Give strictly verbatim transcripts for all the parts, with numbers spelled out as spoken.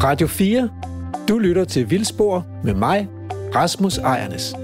Radio fire. Du lytter til Vildspor med mig, Rasmus Ejernes.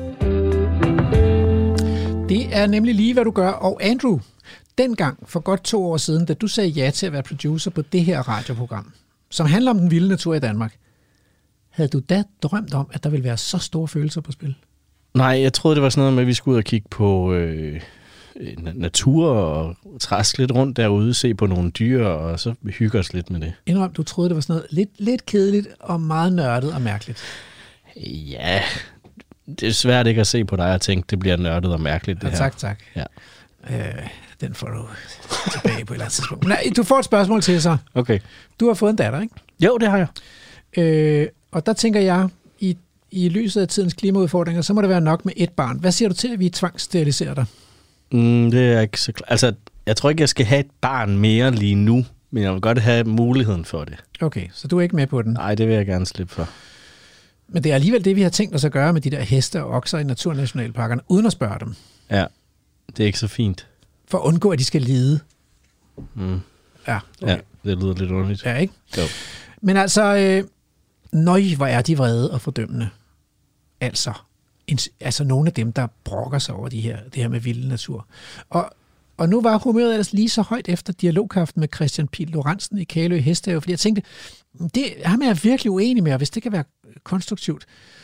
Det er nemlig lige, hvad du gør. Og Andrew, dengang for godt to år siden, da du sagde ja til at være producer på det her radioprogram, som handler om den vilde natur i Danmark, havde du da drømt om, at der ville være så store følelser på spil? Nej, jeg troede, det var sådan noget med, at vi skulle ud og kigge på øh, natur og træske lidt rundt derude, se på nogle dyr, og så hygge os lidt med det. Indrøm, du troede, det var sådan noget lidt, lidt kedeligt og meget nørdet og mærkeligt. Ja, det er svært ikke at se på dig og tænke, det bliver nørdet og mærkeligt, det ja, her. Tak, tak. Ja. Øh, den får du tilbage på et eller andet tidspunkt. Nej, du får et spørgsmål til sig. Okay. Du har fået en datter, ikke? Jo, det har jeg. Øh, og der tænker jeg, i, i lyset af tidens klimaudfordringer, så må det være nok med et barn. Hvad siger du til, at vi tvangssteriliserer dig? Mm, det er ikke så klart. Altså, jeg tror ikke, jeg skal have et barn mere lige nu, men jeg vil godt have muligheden for det. Okay, så du er ikke med på den? Nej, det vil jeg gerne slippe for. Men det er alligevel det, vi har tænkt os at gøre med de der heste og okser i naturnationalparkerne, uden at spørge dem. Ja, det er ikke så fint. For at undgå, at de skal lide. Mm. Ja, okay. Ja, det lyder lidt underligt. Ja, ikke? Jo. Men altså, øh, nøj, hvor er de vrede og fordømmende. Altså, en, altså nogle af dem, der brokker sig over de her, det her med vilde natur. Og, og nu var humøret ellers lige så højt efter dialogkraften med Christian Pihl Lorentzen i Kalø Hestehave, fordi jeg tænkte, det ham er jeg virkelig uenig med, og hvis det kan være konstruktivt.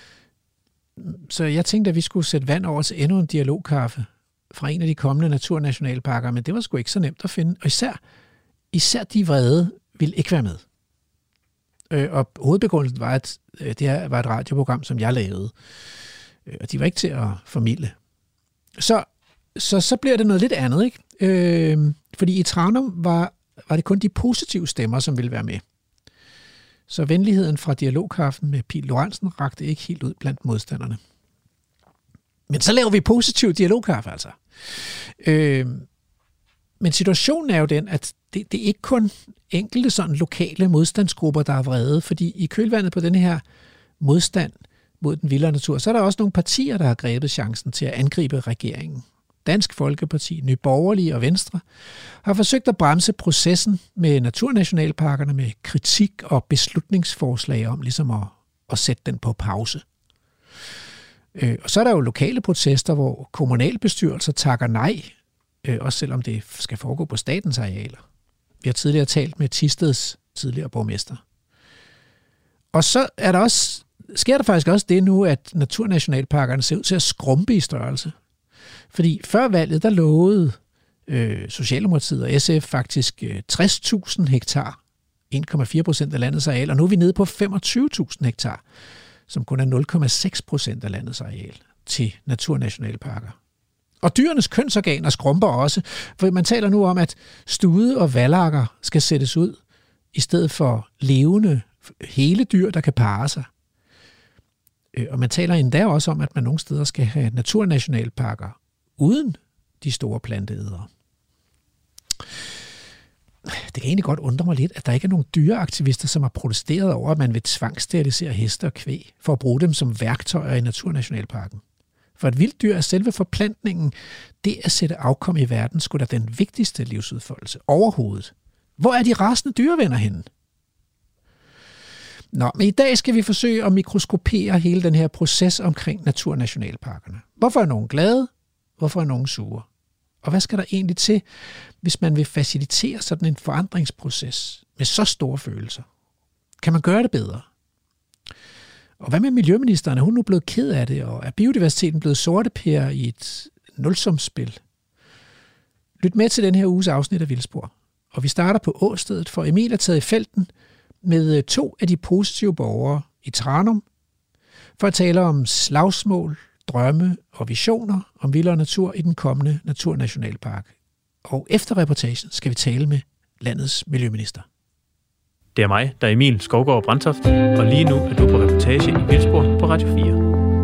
Så jeg tænkte, at vi skulle sætte vand over til endnu en dialogkaffe fra en af de kommende naturnationalparker, men det var sgu ikke så nemt at finde. Og især, især de vrede ville ikke være med. Øh, og hovedbegrundelsen var, at øh, det her var et radioprogram, som jeg lavede. Øh, og de var ikke til at formidle. Så, så, så bliver det noget lidt andet, ikke? Øh, fordi i Tranum var, var det kun de positive stemmer, som ville være med. Så venligheden fra dialogkaffen med Pihl Lorentzen rakte ikke helt ud blandt modstanderne. Men så laver vi positiv dialogkaffe, altså. Øh, men situationen er jo den, at det, det er ikke kun enkelte sådan lokale modstandsgrupper, der er vrede, fordi i kølvandet på den her modstand mod den vildere natur, så er der også nogle partier, der har grebet chancen til at angribe regeringen. Dansk Folkeparti, Nye Borgerlige og Venstre har forsøgt at bremse processen med naturnationalparkerne med kritik og beslutningsforslag om ligesom at, at sætte den på pause. Øh, og så er der jo lokale protester, hvor kommunalbestyrelser takker nej, øh, også selvom det skal foregå på statens arealer. Vi har tidligere talt med Thisteds tidligere borgmester. Og så er der også, sker der faktisk også det nu, at naturnationalparkerne ser ud til at skrumpe i størrelse. Fordi før valget, der lovede øh, Socialdemokratiet og S F faktisk øh, tres tusind hektar, en komma fire procent af landets areal, og nu er vi nede på femogtyve tusind hektar, som kun er nul komma seks procent af landets areal til naturnationalparker. Og dyrenes kønsorganer skrumper også, for man taler nu om, at stude og valakker skal sættes ud, i stedet for levende hele dyr, der kan parre sig. Og man taler endda også om, at man nogle steder skal have naturnationalparker uden de store planteædere. Det kan egentlig godt undre mig lidt, at der ikke er nogen dyreaktivister, som har protesteret over, at man vil tvangssterilisere heste og kvæg, for at bruge dem som værktøjer i naturnationalparken. For et vildt dyr er selve forplantningen, det at sætte afkom i verden, skulle da den vigtigste livsudfoldelse overhovedet. Hvor er de rasende dyrevenner henne? Nå, men i dag skal vi forsøge at mikroskopere hele den her proces omkring naturnationalparkerne. Hvorfor er nogen glade? Hvorfor er nogen sure? Og hvad skal der egentlig til, hvis man vil facilitere sådan en forandringsproces med så store følelser? Kan man gøre det bedre? Og hvad med miljøministeren? Er hun nu blevet ked af det, og er biodiversiteten blevet sortepære i et nulsumsspil? Lyt med til den her uges afsnit af Vildspor. Og vi starter på åstedet, for Emil er taget i felten med to af de positive borgere i Tranum, for at tale om slagsmål, drømme og visioner om vildere natur i den kommende naturnationalpark. Og efter reportagen skal vi tale med landets miljøminister. Det er mig, der er Emil Skovgaard Brandtoft, og lige nu er du på reportage i Vildspor på Radio fire.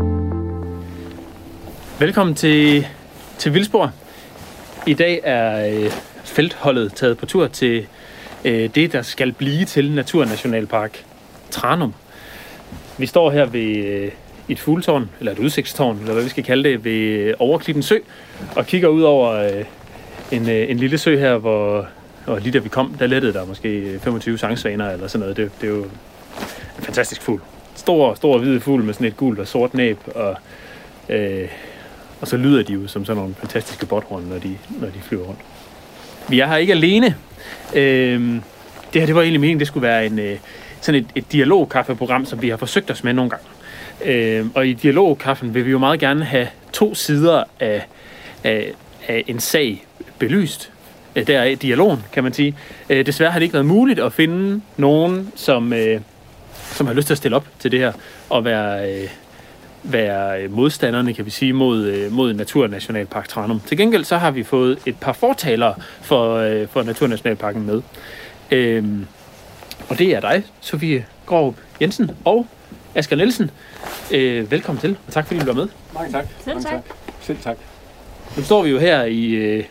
Velkommen til, til Vildspor. I dag er øh, feltholdet taget på tur til øh, det, der skal blive til Naturnationalpark Tranum. Vi står her ved øh, et fugletårn, eller et udsigtstårn, eller hvad vi skal kalde det, ved Overklippen Sø, og kigger ud over øh, en, øh, en lille sø her, hvor... Og lige da vi kom, der lettede der måske femogtyve sangsvaner eller sådan noget. Det, det er jo en fantastisk fugl. Stor, stor hvide fugl med sådan et gult og sort næb, og, øh, og så lyder de jo som sådan nogle fantastiske båthorn, når de, når de flyver rundt. Vi er her ikke alene. Øh, det her det var egentlig meningen, det skulle være en, øh, sådan et, et dialogkaffeprogram, som vi har forsøgt os med nogle gange. Øh, og i dialogkaffen vil vi jo meget gerne have to sider af, af, af en sag belyst. Der er dialogen, kan man sige. Øh, desværre har det ikke været muligt at finde nogen, som, øh, som har lyst til at stille op til det her, og være, øh, være modstanderne, kan vi sige, mod, øh, mod Naturnationalpark Tranum. Til gengæld så har vi fået et par fortalere for, øh, for Naturnationalparken med. Øh, og det er dig, Sofie Graarup Jensen og Asger Nielsen. Øh, velkommen til, og tak fordi du var med. Mange tak. Selv tak. tak. Selv tak. Nu står vi jo her i... Øh,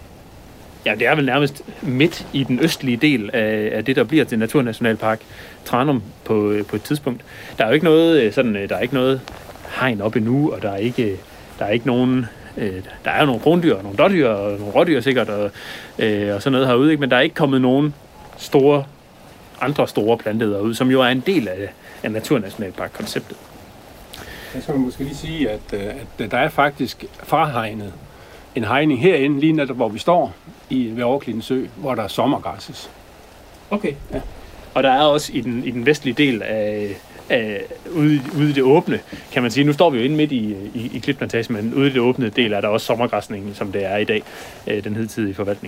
ja, det er vel nærmest midt i den østlige del af, af det, der bliver til Naturnationalpark Tranum på, på et tidspunkt. Der er jo ikke noget, sådan, der er ikke noget hegn op endnu, og der er ikke, der er ikke nogen... Øh, der er jo nogle krondyr, og nogle dårdyr, og nogle rådyr sikkert, og, øh, og sådan noget herude, ikke? Men der er ikke kommet nogen store, andre store planter ud, som jo er en del af, af Naturnationalpark-konceptet. Jeg skal måske lige sige, at, at der er faktisk frahegnet en hegning herinde, lige netop hvor vi står, i, ved Overklitten Sø, hvor der er sommergræsses. Okay. Ja. Og der er også i den, i den vestlige del af, af ude, ude i det åbne, kan man sige. Nu står vi jo inde midt i, i, i klitplantagen, men ude i det åbne del er der også sommergræsning, som det er i dag, den hidtidige forvaltning.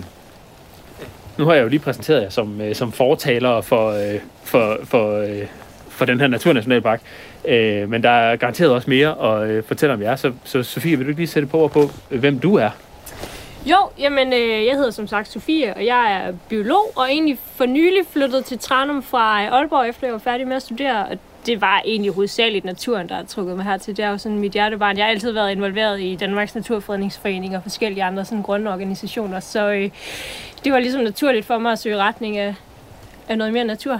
Nu har jeg jo lige præsenteret jer som, som fortaler for, for, for, for den her Naturnationalpark, men der er garanteret også mere at fortælle om jer. Så, så Sofie, vil du ikke lige sætte på, på, hvem du er? Jo, jamen øh, jeg hedder som sagt Sofie, og jeg er biolog, og egentlig for nylig flyttet til Tranum fra Aalborg, efter jeg var færdig med at studere. Og det var egentlig hovedsageligt naturen, der har trukket mig hertil. Det er jo sådan mit hjertebarn. Jeg har altid været involveret i Danmarks Naturfredningsforening og forskellige andre sådan grønne organisationer, så øh, det var ligesom naturligt for mig at søge retning af, af noget mere natur.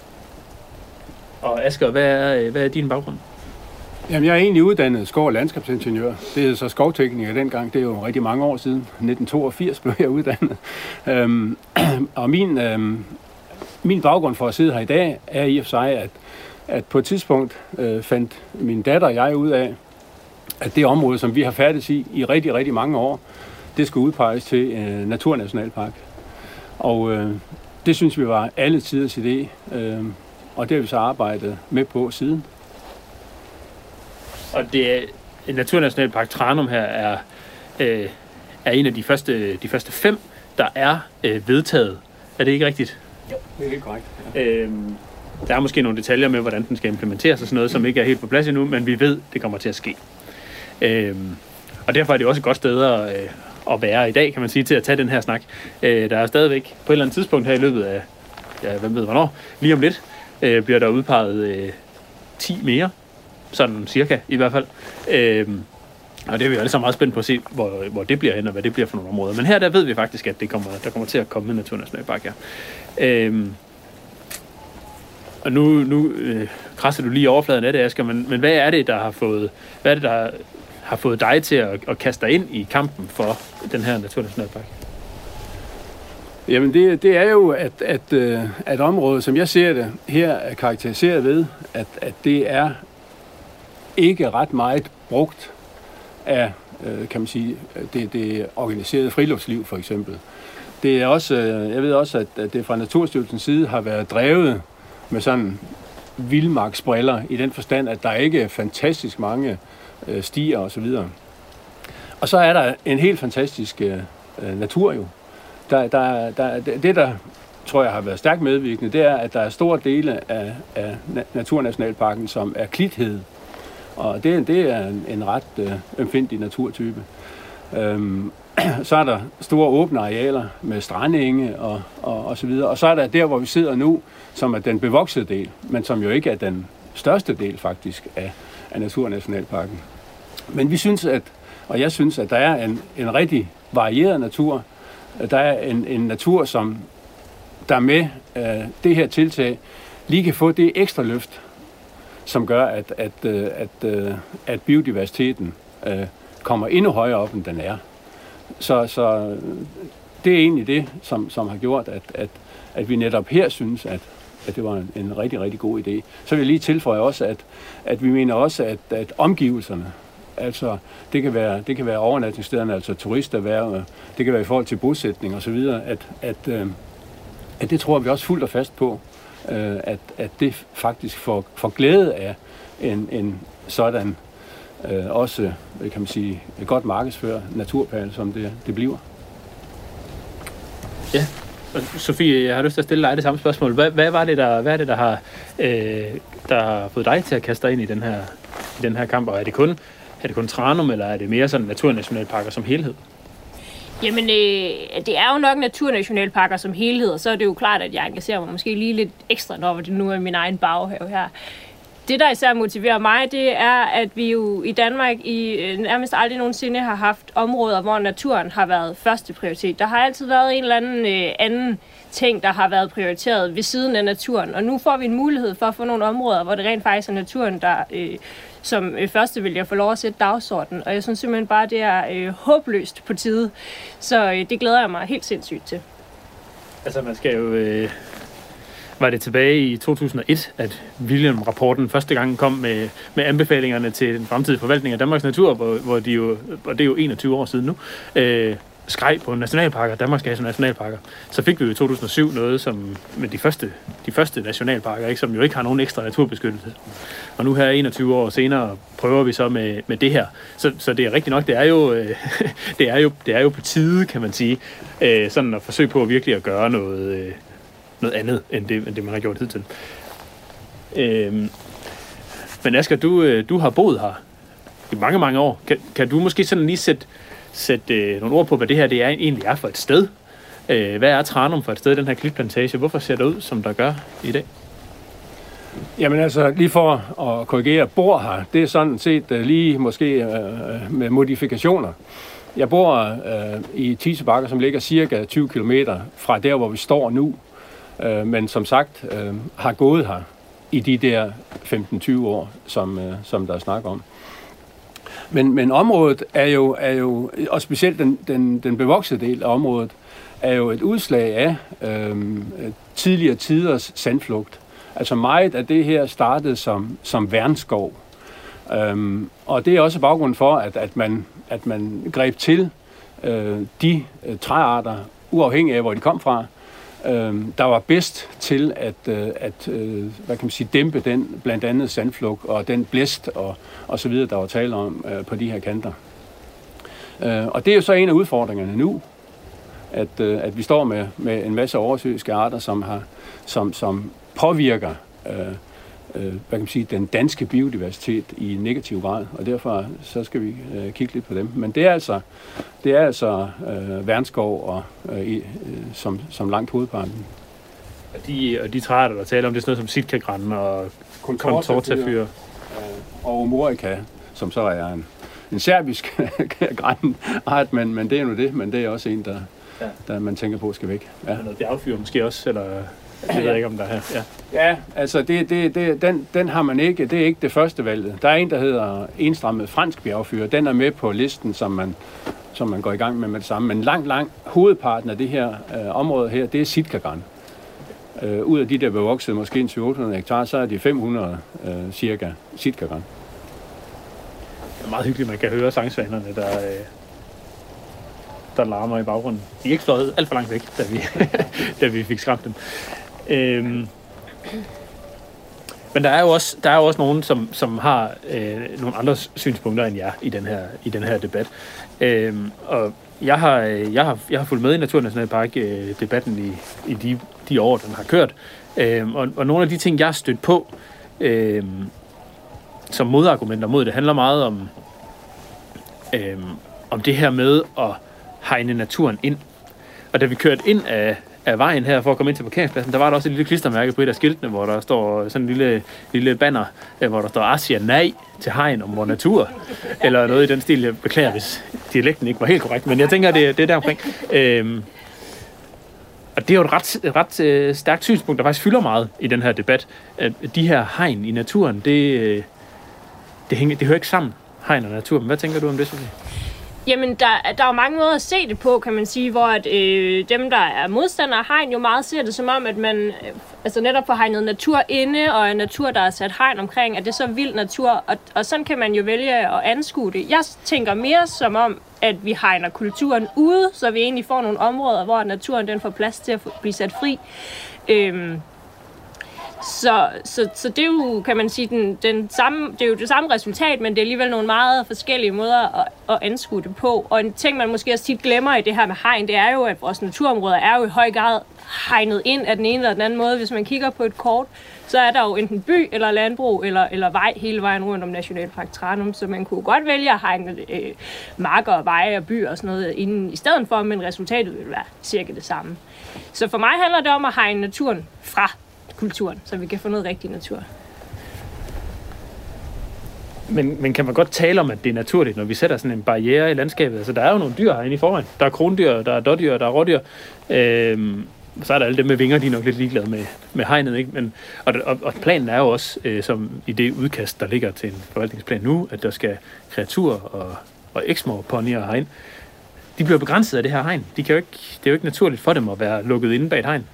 Og Asger, hvad er, hvad er din baggrund? Jamen, jeg er egentlig uddannet skov- og landskabsingeniør. Det er så skovtekniker dengang. Det er jo rigtig mange år siden. nitten toogfirs blev jeg uddannet. Øhm, og min, øhm, min baggrund for at sidde her i dag er i og for sig, at, at på et tidspunkt øh, fandt min datter og jeg ud af, at det område, som vi har færdes i i rigtig, rigtig mange år, det skulle udpeges til øh, Naturnationalpark. Og øh, det synes vi var alle tiders idé, øh, og det har vi så arbejdet med på siden. Og det er, Naturnationalpark Tranum her er, øh, er en af de første, de første fem, der er øh, vedtaget. Er det ikke rigtigt? Jo, det er helt korrekt. Ja. Øhm, der er måske nogle detaljer med, hvordan den skal implementeres og sådan noget, som ikke er helt på plads endnu, men vi ved, det kommer til at ske. Øhm, og derfor er det også et godt sted at, øh, at være i dag, kan man sige, til at tage den her snak. Øh, der er stadigvæk på et eller andet tidspunkt her i løbet af, ja, hvem ved hvornår, lige om lidt, øh, bliver der udpeget øh, ti mere. Sådan cirka, i hvert fald. Øhm, og det er vi jo alle sammen meget spændt på at se, hvor, hvor det bliver hen, og hvad det bliver for nogle områder. Men her der ved vi faktisk, at det kommer, der kommer til at komme en Naturnationalpark her. Øhm, og nu, nu øh, krasser du lige overfladen af det, Asger, men, men hvad er det, der har fået, hvad er det, der har, har fået dig til at, at kaste dig ind i kampen for den her Naturnationalpark? Jamen det, det er jo, at, at, at området, som jeg ser det, her er karakteriseret ved, at, at det er ikke ret meget brugt af, kan man sige, det, det organiserede friluftsliv for eksempel. Det er også, jeg ved også, at det fra Naturstyrelsens side har været drevet med sådan vildmarksbriller i den forstand, at der ikke er fantastisk mange stier og så videre. Og så er der en helt fantastisk natur jo. Der, der, der, det, der tror jeg har været stærkt medvirkende, det er, at der er store dele af, af Naturnationalparken, som er klithed. Og det, det er en, en ret øh, ømfindelig naturtype. Øhm, så er der store åbne arealer med strandenge og, og, og så videre. Og så er der der, hvor vi sidder nu, som er den bevoksede del, men som jo ikke er den største del faktisk af, af Naturnationalparken. Men vi synes, at, og jeg synes, at der er en, en rigtig varieret natur. Der er en, en natur, som der med øh, det her tiltag lige kan få det ekstra løft, som gør, at, at, at, at biodiversiteten øh, kommer endnu højere op, end den er. Så, så det er egentlig det, som, som har gjort, at, at, at vi netop her synes, at, at det var en, en rigtig, rigtig god idé. Så vil jeg lige tilføje også, at, at vi mener også, at, at omgivelserne, altså det kan være, det kan være overnatningsstederne, altså turisterhverv, det kan være i forhold til bosætning og så videre, at, at, øh, at det tror vi også fuldt og fast på, øh, at, at det faktisk får, får glæde af en, en sådan øh, også, kan man sige, et godt markedsfør naturperle, som det, det bliver. Ja, og Sofie, jeg har lyst til at stille dig det samme spørgsmål. Hvad, hvad var det, der, hvad er det, der har, øh, der har fået dig til at kaste dig ind i den her, i den her kamp? Og er det kun, er det kun Tranum, eller er det mere sådan naturnationalparker som helhed? Jamen, øh, det er jo nok naturnationalparker som helhed, og så er det jo klart, at jeg engagerer mig måske lige lidt ekstra, når det nu er min egen baghave her. Det, der især motiverer mig, det er, at vi jo i Danmark i øh, nærmest aldrig nogensinde har haft områder, hvor naturen har været første prioritet. Der har altid været en eller anden øh, anden ting, der har været prioriteret ved siden af naturen. Og nu får vi en mulighed for at få nogle områder, hvor det rent faktisk er naturen, der øh, som øh, første vælger få lov at sætte dagsordenen. Og jeg synes simpelthen bare, det er øh, håbløst på tide. Så øh, det glæder jeg mig helt sindssygt til. Altså, man skal jo... Øh var det tilbage i to tusind og et, at William-rapporten første gang kom med, med anbefalingerne til den fremtidige forvaltning af Danmarks natur, hvor, hvor de jo, og det er jo enogtyve år siden nu, øh, skreg på nationalparker, Danmark skal have nationalparker. Så fik vi jo i to tusind og syv noget som med de første, de første nationalparker, ikke, som jo ikke har nogen ekstra naturbeskyttelse. Og nu her enogtyve år senere prøver vi så med, med det her. Så, så det er rigtigt nok, det er jo, øh, det er jo, det er jo på tide, kan man sige, øh, sådan at forsøge på at virkelig at gøre noget... Øh, noget andet, end det, end det man har gjort hidtil. Øhm, men Asger, du, du har boet her i mange, mange år. Kan, kan du måske sådan lige sætte, sætte øh, nogle ord på, hvad det her det er, egentlig er for et sted? Øh, hvad er Tranum for et sted, den her klitplantage? Hvorfor ser det ud, som der gør i dag? Jamen altså, lige for at korrigere, bor her, det er sådan set uh, lige måske uh, med modifikationer. Jeg bor uh, i Tisebakker, som ligger cirka tyve kilometer fra der, hvor vi står nu. Men som sagt øh, har gået her i de der femten til tyve år, som, øh, som der er snak om. Men, men området er jo, er jo, og specielt den, den, den bevoksede del af området, er jo et udslag af øh, tidligere tiders sandflugt. Altså meget af det her startede som, som værnskov. Øh, og det er også baggrunden for, at, at, man, at man greb til øh, de øh, træarter, uafhængig af hvor de kom fra, der var bedst til at, at hvad kan man sige, dæmpe den blandt andet sandflugt og den blæst og, og så videre, der var tale om på de her kanter. Og det er jo så en af udfordringerne nu, at, at vi står med, med en masse oversøiske arter, som, har, som, som påvirker hvad kan man sige, den danske biodiversitet i negativ grad, og derfor så skal vi øh, kigge lidt på dem. Men det er altså, det er altså øh, værnskov og, øh, øh, som, som langt hovedparten. Og de, og de træer, der taler om, det er sådan noget som sitkagran og contortafyr. Og omorica, som så er en, en serbisk granart, men, men det er nu det, men det er også en, der, ja. der man tænker på skal væk. Ja. Noget bjergfyr måske også, eller... Det ved jeg ikke, om der er her. Ja, ja altså det, det, det, den, den har man ikke. Det er ikke det første valget. Der er en, der hedder enstrammet fransk bjergfyr. Den er med på listen, som man, som man går i gang med med det samme. Men langt, langt hovedparten af det her øh, område her, det er sitkagran. Øh, ud af de der bevoksede, måske syv hundrede hektar, så er de fem hundrede øh, cirka sitkagran. Det er meget hyggeligt, man kan høre sangsvanerne, der, øh, der larmer i baggrunden. De er ikke fløjet alt for langt væk, da vi, da vi fik skræmt dem. Øhm, men der er jo også, der er jo også nogen, som, som har øh, nogle andre synspunkter end jer i den her, i den her debat. Øhm, og jeg har, jeg, har, jeg har fulgt med i Naturnationalpark-debatten i, i de, de år, den har kørt. Øhm, og, og nogle af de ting, jeg har stødt på øhm, som modargumenter mod det, handler meget om, øhm, om det her med at hegne naturen ind. Og da vi kørte ind af, af vejen her for at komme ind til parkeringspladsen, der var der også et lille klistermærke på et af skiltene, hvor der står sådan en lille, lille banner, hvor der står Asia nej til hegn om vor natur. Eller noget i den stil. Jeg beklager, hvis dialekten ikke var helt korrekt, men jeg tænker, det, det er deromkring. Øhm, og det er jo et ret, et ret øh, stærkt synspunkt, der faktisk fylder meget i den her debat. At de her hegn i naturen, det, det, hænger, det hører ikke sammen, hegn og natur. Men hvad tænker du om det, Sofie? Jamen, der, der er jo mange måder at se det på, kan man sige, hvor at, øh, dem, der er modstandere af hegn, jo meget ser det som om, at man øh, altså netop får hegnet natur inde, og natur, der er sat hegn omkring, at det er så vild natur, og, og sådan kan man jo vælge at anskue det. Jeg tænker mere som om, at vi hegner kulturen ude, så vi egentlig får nogle områder, hvor naturen den får plads til at blive sat fri. Øhm, Så, så, så det er jo, kan man sige, den, den samme, det er jo det samme resultat, men det er alligevel nogle meget forskellige måder at, at anskue det på. Og en ting, man måske også tit glemmer i det her med hegn, det er jo, at vores naturområder er jo i høj grad hegnet ind af den ene eller den anden måde. Hvis man kigger på et kort, så er der jo enten by eller landbrug eller, eller vej hele vejen rundt om Nationalpark Tranum, så man kunne godt vælge at hegne øh, marker og veje og byer og sådan noget inden i stedet for, men resultatet vil være cirka det samme. Så for mig handler det om at hegne naturen fra kulturen, så vi kan få noget rigtig natur. Men, men kan man godt tale om, at det er naturligt, når vi sætter sådan en barriere i landskabet? Altså, der er jo nogle dyr herinde i forvejen. Der er krondyr, der er dårdyr, der er rådyr. Øhm, så er der alle dem med vinger, de er nok lidt ligeglade med, med hegnet, ikke? Men, og, og, og planen er jo også, øh, som i det udkast, der ligger til en forvaltningsplan nu, at der skal kreaturer og, og eksmor-ponyer herind. De bliver begrænset af det her hegn. De kan jo ikke, det er jo ikke naturligt for dem at være lukket inde bag et hegn.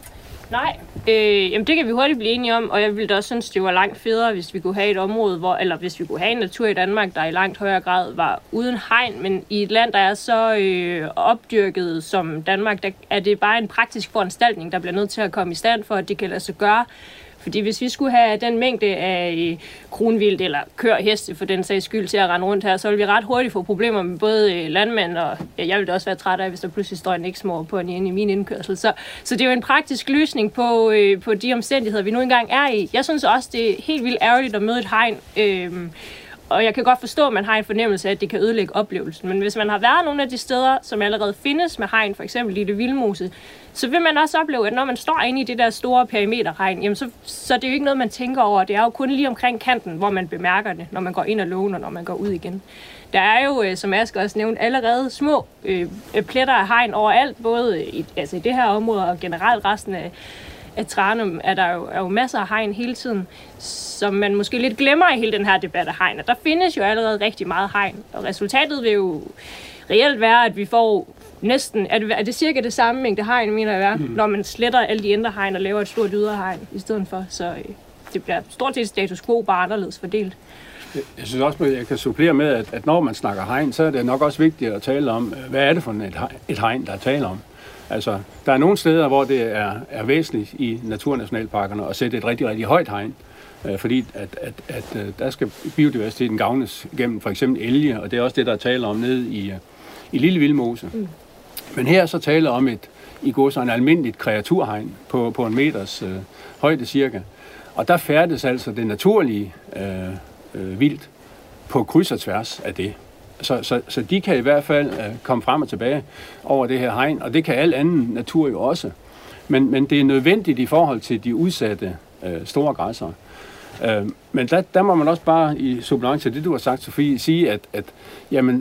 Nej, øh, jamen det kan vi hurtigt blive enige om, og jeg ville da også synes, det var langt federe, hvis vi kunne have et område, hvor, eller hvis vi kunne have en natur i Danmark, der i langt højere grad var uden hegn, men i et land, der er så øh, opdyrket som Danmark, der er det bare en praktisk foranstaltning, der bliver nødt til at komme i stand for, at det kan lade sig gøre. Fordi hvis vi skulle have den mængde af kronvildt eller kør heste for den sags skyld til at rende rundt her, så ville vi ret hurtigt få problemer med både landmænd og ja, jeg ville også være træt af, hvis der pludselig står en eksmor på en inde i min indkørsel. Så, så det er jo en praktisk løsning på, øh, på de omstændigheder, vi nu engang er i. Jeg synes også, det er helt vildt ærgerligt at møde et hegn. Øh, Og jeg kan godt forstå, at man har en fornemmelse af, at det kan ødelægge oplevelsen. Men hvis man har været nogle af de steder, som allerede findes med hegn, for eksempel Lille Vildmose, så vil man også opleve, at når man står inde i det der store perimeterhegn, jamen så, så det er jo ikke noget, man tænker over. Det er jo kun lige omkring kanten, hvor man bemærker det, når man går ind ad lågen og når man går ud igen. Der er jo, som Asger også nævnte, allerede små øh, pletter af hegn overalt, både i, altså i det her område og generelt resten af at Tranum er der jo, er jo masser af hegn hele tiden, som man måske lidt glemmer i hele den her debat af hegn. Og der findes jo allerede rigtig meget hegn, og resultatet vil jo reelt være, at vi får næsten, er det, er det cirka det samme mængde hegn, mener jeg være, mm. når man sletter alle de indre hegn og laver et stort ydre hegn i stedet for. Så øh, det bliver stort set status quo, bare anderledes fordelt. Jeg synes også, at jeg kan supplere med, at, at når man snakker hegn, så er det nok også vigtigt at tale om, hvad er det for et hegn, et hegn der er tale om. Altså, der er nogle steder, hvor det er, er væsentligt i naturnationalparkerne at sætte et rigtig, rigtig højt hegn, øh, fordi at, at, at, at der skal biodiversiteten gavnes gennem for eksempel elge, og det er også det, der er tale om nede i, i Lille Vildmose. Mm. Men her så taler om et, i går så en almindeligt kreaturhegn på, på en meters øh, højde cirka, og der færdes altså det naturlige øh, øh, vildt på kryds og tværs af det. Så, så, så de kan i hvert fald øh, komme frem og tilbage over det her hegn, og det kan al anden natur jo også. Men, men det er nødvendigt i forhold til de udsatte øh, store græssere. Øh, men der, der må man også bare i supplement til det, du har sagt, Sofie, sige, at, at jamen,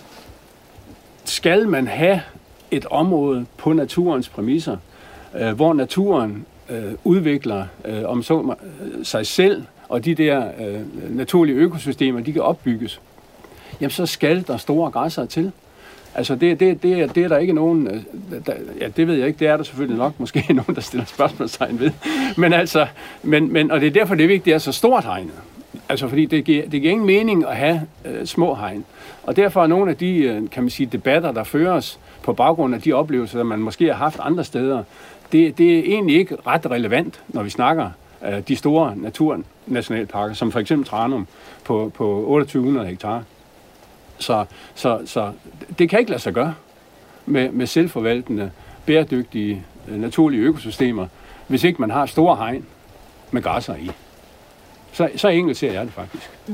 skal man have et område på naturens præmisser, øh, hvor naturen øh, udvikler øh, om så, øh, sig selv, og de der øh, naturlige økosystemer, de kan opbygges, jamen så skal der store græssere til. Altså det, det, det, er, det er der ikke nogen, der, ja det ved jeg ikke, det er der selvfølgelig nok måske nogen, der stiller spørgsmålstegn ved. Men altså, men, men, og det er derfor det er vigtigt, at det er så stort hegnet. Altså fordi det giver, det giver ingen mening at have øh, små hegn. Og derfor er nogle af de, øh, kan man sige, debatter, der føres på baggrund af de oplevelser, der man måske har haft andre steder, det, det er egentlig ikke ret relevant, når vi snakker øh, de store naturnationalparker, som for eksempel Tranum på, på otteogtyve hundrede hektar. Så, så, så det kan ikke lade sig gøre med, med selvforvaltende, bæredygtige, naturlige økosystemer, hvis ikke man har store hegn med græsser i. Så, så enkelt ser jeg det faktisk. Mm.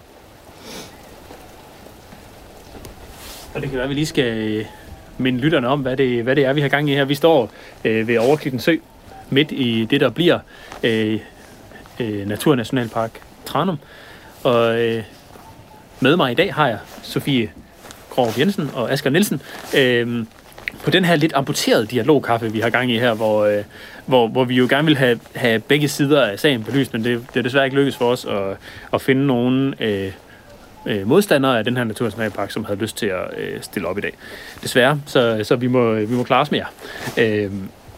Og det kan være, at vi lige skal minde lytterne om, hvad det, hvad det er, vi har gang i her. Vi står øh, ved Overklippen Sø, midt i det, der bliver øh, øh, Naturnationalpark Tranum. Og øh, med mig i dag har jeg Sofie Krog Jensen og Asger Nielsen øh, på den her lidt amputerede dialogkaffe, vi har gang i her, hvor, øh, hvor, hvor vi jo gerne vil have, have begge sider af sagen belyst, men det, det er desværre ikke lykkedes for os at, at finde nogen øh, øh, modstandere af den her naturnationalpark, som havde lyst til at øh, stille op i dag. Desværre, så, så vi, må, vi må klare os med jer. Øh,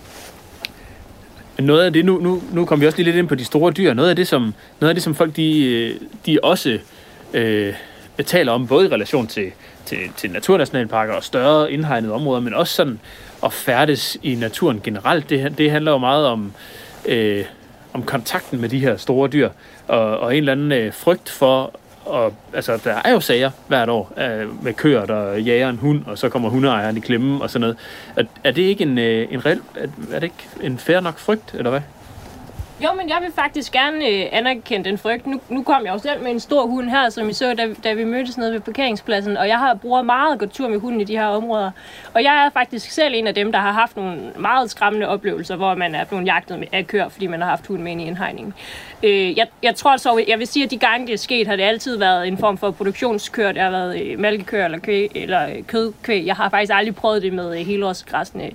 noget af det, nu, nu, nu kommer vi også lige lidt ind på de store dyr, noget af det, som, noget af det, som folk de, de også øh, taler om, både i relation til, til, til naturnationalparker og større indhegnede områder, men også sådan at færdes i naturen generelt. Det, det handler jo meget om, øh, om kontakten med de her store dyr, og, og en eller anden øh, frygt for, og, altså der er jo sager hvert år øh, med køer, der jager en hund, og så kommer hundeejeren i klemme og sådan noget. Er, er det ikke en, øh, en reel, er, er det ikke en fair nok frygt, eller hvad? Jo, men jeg vil faktisk gerne øh, anerkende den frygt. Nu, nu kom jeg jo selv med en stor hund her, som I så, da, da vi mødtes nede ved parkeringspladsen, og jeg har brugt meget at gå tur med hunden i de her områder. Og jeg er faktisk selv en af dem, der har haft nogle meget skræmmende oplevelser, hvor man er blevet jagtet med af køer, fordi man har haft hunden med ind i indhegningen. Øh, jeg, jeg tror så, jeg vil sige, at de gange det er sket, har det altid været en form for produktionskøer. Det har været øh, mælkekøer eller, kø, eller øh, kødkvæg. Jeg har faktisk aldrig prøvet det med øh, helårsgræsne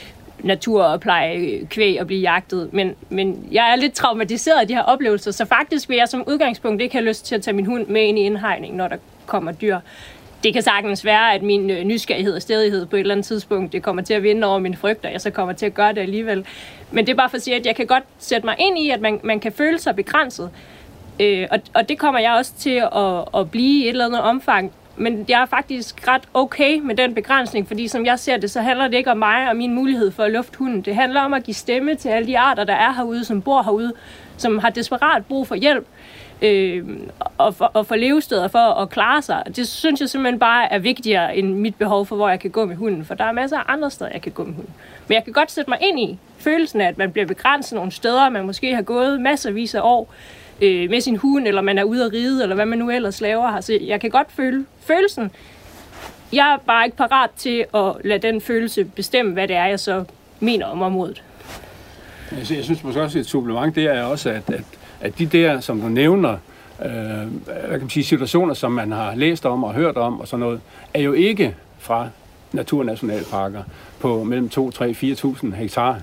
natur og pleje kvæg og blive jagtet, men, men jeg er lidt traumatiseret af de her oplevelser, så faktisk vil jeg som udgangspunkt ikke have lyst til at tage min hund med ind i indhegning, når der kommer dyr. Det kan sagtens være, at min nysgerrighed og stædighed på et eller andet tidspunkt, det kommer til at vinde over mine frygter, og jeg så kommer til at gøre det alligevel. Men det er bare for at sige, at jeg kan godt sætte mig ind i, at man, man kan føle sig begrænset, øh, og, og det kommer jeg også til at, at blive i et eller andet omfang. Men jeg er faktisk ret okay med den begrænsning, fordi som jeg ser det, så handler det ikke om mig og min mulighed for at lufte hunden. Det handler om at give stemme til alle de arter, der er herude, som bor herude, som har desperat brug for hjælp øh, og, for, og for levesteder for at klare sig. Det synes jeg simpelthen bare er vigtigere end mit behov for, hvor jeg kan gå med hunden, for der er masser af andre steder, jeg kan gå med hunden. Men jeg kan godt sætte mig ind i følelsen af, at man bliver begrænset nogle steder, man måske har gået masservis af år med sin hund, eller man er ude at ride, eller hvad man nu ellers laver her. Så jeg kan godt føle følelsen. Jeg er bare ikke parat til at lade den følelse bestemme, hvad det er, jeg så mener om området. Jeg synes måske også, et supplement, det er også, at, at, at de der, som du nævner, øh, hvad kan man sige, situationer, som man har læst om og hørt om og sådan noget, er jo ikke fra naturnationalparker på mellem to, tre, fire tusind hektar.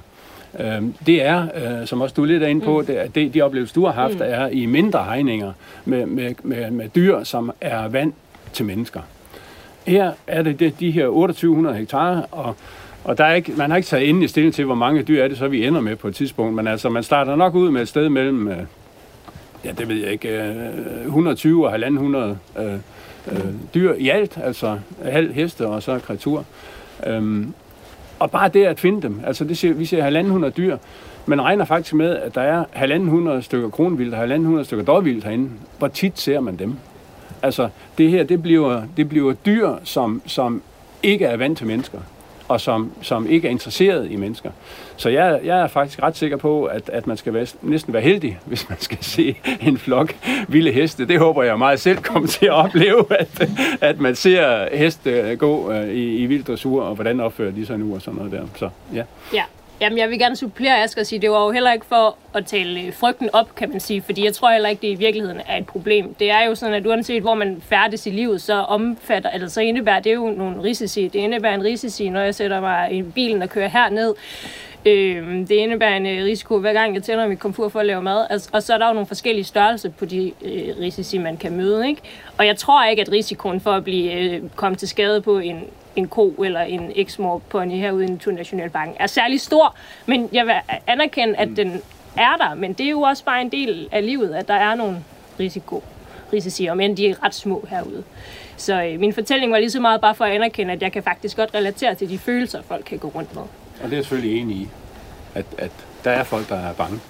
Det er, som også du er lidt inde på, det er, det, de oplevelser, du har haft, mm. er i mindre hegninger med, med, med, med dyr, som er vant til mennesker. Her er det, det de her otteogtyve hundrede hektar, og, og der er ikke, man har ikke taget endelig stilling til, hvor mange dyr er det, så vi ender med på et tidspunkt. Men altså, man starter nok ud med et sted mellem, ja, det ved jeg ikke, et hundrede og tyve og halvanden hundrede øh, øh, dyr i alt, altså halv heste og så kreatur. Øhm, Og bare det at finde dem, altså det siger, vi siger halvanden hundrede dyr, man regner faktisk med, at der er halvanden hundrede stykker kronvildt og halvanden hundrede stykker dårvildt herinde. Hvor tit ser man dem? Altså det her, det bliver, det bliver dyr, som, som ikke er vant til mennesker, og som, som ikke er interesseret i mennesker. Så jeg, jeg er faktisk ret sikker på, at, at man skal være, næsten være heldig, hvis man skal se en flok vilde heste. Det håber jeg meget selv kommer til at opleve, at, at man ser heste gå i, i vild dressur, og hvordan opfører de sig nu og sådan noget der. Så, ja. Ja. Jamen, jeg vil gerne supplere Asger og sige, det var jo heller ikke for at tale frygten op, kan man sige, fordi jeg tror heller ikke, det i virkeligheden er et problem. Det er jo sådan, at uanset hvor man færdes i livet, så omfatter, eller så indebærer det jo nogle risici. Det indebærer en risici, når jeg sætter mig i bilen og kører herned. Øh, det indebærer en risiko, hver gang jeg tænder mit komfur for at lave mad. Altså, og så er der jo nogle forskellige størrelser på de øh, risici, man kan møde, ikke? Og jeg tror ikke, at risikoen for at blive øh, kommet til skade på en en ko eller en Exmoor pony herude i Naturnationalparken er særlig stor, men jeg vil anerkende, at den er der, men det er jo også bare en del af livet, at der er nogle risiko, risici, om end de er ret små herude. Så øh, min fortælling var lige så meget bare for at anerkende, at jeg kan faktisk godt relatere til de følelser, folk kan gå rundt med. Og det er jeg selvfølgelig enig i, at, at der er folk, der er bange.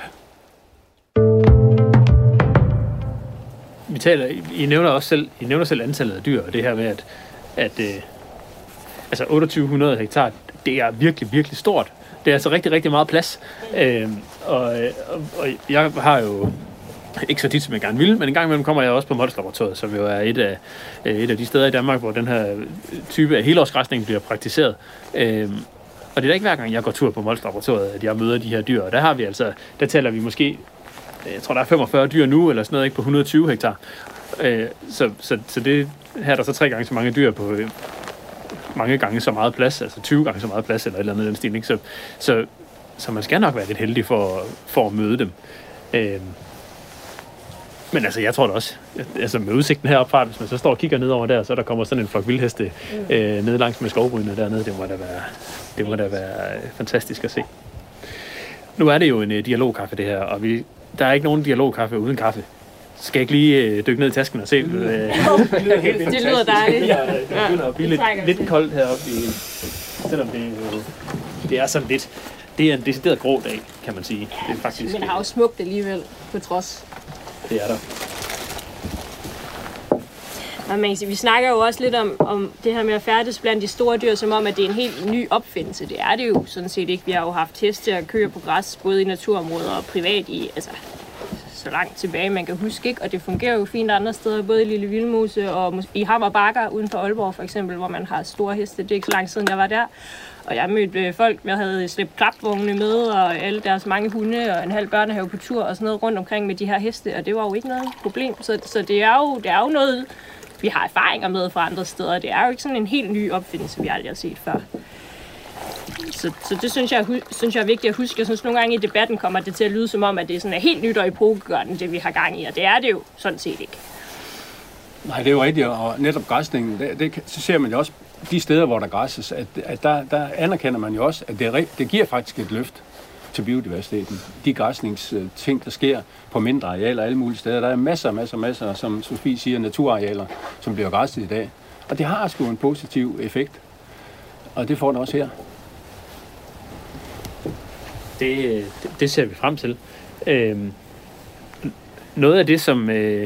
Vi taler, I nævner også selv, I nævner selv antallet af dyr, og det her med, at, at øh, altså otteogtyve hundrede hektar, det er virkelig, virkelig stort. Det er altså rigtig, rigtig meget plads. Øh, og, og, og jeg har jo ikke så tit, som jeg gerne vil, men en gang imellem kommer jeg også på Molslaboratoriet, som jo er et af, et af de steder i Danmark, hvor den her type af helårsgræsning bliver praktiseret. Øh, og det er da ikke hver gang, jeg går tur på Molslaboratoriet, at jeg møder de her dyr. Og der har vi altså, der tæller vi måske, jeg tror der er femogfyrre dyr nu, eller sådan noget, ikke, på et hundrede og tyve hektar. Øh, så, så, så det her er der så tre gange så mange dyr på mange gange så meget plads, altså tyve gange så meget plads, eller et eller andet den stil, ikke? Så, så, så man skal nok være lidt heldig for, for at møde dem. Øh, Men altså, jeg tror da også, altså med udsigten heroppe fra, hvis man så står og kigger ned over der, så der kommer sådan en flok vildheste mm. øh, ned langs med skovbrynene dernede. Det må da være, det må da være øh, fantastisk at se. Nu er det jo en øh, dialogkaffe, det her, og vi, der er ikke nogen dialogkaffe uden kaffe. Skal jeg ikke lige øh, dykke ned i tasken og se? Øh, det lyder dejligt. Ja, det begynder at blive lidt, lidt koldt heroppe, i, selvom det, øh, det er sådan lidt. Det er en decideret grå dag, kan man sige. Det er faktisk, men har jo smukt alligevel, på trods. Det er der. Og man kan sige, vi snakker jo også lidt om, om det her med at færdes blandt de store dyr, som om, at det er en helt ny opfindelse. Det er det jo sådan set ikke. Vi har jo haft heste og køer på græs, både i naturområder og privat i, altså så langt tilbage, man kan huske, ikke? Og det fungerer jo fint andre steder, både i Lille Vildmose og i Hammer Bakker uden for Aalborg for eksempel, hvor man har store heste. Det er ikke så lang siden, jeg var der. Og jeg mødte folk, jeg havde slæbt klapvogne med, og alle deres mange hunde, og en halv børnehave på tur, og sådan noget rundt omkring med de her heste, og det var jo ikke noget problem. Så, så det, er jo, det er jo noget, vi har erfaringer med fra andre steder. Det er jo ikke sådan en helt ny opfindelse, vi aldrig har set før. Så, så det synes jeg, synes jeg er vigtigt at huske. Jeg synes, nogle gange i debatten kommer det til at lyde som om, at det er sådan helt nyt og epokegørende, det vi har gang i, og det er det jo sådan set ikke. Nej, det er jo rigtigt, og netop græsningen, det, det, så ser man jo også de steder, hvor der græsses, at, at der, der anerkender man jo også, at det, det giver faktisk et løft til biodiversiteten. De græsningsting, der sker på mindre arealer alle mulige steder. Der er masser, masser, masser, som Sofie siger, naturarealer, som bliver græsset i dag. Og det har sgu en positiv effekt, og det får det også her. Det, det, det ser vi frem til. Øhm, noget af det, som... Øh,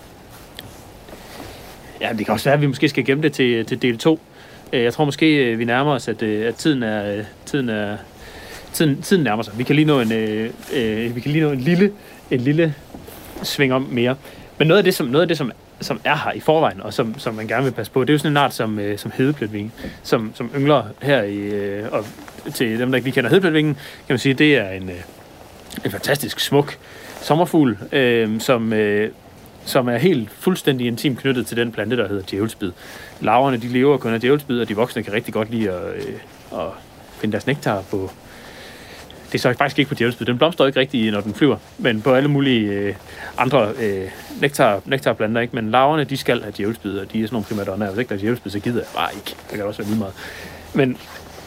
ja, det kan også være, at vi måske skal gemme det til, til del to. Jeg tror måske, vi nærmer os, at, at tiden er... Tiden er Tiden, tiden nærmer sig. Vi kan lige nå en, øh, øh, vi kan lige nå en lille, en lille sving om mere. Men noget af det, som, noget af det, som, som er her i forvejen, og som, som man gerne vil passe på, det er jo sådan en art som, øh, som hedepletvinge, som, som yngler her i, øh, og til dem, der ikke lige kender hedepletvingen, kan man sige, det er en, øh, en fantastisk smuk sommerfugl, øh, som, øh, som er helt fuldstændig intimt knyttet til den plante, der hedder djævelsbid. Larverne, de lever kun af djævelsbid, og de voksne kan rigtig godt lide at, øh, at finde deres nektar på. Det er så faktisk ikke på djævelsbid. Den blomstrer ikke rigtig, når den flyver, men på alle mulige øh, andre øh, nektar, nektarplanter, ikke? Men larverne, de skal have djævelsbid, og de er sådan nogle primadonner. Hvis ikke der er djævelsbid, så gider jeg bare ikke. Det kan også være lige meget. Men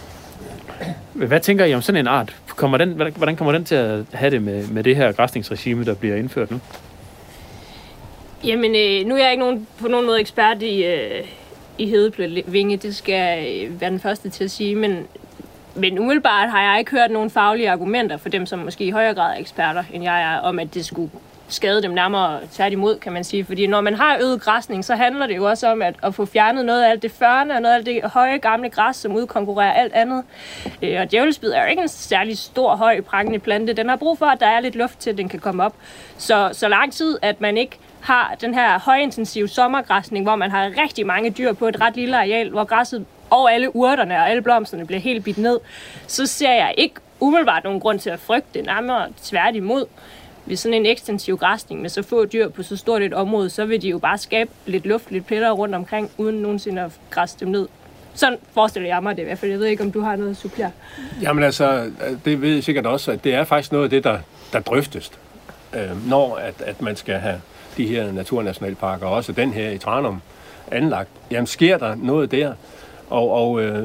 hvad tænker I om sådan en art? Kommer den, hvordan kommer den til at have det med, med det her græsningsregime, der bliver indført nu? Jamen, øh, nu er jeg ikke nogen, på nogen måde ekspert i, øh, i hedepletvinge. Det skal jeg være den første til at sige, men Men umiddelbart har jeg ikke hørt nogen faglige argumenter for dem, som måske i højere grad er eksperter, end jeg er, om at det skulle skade dem nærmere tværtimod, kan man sige. Fordi når man har øget græsning, så handler det jo også om at, at få fjernet noget af alt det førne og noget af alt det høje, gamle græs, som udkonkurrerer alt andet. Og djævelsbid er jo ikke en særlig stor, høj, prangende plante. Den har brug for, at der er lidt luft til, at den kan komme op. Så, så lang tid, at man ikke har den her højintensive sommergræsning, hvor man har rigtig mange dyr på et ret lille areal, hvor græsset og alle urterne og alle blomsterne bliver helt bidt ned, så ser jeg ikke umiddelbart nogen grund til at frygte det, nærmere tværtimod. Ved sådan en ekstensiv græsning med så få dyr på så stort et område, så vil de jo bare skabe lidt luft, lidt pletter rundt omkring, uden nogensinde at græsse dem ned. Sådan forestiller jeg mig det i hvert fald. Jeg ved ikke, om du har noget at supplere. Jamen altså, det ved jeg sikkert også, at det er faktisk noget af det, der, der drøftes, øh, når at, at man skal have de her naturnationalparker, og også den her i Tranum, anlagt. Jamen sker der noget der? Og, og øh,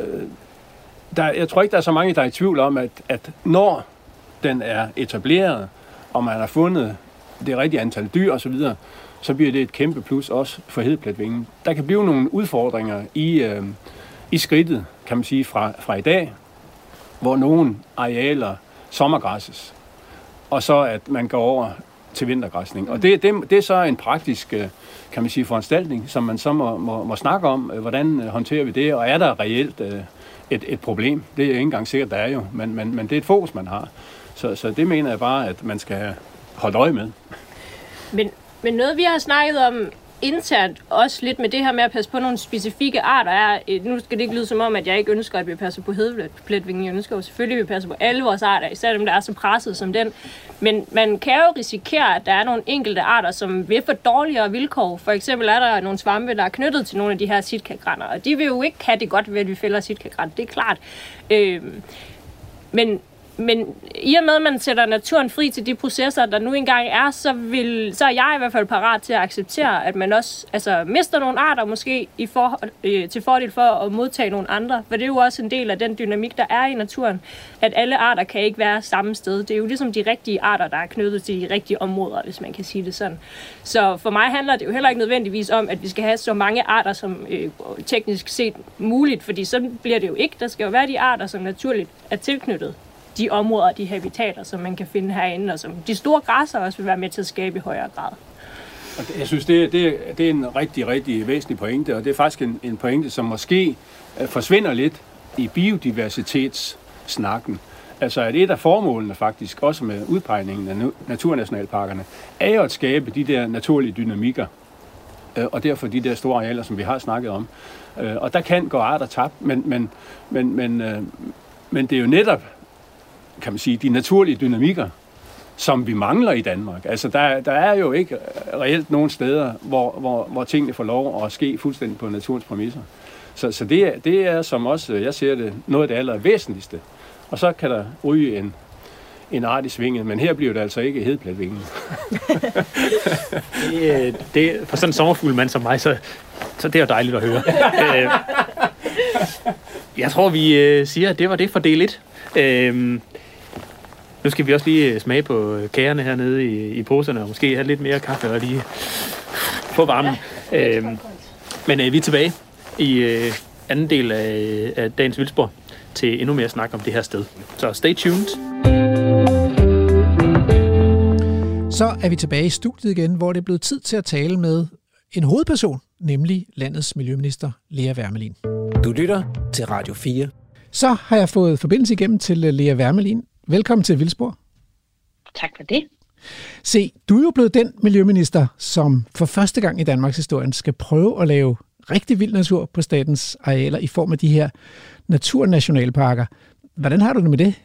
der, jeg tror ikke, der er så mange, der er i tvivl om, at, at når den er etableret, og man har fundet det rigtige antal dyr osv., så, så bliver det et kæmpe plus også for hedepletvingen. Der kan blive nogle udfordringer i, øh, i skridtet, kan man sige, fra, fra i dag, hvor nogle arealer sommergræsses, og så at man går over til vintergræsning. Og det, det, det er så en praktisk, kan man sige, foranstaltning, som man så må, må, må snakke om, hvordan håndterer vi det, og er der reelt et, et problem? Det er ikke engang sikkert, der er jo, men, men, men det er et fokus, man har. Så, så det mener jeg bare, at man skal holde øje med. Men, men noget, vi har snakket om internt, også lidt med det her med at passe på nogle specifikke arter, er, nu skal det ikke lyde som om, at jeg ikke ønsker, at vi passer på hedepletvingen. Jeg ønsker jo selvfølgelig, at vi passer på alle vores arter, især dem, der er så presset som den. Men man kan jo risikere, at der er nogle enkelte arter, som vil få dårligere vilkår. For eksempel er der nogle svampe, der er knyttet til nogle af de her sitkagrænder, og de vil jo ikke have det godt ved, at vi fælder sitkagræn. Det er klart. Øh, men men i og med, at man sætter naturen fri til de processer, der nu engang er, så, vil, så er jeg i hvert fald parat til at acceptere, at man også altså, mister nogle arter måske i for, øh, til fordel for at modtage nogle andre. For det er jo også en del af den dynamik, der er i naturen, at alle arter kan ikke være samme sted. Det er jo ligesom de rigtige arter, der er knyttet til de rigtige områder, hvis man kan sige det sådan. Så for mig handler det jo heller ikke nødvendigvis om, at vi skal have så mange arter som øh, teknisk set muligt, fordi så bliver det jo ikke. Der skal jo være de arter, som naturligt er tilknyttet de områder, de habitater, som man kan finde herinde, og som de store græsser også vil være med til at skabe i højere grad. Og jeg synes, det, det, det er en rigtig, rigtig væsentlig pointe, og det er faktisk en, en pointe, som måske forsvinder lidt i biodiversitetssnakken. Altså, at et af formålene faktisk, også med udpegningen af naturnationalparkerne, er jo at skabe de der naturlige dynamikker, og derfor de der store arealer, som vi har snakket om. Og der kan gå arter tabt, men, men, men, men, men det er jo netop, kan man sige, de naturlige dynamikker, som vi mangler i Danmark. Altså, der, der er jo ikke reelt nogen steder, hvor, hvor, hvor tingene får lov at ske fuldstændig på naturens præmisser. Så, så det, er, det er, som også, jeg ser det, noget af det allervæsentligste. Og så kan der ryge en, en art i svinget, men her bliver det altså ikke hedepletvingen. det, det, for sådan en sommerfuglemand som mig, så, så det er jo dejligt at høre. Jeg tror, vi siger, at det var det for del et. Nu skal vi også lige smage på kagerne hernede i, i poserne, og måske have lidt mere kaffe og lige få varmen. Øhm, men øh, vi er tilbage i øh, anden del af, af dagens vildspor til endnu mere snak om det her sted. Så stay tuned. Så er vi tilbage i studiet igen, hvor det er blevet tid til at tale med en hovedperson, nemlig landets miljøminister Lea Wermelin. Du lytter til Radio fire. Så har jeg fået forbindelse igennem til Lea Wermelin. Velkommen til Vildspor. Tak for det. Se, du er jo blevet den miljøminister, som for første gang i Danmarks historie skal prøve at lave rigtig vild natur på statens arealer i form af de her naturnationalparker. Hvordan har du det med det?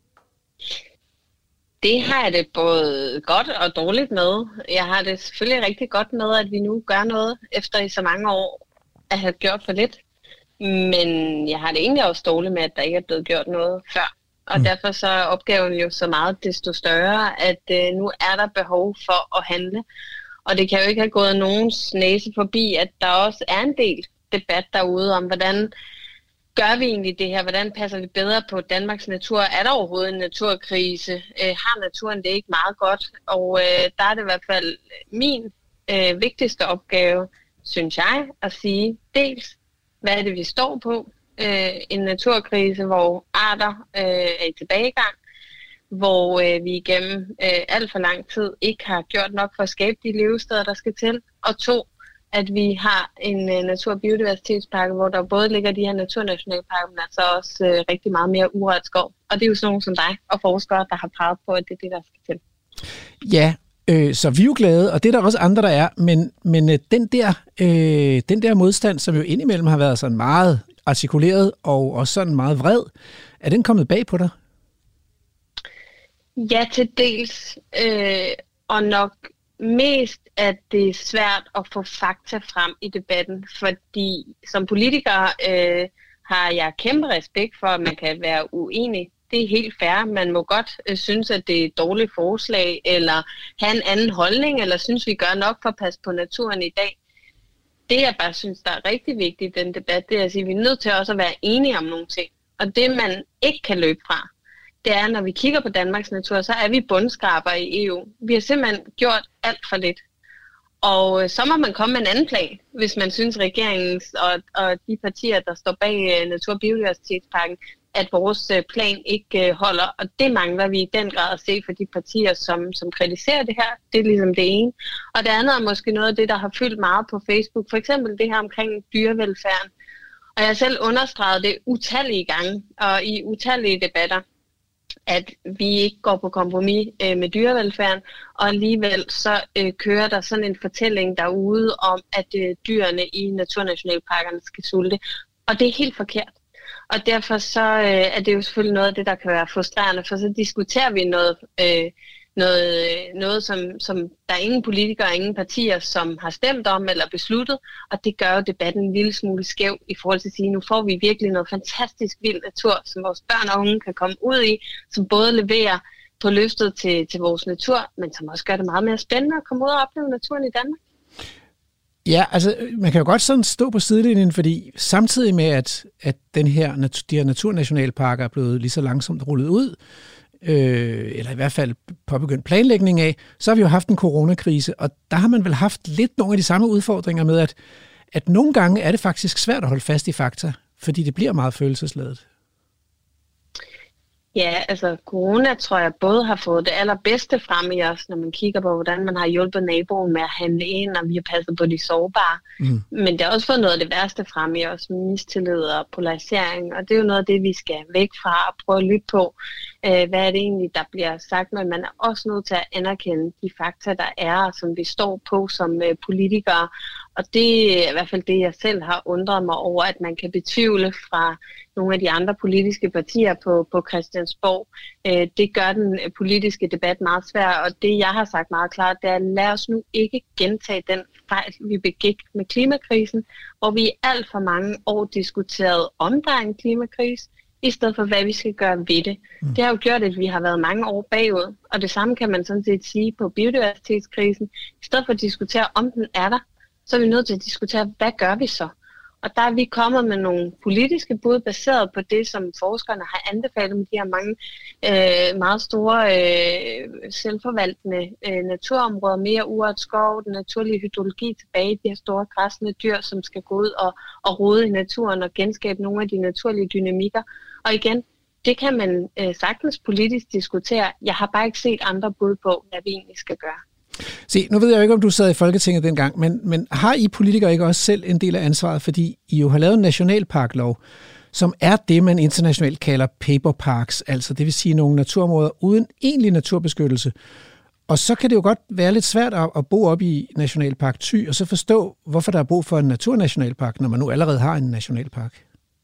Det har jeg det både godt og dårligt med. Jeg har det selvfølgelig rigtig godt med, at vi nu gør noget efter i så mange år at have gjort for lidt. Men jeg har det egentlig også dårligt med, at der ikke er blevet gjort noget før. Og mm. derfor så er opgaven jo så meget desto større, at øh, nu er der behov for at handle. Og det kan jo ikke have gået nogens næse forbi, at der også er en del debat derude om, hvordan gør vi egentlig det her? Hvordan passer vi bedre på Danmarks natur? Er der overhovedet en naturkrise? Øh, har naturen det ikke meget godt? Og øh, der er det i hvert fald min øh, vigtigste opgave, synes jeg, at sige dels, hvad er det, vi står på? Øh, en naturkrise, hvor arter øh, er i tilbagegang, hvor øh, vi igennem øh, alt for lang tid ikke har gjort nok for at skabe de levesteder, der skal til. Og to, at vi har en øh, natur- og biodiversitetspakke, hvor der både ligger de her naturnationalparker, men altså også øh, rigtig meget mere urørt skov. Og det er jo sådan nogen som dig og forskere, der har peget på, at det er det, der skal til. Ja, øh, så vi er jo glade, og det er der også andre, der er, men, men øh, den, der, øh, den der modstand, som jo indimellem har været sådan meget artikuleret og også sådan meget vred, er den kommet bag på dig? Ja, til dels. Øh, og nok mest, at det er svært at få fakta frem i debatten, fordi som politiker øh, har jeg kæmpe respekt for, at man kan være uenig. Det er helt fair. Man må godt øh, synes, at det er et dårligt forslag, eller have en anden holdning, eller synes, vi gør nok for at passe på naturen i dag. Det, jeg bare synes, der er rigtig vigtigt i den debat, det er at sige, at vi er nødt til også at være enige om nogle ting. Og det, man ikke kan løbe fra, det er, når vi kigger på Danmarks natur, så er vi bundskraber i E U. Vi har simpelthen gjort alt for lidt. Og så må man komme med en anden plan, hvis man synes, regeringens og, og de partier, der står bag natur- og biodiversitetspakken, at vores plan ikke holder. Og det mangler vi i den grad at se for de partier, som, som kritiserer det her. Det er ligesom det ene. Og det andet er måske noget af det, der har fyldt meget på Facebook. For eksempel det her omkring dyrevelfærden. Og jeg har selv understreget det utallige gange og i utallige debatter, at vi ikke går på kompromis øh, med dyrevelfærden, og alligevel så øh, kører der sådan en fortælling derude om, at øh, dyrene i naturnationalparkerne skal sulte. Og det er helt forkert. Og derfor så øh, er det jo selvfølgelig noget af det, der kan være frustrerende, for så diskuterer vi noget, øh, noget, noget som, som der er ingen politikere og ingen partier, som har stemt om eller besluttet, og det gør jo debatten en lille smule skæv i forhold til at sige, nu får vi virkelig noget fantastisk vild natur, som vores børn og unge kan komme ud i, som både leverer på løftet til, til vores natur, men som også gør det meget mere spændende at komme ud og opleve naturen i Danmark. Ja, altså man kan jo godt sådan stå på sidelinjen, fordi samtidig med, at, at den her, de her naturnationalparker er blevet lige så langsomt rullet ud, øh, eller i hvert fald påbegyndt planlægning af, så har vi jo haft en coronakrise, og der har man vel haft lidt nogle af de samme udfordringer med, at, at nogle gange er det faktisk svært at holde fast i fakta, fordi det bliver meget følelsesladet. Ja, altså corona tror jeg både har fået det allerbedste frem i os, når man kigger på, hvordan man har hjulpet naboen med at handle ind, og vi har passet på de sårbare. Mm. Men det har også fået noget af det værste frem i os, mistillid og polarisering, og det er jo noget af det, vi skal væk fra og prøve at lytte på. Hvad er det egentlig, der bliver sagt, men man er også nødt til at anerkende de fakta, der er, som vi står på som politikere. Og det er i hvert fald det, jeg selv har undret mig over, at man kan betvivle fra nogle af de andre politiske partier på, på Christiansborg. Det gør den politiske debat meget svær, og det jeg har sagt meget klart, det er, lad os nu ikke gentage den fejl, vi begik med klimakrisen, hvor vi i alt for mange år diskuterede, om der er en klimakrise, i stedet for, hvad vi skal gøre ved det. Mm. Det har jo gjort, at vi har været mange år bagud, og det samme kan man sådan set sige på biodiversitetskrisen. I stedet for at diskutere, om den er der, så er vi nødt til at diskutere, hvad gør vi så? Og der er vi kommet med nogle politiske bud, baseret på det, som forskerne har anbefalet med de her mange øh, meget store øh, selvforvaltende øh, naturområder, mere urørt skov, den naturlige hydrologi tilbage, de her store græssende dyr, som skal gå ud og, og rode i naturen og genskabe nogle af de naturlige dynamikker. Og igen, det kan man øh, sagtens politisk diskutere. Jeg har bare ikke set andre bud på, hvad vi egentlig skal gøre. Se, nu ved jeg jo ikke, om du sad i Folketinget dengang, men, men har I politikere ikke også selv en del af ansvaret, fordi I jo har lavet en nationalparklov, som er det, man internationalt kalder paper parks, altså det vil sige nogle naturområder uden egentlig naturbeskyttelse. Og så kan det jo godt være lidt svært at, at bo op i Nationalpark Thy, og så forstå, hvorfor der er brug for en naturnationalpark, når man nu allerede har en nationalpark.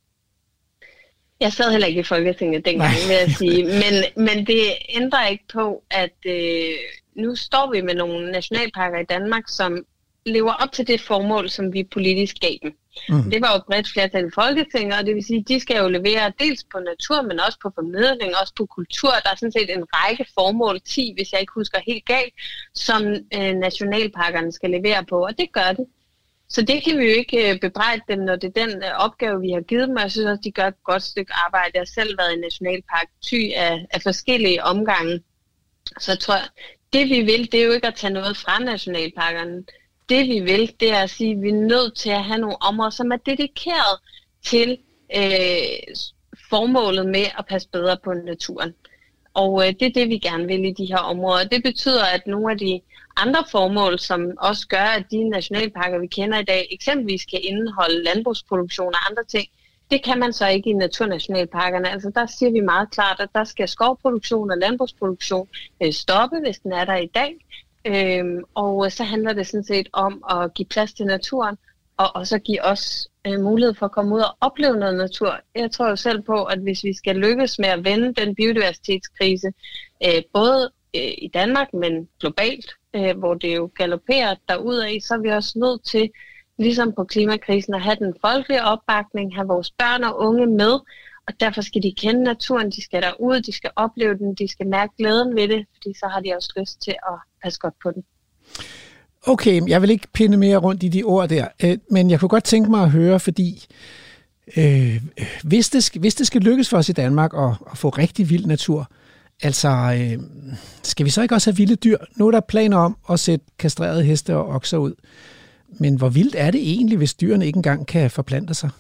Jeg sad heller ikke i Folketinget dengang, vil jeg sige, men, men det ændrer ikke på, at øh, nu står vi med nogle nationalparker i Danmark, som lever op til det formål, som vi politisk gav dem. Mm. Det var jo et bredt flertal i Folketinget, og det vil sige, at de skal jo levere dels på natur, men også på formidling, også på kultur. Der er sådan set en række formål, ti, hvis jeg ikke husker helt galt, som øh, nationalparkerne skal levere på, og det gør det. Så det kan vi jo ikke bebrejde dem, når det er den opgave, vi har givet dem, og jeg synes også, de gør et godt stykke arbejde. Jeg har selv været i Nationalpark Thy af, af forskellige omgange. Så jeg tror, det vi vil, det er jo ikke at tage noget fra nationalparkerne. Det vi vil, det er at sige, at vi er nødt til at have nogle områder, som er dedikeret til øh, formålet med at passe bedre på naturen. Og øh, det er det, vi gerne vil i de her områder. Det betyder, at nogle af de andre formål, som også gør, at de nationalparker, vi kender i dag, eksempelvis kan indeholde landbrugsproduktion og andre ting, det kan man så ikke i naturnationalparkerne. Altså der siger vi meget klart, at der skal skovproduktion og landbrugsproduktion øh, stoppe, hvis den er der i dag. Øhm, og så handler det sådan set om at give plads til naturen, og også give os øh, mulighed for at komme ud og opleve noget natur. Jeg tror jo selv på, at hvis vi skal lykkes med at vende den biodiversitetskrise, øh, både øh, i Danmark, men globalt, øh, hvor det jo galopperer derudad, så er vi også nødt til, ligesom på klimakrisen, at have den folkelige opbakning, have vores børn og unge med, og derfor skal de kende naturen, de skal derud, de skal opleve den, de skal mærke glæden ved det, fordi så har de også lyst til at passe godt på den. Okay, jeg vil ikke pinde mere rundt i de ord der, men jeg kunne godt tænke mig at høre, fordi øh, hvis, det skal, hvis det skal lykkes for os i Danmark at, at få rigtig vild natur, altså øh, skal vi så ikke også have vilde dyr? Nu er der planer om at sætte kastrerede heste og okser ud, men hvor vildt er det egentlig, hvis dyrene ikke engang kan forplante sig?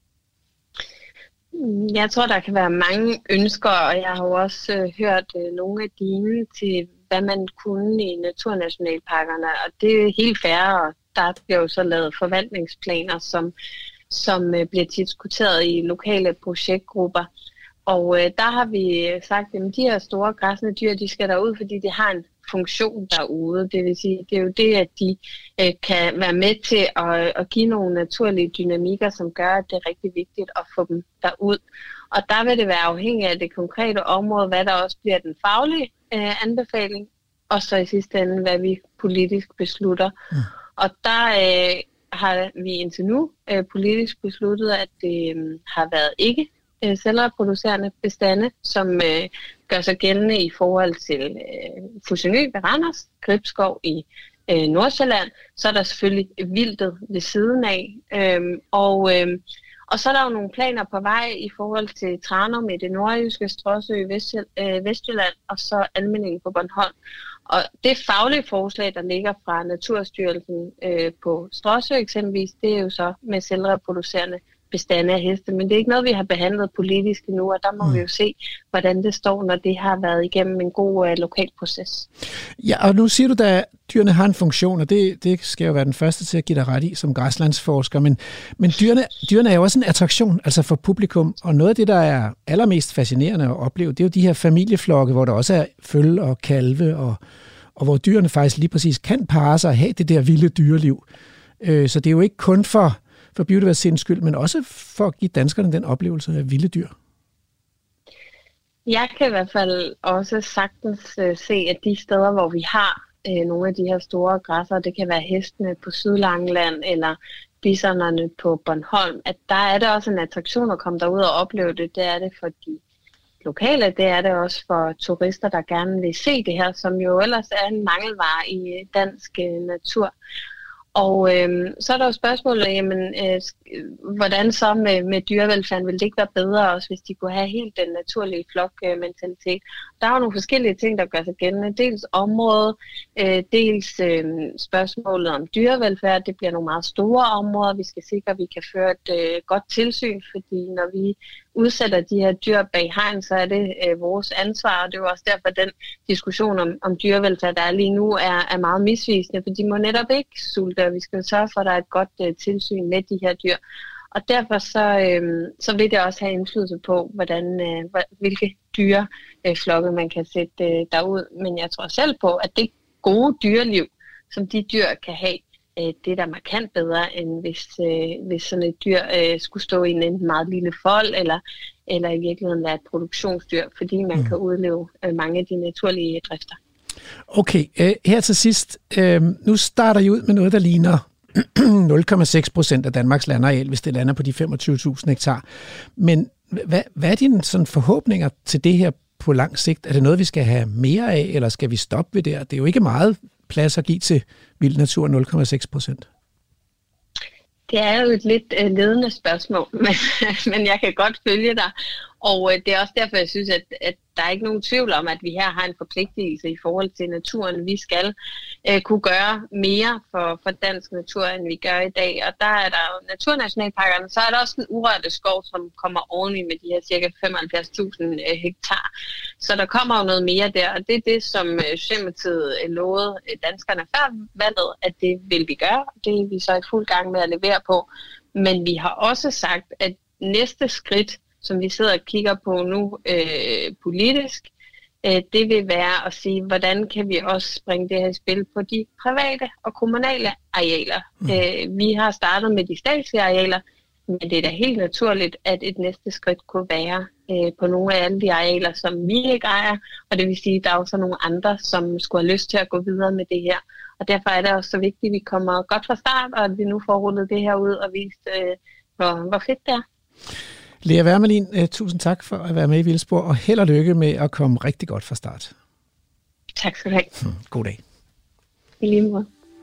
Jeg tror, der kan være mange ønsker, og jeg har jo også øh, hørt øh, nogle af dine til, hvad man kunne i naturnationalparkerne, og det er helt fair, og der bliver jo så lavet forvaltningsplaner, som, som øh, bliver diskuteret i lokale projektgrupper. Og øh, der har vi sagt, at de her store græssende dyr, de skal derud, fordi de har en funktion derude. Det vil sige, det er jo det, at de øh, kan være med til at, at give nogle naturlige dynamikker, som gør, at det er rigtig vigtigt at få dem derud. Og der vil det være afhængigt af det konkrete område, hvad der også bliver den faglige øh, anbefaling. og så i sidste ende, hvad vi politisk beslutter. Mm. Og der øh, har vi indtil nu øh, politisk besluttet, at det øh, har været ikke øh, selvreproducerende bestande, som øh, gør sig gældende i forhold til øh, Fussingø ved Randers, Gribskov i øh, Nordsjælland. Så er der selvfølgelig vildtet ved siden af. Øh, og, øh, og så er der jo nogle planer på vej i forhold til Tranum i det nordjyske, Stråsø i Vestjylland, øh, Vestjylland og så Almindingen på Bornholm. Og det faglige forslag, der ligger fra Naturstyrelsen øh, på Stråsø eksempelvis, det er jo så med selvreproducerende bestande af heste. Men det er ikke noget, vi har behandlet politisk endnu, og der må mm. vi jo se, hvordan det står, når det har været igennem en god øh, lokal proces. Ja, og nu siger du, at dyrene har en funktion, og det, det skal jo være den første til at give dig ret i som græslandsforsker, men, men dyrene, dyrene er jo også en attraktion, altså for publikum, og noget af det, der er allermest fascinerende at opleve, det er jo de her familieflokke, hvor der også er føl og kalve, og, og hvor dyrene faktisk lige præcis kan parre sig og have det der vilde dyreliv. Øh, så det er jo ikke kun for for biodiversitetens skyld, men også for at give danskerne den oplevelse af vilde dyr. Jeg kan i hvert fald også sagtens uh, se, at de steder, hvor vi har uh, nogle af de her store græsser, det kan være hestene på Sydlangeland eller bisonerne på Bornholm, at der er det også en attraktion at komme derud og opleve det. Det er det for de lokale, det er det også for turister, der gerne vil se det her, som jo ellers er en mangelvare i dansk uh, natur. Og øh, så er der jo spørgsmålet, jamen, øh, hvordan så med, med dyrevelfærden, ville det ikke være bedre også, hvis de kunne have helt den naturlige flokmentalitet? Der er jo nogle forskellige ting, der gør sig gældende. Dels område, øh, dels øh, spørgsmålet om dyrevelfærd. Det bliver nogle meget store områder. Vi skal sikre, at vi kan føre et øh, godt tilsyn, fordi når vi udsætter de her dyr bag hegn, så er det øh, vores ansvar, og det er jo også derfor, at den diskussion om, om dyrevelfærd, der er lige nu, er, er meget misvisende, for de må netop ikke sulte, og vi skal sørge for, at der er et godt øh, tilsyn med de her dyr. Og derfor så, øh, så vil det også have indflydelse på, hvordan, øh, hvilke dyreflokke øh, man kan sætte øh, derud. Men jeg tror selv på, at det gode dyreliv, som de dyr kan have, det er da markant bedre, end hvis, øh, hvis sådan et dyr øh, skulle stå i en meget lille fold, eller, eller i virkeligheden være et produktionsdyr, fordi man mm. kan udleve øh, mange af de naturlige drifter. Okay, øh, her til sidst. Øh, nu starter I ud med noget, der ligner nul komma seks procent af Danmarks landareal, hvis det lander på de femogtyve tusind hektar. Men hvad, hvad er dine sådan forhåbninger til det her på lang sigt? Er det noget, vi skal have mere af, eller skal vi stoppe ved det? Det er jo ikke meget plads at give til vild natur, nul komma seks procent. Det er jo et lidt øh, ledende spørgsmål, men, men jeg kan godt følge dig. Og øh, det er også derfor, jeg synes, at, at der er ikke nogen tvivl om, at vi her har en forpligtelse i forhold til naturen. Vi skal øh, kunne gøre mere for, for dansk natur, end vi gør i dag. Og der er der jo naturnationalparkerne, så er der også den urørte skov, som kommer oveni med de her cirka femoghalvfjerds tusind øh, hektar. Så der kommer jo noget mere der, og det er det, som øh, Socialdemokratiet øh, lovede øh, danskerne før valget, at det vil vi gøre. Det er vi så i fuld gang med at levere på. Men vi har også sagt, at næste skridt, som vi sidder og kigger på nu øh, politisk, øh, det vil være at sige, hvordan kan vi også bringe det her spil på de private og kommunale arealer. Mm. Øh, vi har startet med de statslige arealer, men det er da helt naturligt, at et næste skridt kunne være øh, på nogle af alle de arealer, som vi ikke ejer, og det vil sige, at der er også nogle andre, som skulle have lyst til at gå videre med det her. Og derfor er det også så vigtigt, at vi kommer godt fra start, og at vi nu får rullet det her ud og vist, øh, hvor, hvor fedt det er. Lea Wermelin, uh, tusind tak for at være med i Vildspor, og held og lykke med at komme rigtig godt fra start. Tak skal du have. Hmm, god dag. I lige måde.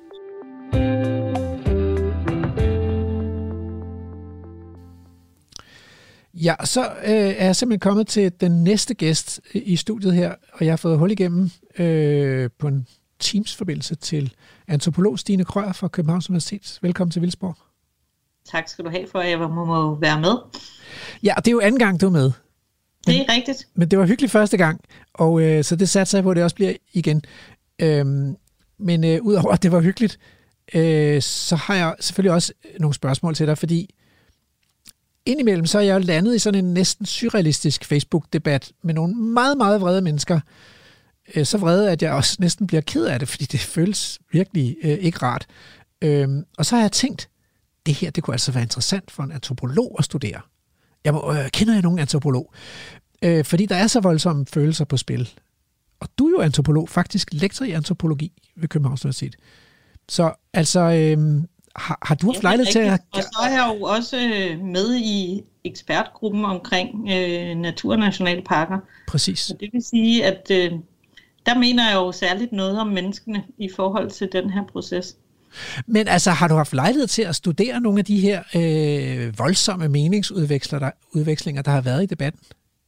Ja, så øh, er jeg simpelthen kommet til den næste gæst i studiet her, og jeg har fået hul igennem øh, på en Teams-forbindelse til antropolog Stine Krøyer fra Københavns Universitet. Velkommen til Vildspor. Tak skal du have for, at jeg må, må være med. Ja, og det er jo anden gang, du er med. Men, det er rigtigt. Men det var hyggeligt første gang, og øh, så det satte sig på, at det også bliver igen. Øhm, men øh, udover at det var hyggeligt, øh, så har jeg selvfølgelig også nogle spørgsmål til dig, fordi indimellem så er jeg jo landet i sådan en næsten surrealistisk Facebook-debat med nogle meget, meget vrede mennesker. Øh, så vrede, at jeg også næsten bliver ked af det, fordi det føles virkelig øh, ikke rart. Øh, og så har jeg tænkt, det her, det kunne altså være interessant for en antropolog at studere. Jeg må, øh, kender jeg nogen antropolog? Øh, fordi der er så voldsomme følelser på spil. Og du er jo antropolog, faktisk lektor i antropologi ved Københavns Universitet. Så altså, øh, har, har du haft lejlighed til at... Og så er jeg jo også med i ekspertgruppen omkring øh, naturnationalparker. Præcis. Og det vil sige, at øh, der mener jeg jo særligt noget om menneskene i forhold til den her proces. Men altså, har du haft lejlighed til at studere nogle af de her øh, voldsomme meningsudvekslinger, der har været i debatten?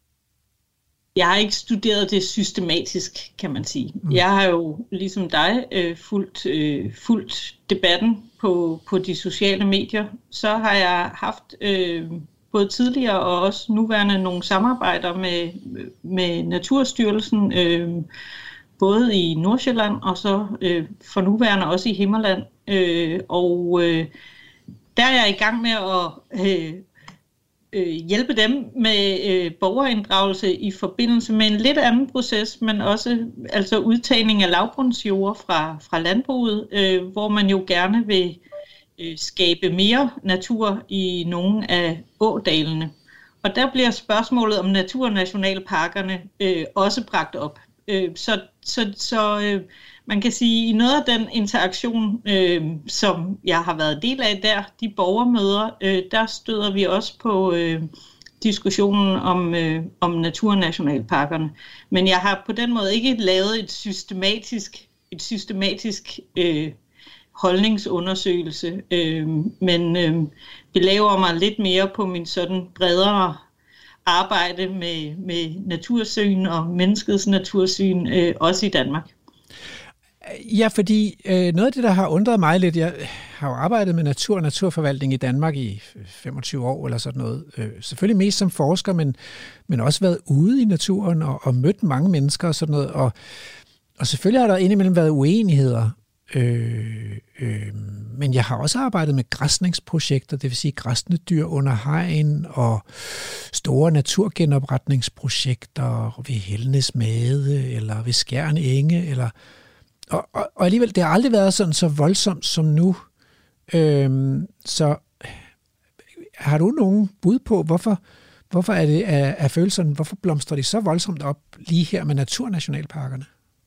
Jeg har ikke studeret det systematisk, kan man sige. Mm. Jeg har jo, ligesom dig, øh, fulgt, øh, fulgt debatten på, på de sociale medier. Så har jeg haft øh, både tidligere og også nuværende nogle samarbejder med, med Naturstyrelsen, øh, både i Nordsjælland og så øh, for nuværende også i Himmerland. Øh, og øh, der er jeg i gang med at øh, øh, hjælpe dem med øh, borgerinddragelse i forbindelse med en lidt anden proces, men også altså udtagning af lavbundsjord fra, fra landbruget, øh, hvor man jo gerne vil øh, skabe mere natur i nogle af ådalene. Og der bliver spørgsmålet om naturnationalparkerne øh, også bragt op. Øh, så så, så øh, man kan sige, at i noget af den interaktion, øh, som jeg har været del af der, de borgermøder, øh, der støder vi også på øh, diskussionen om, øh, om naturnationalparkerne. Men jeg har på den måde ikke lavet et systematisk, et systematisk øh, holdningsundersøgelse, øh, men øh, belæver mig lidt mere på min sådan bredere arbejde med, med natursyn og menneskets natursyn, øh, også i Danmark. Ja, fordi øh, noget af det, der har undret mig lidt, jeg har jo arbejdet med natur og naturforvaltning i Danmark i femogtyve år eller sådan noget. Øh, selvfølgelig mest som forsker, men, men også været ude i naturen og, og mødt mange mennesker og sådan noget. Og, og selvfølgelig har der indimellem været uenigheder. Øh, øh, men jeg har også arbejdet med græsningsprojekter, det vil sige græsne dyr under hegn og store naturgenopretningsprojekter ved Helnes Made eller ved Skjern Enge. Eller, og, og, og alligevel, det har aldrig været sådan så voldsomt som nu. Øh, så har du nogen bud på, hvorfor, hvorfor er det er, er følelserne, hvorfor blomstrer de så voldsomt op lige her med naturnationalparkerne?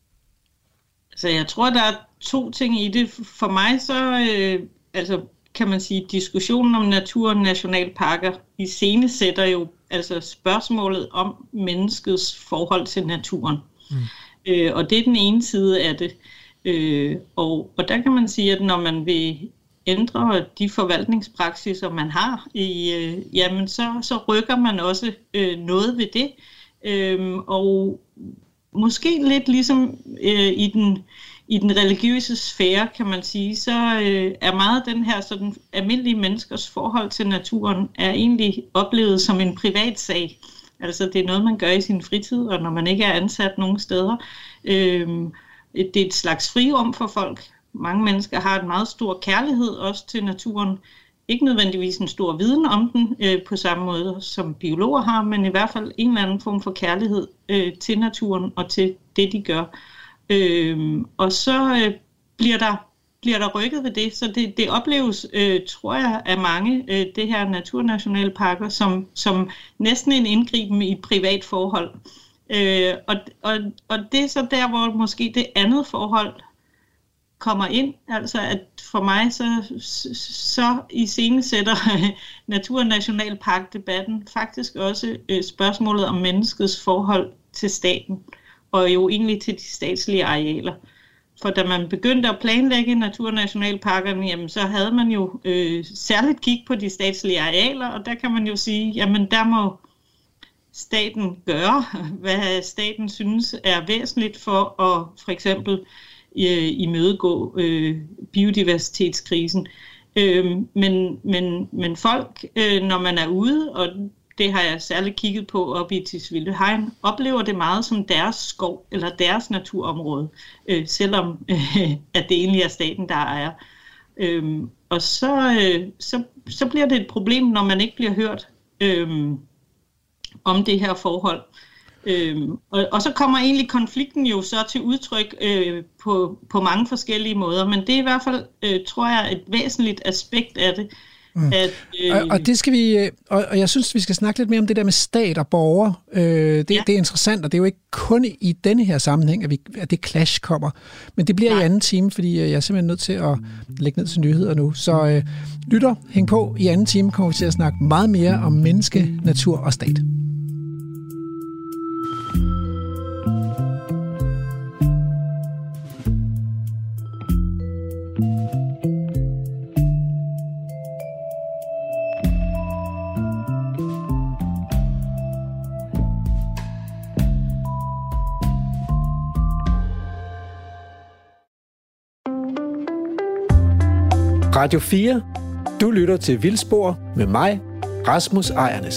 Så jeg tror, der er to ting i det. For mig så øh, altså, kan man sige, at diskussionen om natur og nationalparker iscenesætter jo altså spørgsmålet om menneskets forhold til naturen. Mm. Øh, og det er den ene side af det. Øh, og, og der kan man sige, at når man vil ændre de forvaltningspraksiser, man har, i, øh, jamen så, så rykker man også øh, noget ved det. Øh, og måske lidt ligesom øh, i, den, i den religiøse sfære, kan man sige, så øh, er meget den her sådan, almindelige menneskers forhold til naturen er egentlig oplevet som en privat sag. Altså det er noget, man gør i sin fritid, og når man ikke er ansat nogen steder. Øh, det er et slags frirum for folk. Mange mennesker har en meget stor kærlighed også til naturen. Ikke nødvendigvis en stor viden om den øh, på samme måde som biologer har, men i hvert fald en eller anden form for kærlighed øh, til naturen og til det, de gør. Øh, og så øh, bliver, der, bliver der rykket ved det, så det, det opleves, øh, tror jeg, af mange, øh, det her naturnationalparker, som, som næsten en indgriben i et privat forhold. Øh, og, og, og det er så der, hvor måske det andet forhold kommer ind, altså at for mig så, så iscenesætter Naturnationalpark-debatten faktisk også øh, spørgsmålet om menneskets forhold til staten, og jo egentlig til de statslige arealer. For da man begyndte at planlægge naturnationalparkerne, jamen så havde man jo øh, særligt kig på de statslige arealer, og der kan man jo sige, jamen der må staten gøre, hvad staten synes er væsentligt for at for eksempel imødegå øh, biodiversitetskrisen. Øh, men, men, men folk, øh, når man er ude, og det har jeg særligt kigget på oppe i Tisvilde Hegn, oplever det meget som deres skov eller deres naturområde, øh, selvom øh, at det egentlig er staten, der ejer. Øh, og så, øh, så, så bliver det et problem, når man ikke bliver hørt øh, om det her forhold. Øhm, og, og så kommer egentlig konflikten jo så til udtryk øh, på, på mange forskellige måder, men det er i hvert fald, øh, tror jeg, et væsentligt aspekt af det, Mm. At, øh... og, og det skal vi, og, og jeg synes, vi skal snakke lidt mere om det der med stat og borger. Øh, det, ja. det er interessant, og det er jo ikke kun i denne her sammenhæng, at, vi, at det clash kommer. Men det bliver Nej. i anden time, fordi jeg er simpelthen nødt til at lægge ned til nyheder nu. Så øh, lytter, hæng på. I anden time kommer vi til at snakke meget mere om menneske, natur og stat. Radio fire. Du lytter til Vildspor med mig, Rasmus Ejernes.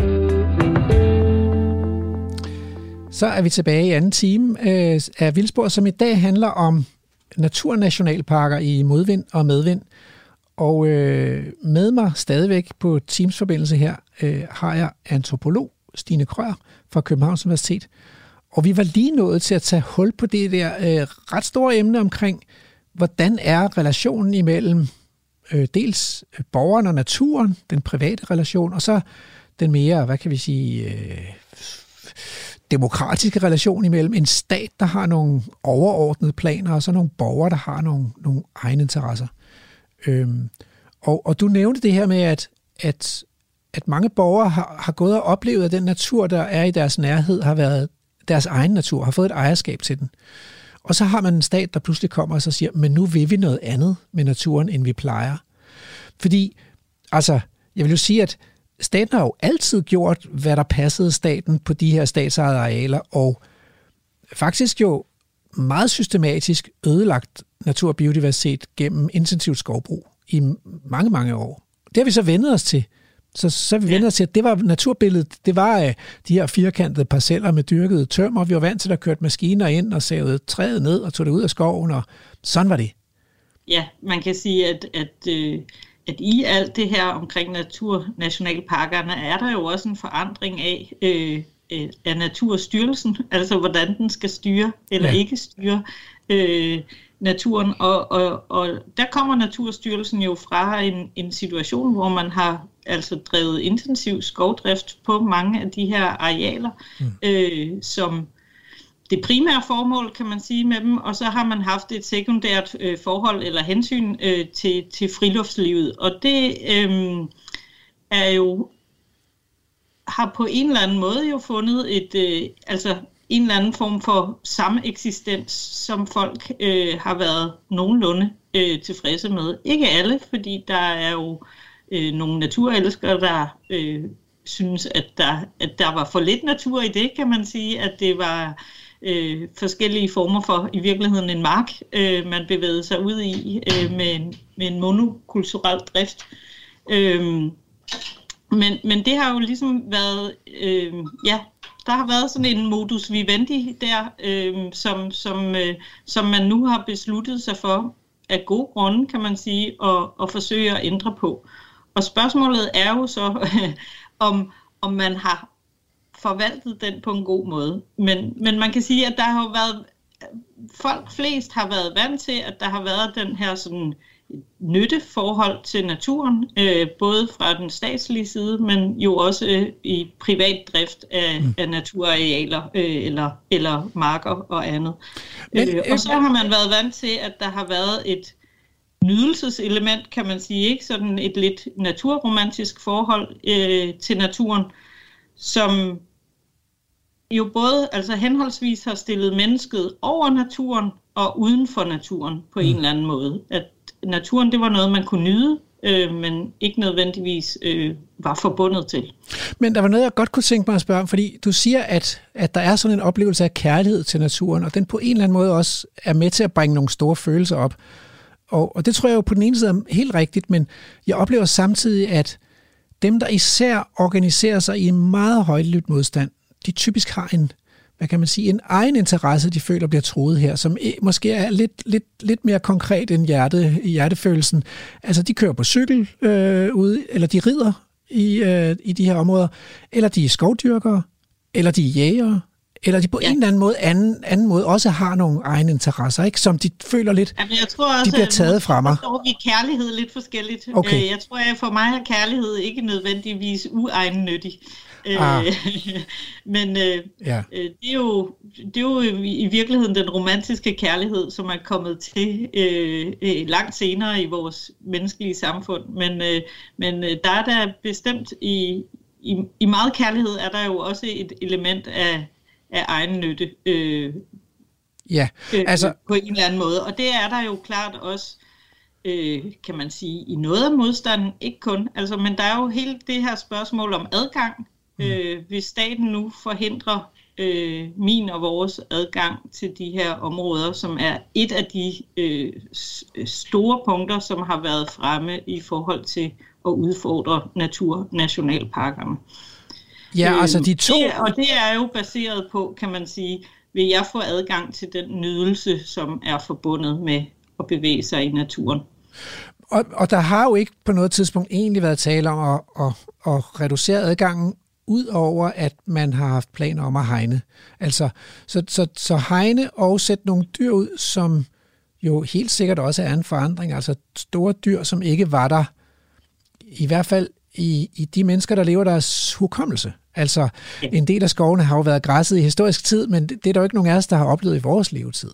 Så er vi tilbage i anden time øh, af Vildspor, som i dag handler om naturnationalparker i modvind og medvind. Og øh, med mig stadigvæk på Teams-forbindelse her øh, har jeg antropolog Stine Krøyer fra Københavns Universitet. Og vi var lige nået til at tage hul på det der øh, ret store emne omkring, hvordan er relationen imellem øh, dels borgeren og naturen, den private relation, og så den mere, hvad kan vi sige, øh, demokratiske relation imellem en stat, der har nogle overordnede planer, og så nogle borgere, der har nogle, nogle egne interesser. Øhm, og, og du nævnte det her med, at, at, at mange borgere har, har gået og oplevet, at den natur, der er i deres nærhed, har været deres egen natur, har fået et ejerskab til den. Og så har man en stat, der pludselig kommer og så siger, men nu vil vi noget andet med naturen, end vi plejer. Fordi, altså, jeg vil jo sige, at staten har jo altid gjort, hvad der passede staten på de her statsejede arealer, og faktisk jo meget systematisk ødelagt natur og biodiversitet gennem intensivt skovbrug i mange, mange år. Det har vi så vendet os til. Så, så vi vendt os til, at det var naturbilledet, det var uh, de her firkantede parceller med dyrkede tømmer. Vi var vant til, at der kørte maskiner ind og savede træet ned og tog det ud af skoven, og sådan var det. Ja, man kan sige, at, at, øh, at i alt det her omkring naturnationalparkerne, er der jo også en forandring af, øh, af Naturstyrelsen, altså hvordan den skal styre eller ja. ikke styre øh, naturen, og, og, og der kommer Naturstyrelsen jo fra en, en situation, hvor man har altså drevet intensiv skovdrift på mange af de her arealer, mm. øh, som det primære formål, kan man sige, med dem, og så har man haft et sekundært øh, forhold eller hensyn øh, til, til friluftslivet, og det øh, er jo har på en eller anden måde jo fundet et, øh, altså en eller anden form for samme eksistens, som folk øh, har været nogenlunde øh, tilfredse med. Ikke alle, fordi der er jo øh, nogle naturelskere, der øh, synes, at der, at der var for lidt natur i det, kan man sige, at det var øh, forskellige former for i virkeligheden en mark, øh, man bevægede sig ud i øh, med, en, med en monokulturel drift. Øh, men, men det har jo ligesom været, øh, ja, der har været sådan en modus vivendi der, øh, som, som, øh, som man nu har besluttet sig for, af gode grunde, kan man sige, at, at forsøge at ændre på. Og spørgsmålet er jo så, øh, om, om man har forvaltet den på en god måde. Men, men man kan sige, at der har jo været, folk flest har været vant til, at der har været den her sådan nytteforhold til naturen, øh, både fra den statslige side, men jo også øh, i privat drift af, mm. af naturarealer øh, eller, eller marker og andet. Men, øh, og så har man været vant til, at der har været et nydelseselement, kan man sige, ikke sådan et lidt naturromantisk forhold øh, til naturen, som jo både altså henholdsvis har stillet mennesket over naturen og uden for naturen på mm. en eller anden måde. At naturen, det var noget, man kunne nyde, øh, men ikke nødvendigvis øh, var forbundet til. Men der var noget, jeg godt kunne tænke mig at spørge om, fordi du siger, at, at der er sådan en oplevelse af kærlighed til naturen, og den på en eller anden måde også er med til at bringe nogle store følelser op. Og, og det tror jeg jo på den ene side er helt rigtigt, men jeg oplever samtidig, at dem, der især organiserer sig i en meget højlydt modstand, de typisk har en, hvad kan man sige, en egen interesse, de føler bliver troet her, som måske er lidt, lidt, lidt mere konkret end hjerte, hjertefølelsen. Altså, de kører på cykel øh, ude, eller de rider i, øh, i de her områder, eller de er skovdyrkere, eller de er jægere, Eller de på ja. en eller anden måde, anden, anden måde også har nogle egne interesser, ikke? Som de føler lidt, Jamen, jeg tror også, de bliver taget fra mig. Jeg tror, vi kærlighed lidt forskelligt. Okay. Jeg tror, at for mig er kærlighed ikke nødvendigvis uegennyttig. Ah. Men øh, ja. det, er jo, det er jo i virkeligheden den romantiske kærlighed, som er kommet til øh, øh, langt senere i vores menneskelige samfund. Men, øh, men der er der bestemt i, i, i meget kærlighed er der jo også et element af, af egen nytte. Øh, ja, altså øh, på en eller anden måde. Og det er der jo klart også, øh, kan man sige, i noget af modstanden, ikke kun. Altså, men der er jo hele det her spørgsmål om adgang. Øh, hvis staten nu forhindrer øh, min og vores adgang til de her områder, som er et af de øh, store punkter, som har været fremme i forhold til at udfordre naturnationalparkerne. Ja, altså de to... Det, og det er jo baseret på, kan man sige, vil jeg få adgang til den nydelse, som er forbundet med at bevæge sig i naturen. Og, og der har jo ikke på noget tidspunkt egentlig været tale om at, at, at reducere adgangen, udover at man har haft planer om at hegne. Altså, så, så, så hegne og sætte nogle dyr ud, som jo helt sikkert også er en forandring. Altså store dyr, som ikke var der, i hvert fald i, i de mennesker, der lever deres hukommelse. Altså, ja. En del af skovene har jo været græsset i historisk tid, men det, det er der jo ikke nogen af os, der har oplevet i vores levetid.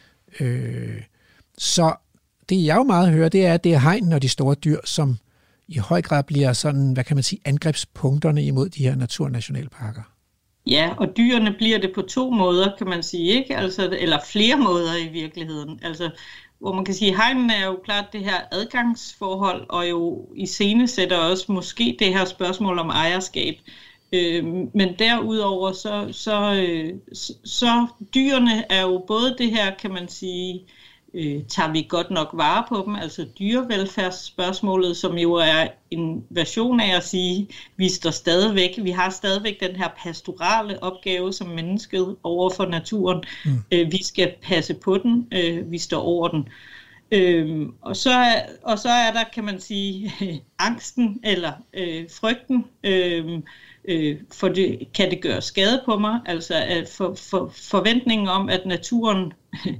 Øh, så det, jeg jo meget hører, det er, at det er hegnen og de store dyr, som i høj grad bliver sådan, hvad kan man sige, angrebspunkterne imod de her naturnationalparker. Ja, og dyrene bliver det på to måder, kan man sige, ikke? Altså, eller flere måder i virkeligheden. Altså, hvor man kan sige, hegnen er jo klart det her adgangsforhold, og jo iscenesætter også måske det her spørgsmål om ejerskab. Øh, men derudover, så, så, øh, så, så dyrene er jo både det her, kan man sige, Øh, tager vi godt nok vare på dem, altså dyrevelfærdsspørgsmålet, som jo er en version af at sige, vi står stadigvæk, vi har stadigvæk den her pastorale opgave som mennesket over for naturen. Mm. Øh, vi skal passe på den, øh, vi står over den. Øh, og, så er, og så er der, kan man sige, øh, angsten eller øh, frygten, øh, øh, for det, kan det gøre skade på mig, altså at for, for, forventningen om, at naturen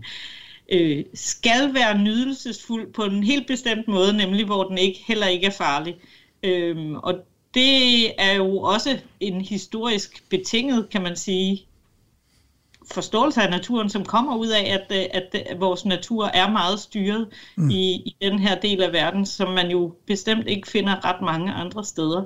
Øh, skal være nydelsesfuld på en helt bestemt måde, nemlig hvor den ikke heller ikke er farlig. Øhm, og det er jo også en historisk betinget, kan man sige, forståelse af naturen, som kommer ud af, at, at, at vores natur er meget styret mm. i, i den her del af verden, som man jo bestemt ikke finder ret mange andre steder.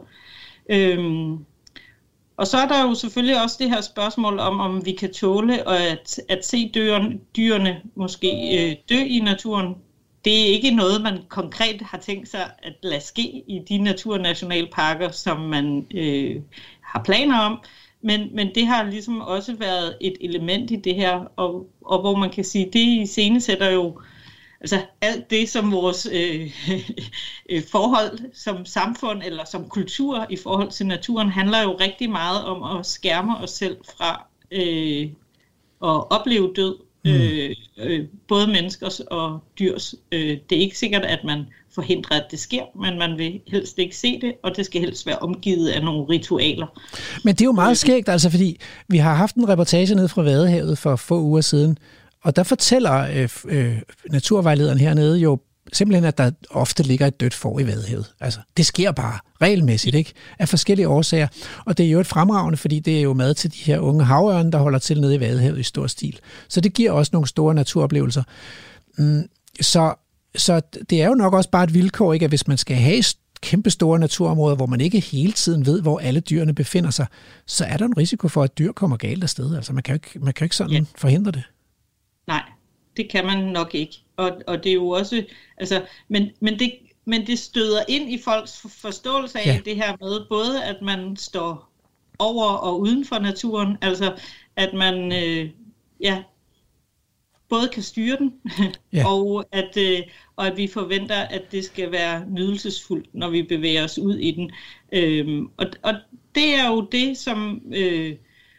Øhm, Og så er der jo selvfølgelig også det her spørgsmål om, om vi kan tåle at, at se dyrene, dyrene måske øh, dø i naturen. Det er ikke noget, man konkret har tænkt sig at lade ske i de naturnationalparker, som man øh, har planer om. Men, men det har ligesom også været et element i det her, og, og hvor man kan sige, det iscenesætter jo altså alt det, som vores øh, øh, forhold som samfund eller som kultur i forhold til naturen, handler jo rigtig meget om at skærme os selv fra øh, at opleve død, øh, øh, både menneskers og dyrs. Øh, det er ikke sikkert, at man forhindrer, at det sker, men man vil helst ikke se det, og det skal helst være omgivet af nogle ritualer. Men det er jo meget skægt, altså, fordi vi har haft en reportage nede fra Vadehavet for få uger siden, og der fortæller øh, øh, naturvejlederen hernede jo simpelthen, at der ofte ligger et dødt får i Vadehavet. Altså, det sker bare regelmæssigt, ikke? Af forskellige årsager. Og det er jo et fremragende, fordi det er jo mad til de her unge havørne, der holder til nede i Vadehavet i stor stil. Så det giver også nogle store naturoplevelser. Mm, så, så det er jo nok også bare et vilkår, ikke? At hvis man skal have kæmpe store naturområder, hvor man ikke hele tiden ved, hvor alle dyrene befinder sig, så er der en risiko for, at dyr kommer galt afsted. Altså, man kan jo ikke, man kan jo ikke sådan ja. forhindre det. Nej, det kan man nok ikke. Og, og det er jo også, altså, men, men, det, men det støder ind i folks forståelse af ja. det her med, både at man står over og uden for naturen, altså at man øh, ja, både kan styre den, ja. og, at, øh, og at vi forventer, at det skal være nydelsesfuldt, når vi bevæger os ud i den. Øhm, og, og det er jo det, som, øh,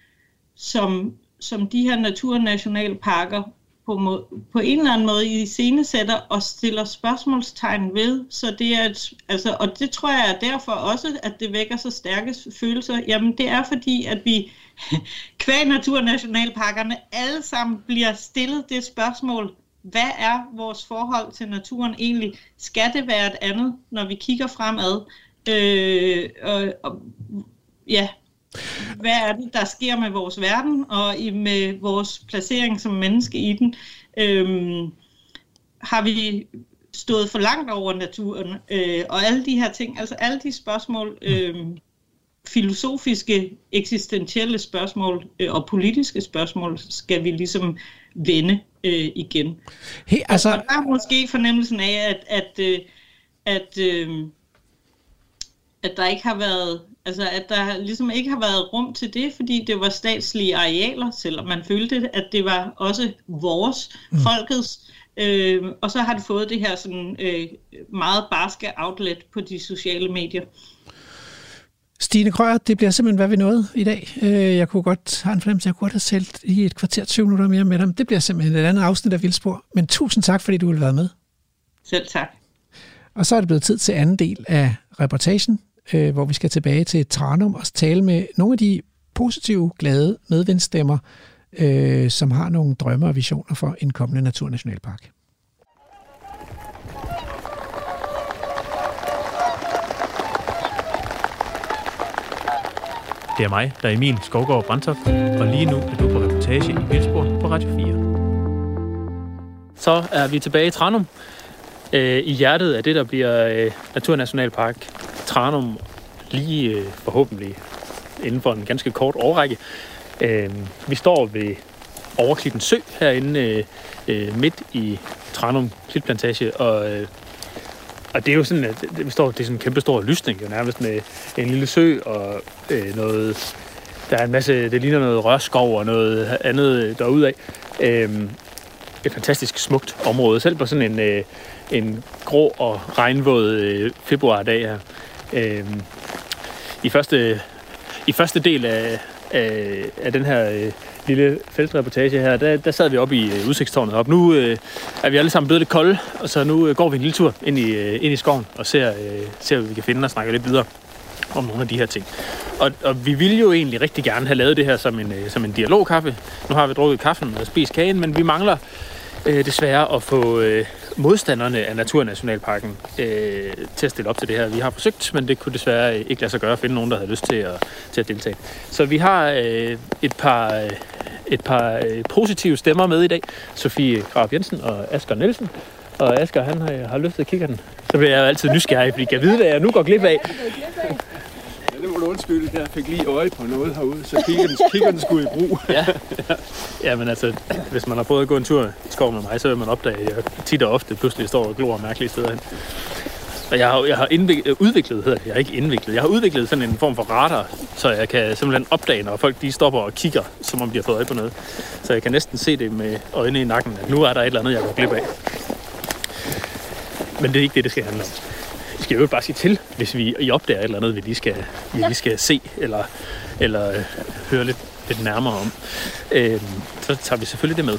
som som de her naturnationalparker på, må, på en eller anden måde iscenesætter og stiller spørgsmålstegn ved. Så det er et, altså, og det tror jeg er derfor også, at det vækker så stærke følelser. Jamen det er fordi, at vi, kvæg naturnationalparkerne alle sammen bliver stillet det spørgsmål, hvad er vores forhold til naturen egentlig? Skal det være et andet, når vi kigger fremad? Øh, og, og, ja, hvad er det, der sker med vores verden og i, med vores placering som menneske i den? Øh, har vi stået for langt over naturen? Øh, og alle de her ting, altså alle de spørgsmål, øh, filosofiske, eksistentielle spørgsmål øh, og politiske spørgsmål, skal vi ligesom vende øh, igen. Hey, altså... Og der er måske fornemmelsen af, at, at, øh, at, øh, at der ikke har været, altså at der ligesom ikke har været rum til det, fordi det var statslige arealer, selvom man følte, at det var også vores, mm. folkets, øh, og så har det fået det her sådan øh, meget barske outlet på de sociale medier. Stine Krøyer, det bliver simpelthen, hvad vi nåede i dag. Jeg kunne godt have en fornemmelse, jeg kunne godt have talt i et kvarter tyve minutter mere med dem. Det bliver simpelthen et andet afsnit af Vildspor. Men tusind tak, fordi du ville være med. Selv tak. Og så er det blevet tid til anden del af reportagen, hvor vi skal tilbage til Tranum og tale med nogle af de positive, glade medvindstemmer, som har nogle drømme og visioner for en kommende naturnationalpark. Det er mig, der er Emil Skovgaard Brandtoft, og lige nu er du på reportage i Vildspor på Radio fire. Så er vi tilbage i Tranum, øh, i hjertet af det, der bliver øh, Naturnationalpark Tranum, lige øh, forhåbentlig inden for en ganske kort årrække. Øh, vi står ved Overklitten Sø herinde øh, midt i Tranum Klitplantage, og øh, Og det er jo sådan, at det, står, det er sådan en kæmpe stor lysning, jo nærmest med en lille sø og øh, noget, der er en masse, det ligner noget rørskov og noget andet derudad. Øh, et fantastisk smukt område, selv på sådan en, øh, en grå og regnvåd øh, februardag her. Øh, i, første, I første del af, af, af den her øh, lille feltreportage her, der, der sad vi oppe i øh, udsigtstårnet op. Nu øh, er vi alle sammen blevet lidt kolde, og så nu øh, går vi en lille tur ind i, øh, ind i skoven og ser, øh, ser, hvad vi kan finde og snakke lidt videre om nogle af de her ting. Og, og vi ville jo egentlig rigtig gerne have lavet det her som en, øh, som en dialogkaffe. Nu har vi drukket kaffen og spist kagen, men vi mangler øh, desværre at få øh, modstanderne af Naturnationalparken øh, til at stille op til det her. Vi har forsøgt, men det kunne desværre ikke lade sig gøre at finde nogen, der havde lyst til at, til at deltage. Så vi har øh, et par... Øh, et par øh, positive stemmer med i dag. Sofie Graf Jensen og Asger Nielsen. Og Asger, han har, har løftet kikkerten. Så bliver jeg jo altid nysgerrig, fordi jeg ved, hvad jeg nu går glip af. Ja, det må du undskylde. Jeg fik lige øje på noget herude, så kikkerten, kikkerten skulle i brug. ja, ja. ja, men altså, hvis man har prøvet at gå en tur i skoven med mig, så vil man opdage, at jeg tit og ofte pludselig står og glor mærkelige steder hen. Og jeg har, jeg har indviklet, udviklet, hedder det, jeg har ikke indviklet, jeg har udviklet sådan en form for radar, så jeg kan simpelthen opdage, når folk de stopper og kigger, som om de har fået øje på noget. Så jeg kan næsten se det med øjnene i nakken, at nu er der et eller andet, jeg går glip af. Men det er ikke det, det skal handle om. Vi skal jo bare sige til, hvis vi I opdager et eller andet, vi lige skal, vi lige skal se, eller, eller øh, høre lidt, lidt nærmere om. Øh, så tager vi selvfølgelig det med.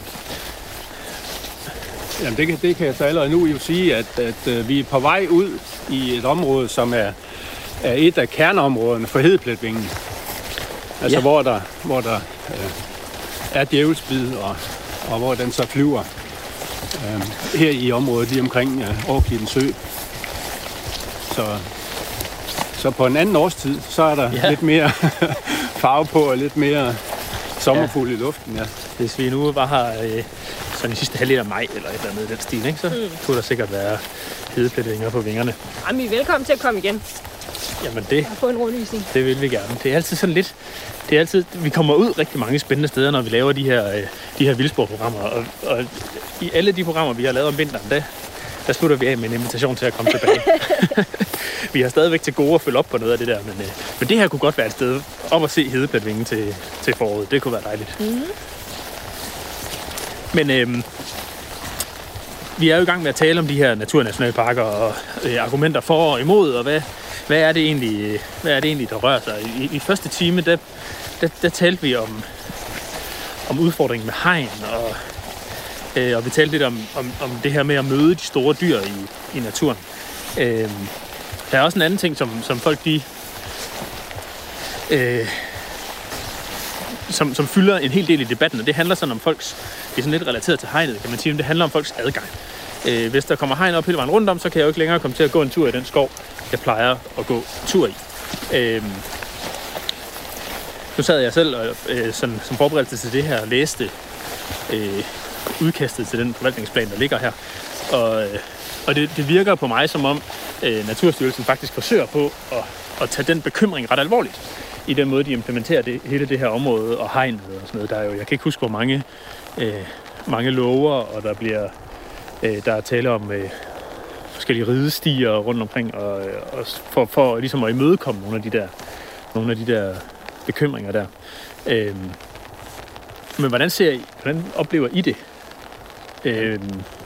Jamen det kan, det kan jeg så allerede nu jo sige, at, at, at vi er på vej ud i et område, som er, er et af kerneområderne for Hedepletvingen. Altså ja. hvor der, hvor der øh, er djævelsbid, og, og hvor den så flyver øh, her i området lige omkring øh, Overklitten Sø. Så, så på en anden årstid, så er der ja. lidt mere farve på og lidt mere sommerfugl ja. i luften. Ja. Hvis vi nu var her øh, sådan i sidste halvdel af maj eller et eller andet den stil, ikke? Så mm. kunne der sikkert være hedepletvinger på vingerne. Jamen, I er velkommen til at komme igen. Jamen det, og få en rundvisning. Det vil vi gerne. Det er altid sådan lidt, det er altid, vi kommer ud rigtig mange spændende steder, når vi laver de her, øh, de her vildsporprogrammer. Og, og i alle de programmer, vi har lavet om vinteren, der, der slutter vi af med en invitation til at komme tilbage. Vi har stadigvæk til gode at følge op på noget af det der, men, øh, men det her kunne godt være et sted op at se hedepletvingen til, til foråret. Det kunne være dejligt. Mm-hmm. Men øh, vi er jo i gang med at tale om de her naturnationalparker og øh, argumenter for og imod, og hvad, hvad, er det egentlig, hvad er det egentlig, der rører sig. I, i første time, der, der, der talte vi om, om udfordringen med hegn, og, øh, og vi talte lidt om, om, om det her med at møde de store dyr i, i naturen. Øh, der er også en anden ting, som, som folk de... Øh, som, som fylder en hel del i debatten, og det handler sådan om folks, det er sådan lidt relateret til hegnet, kan man sige, men det handler om folks adgang. Øh, hvis der kommer hegn op hele vejen rundt om, så kan jeg jo ikke længere komme til at gå en tur i den skov, jeg plejer at gå tur i. Øh, nu sad jeg selv og, øh, sådan, som forberedelse til det her og læste øh, udkastet til den forvaltningsplan, der ligger her, og, øh, og det, det virker på mig som om øh, Naturstyrelsen faktisk forsøger på at, at tage den bekymring ret alvorligt i den måde, de implementerer det, hele det her område og hegnet og sådan noget. Der er jo, jeg kan ikke huske, hvor mange, øh, mange lover, og der bliver øh, der er tale om øh, forskellige ridestier rundt omkring, og, og for, for ligesom at imødekomme nogle af de der, nogle af de der bekymringer der. Øh, men hvordan ser I, hvordan oplever I det? Øh,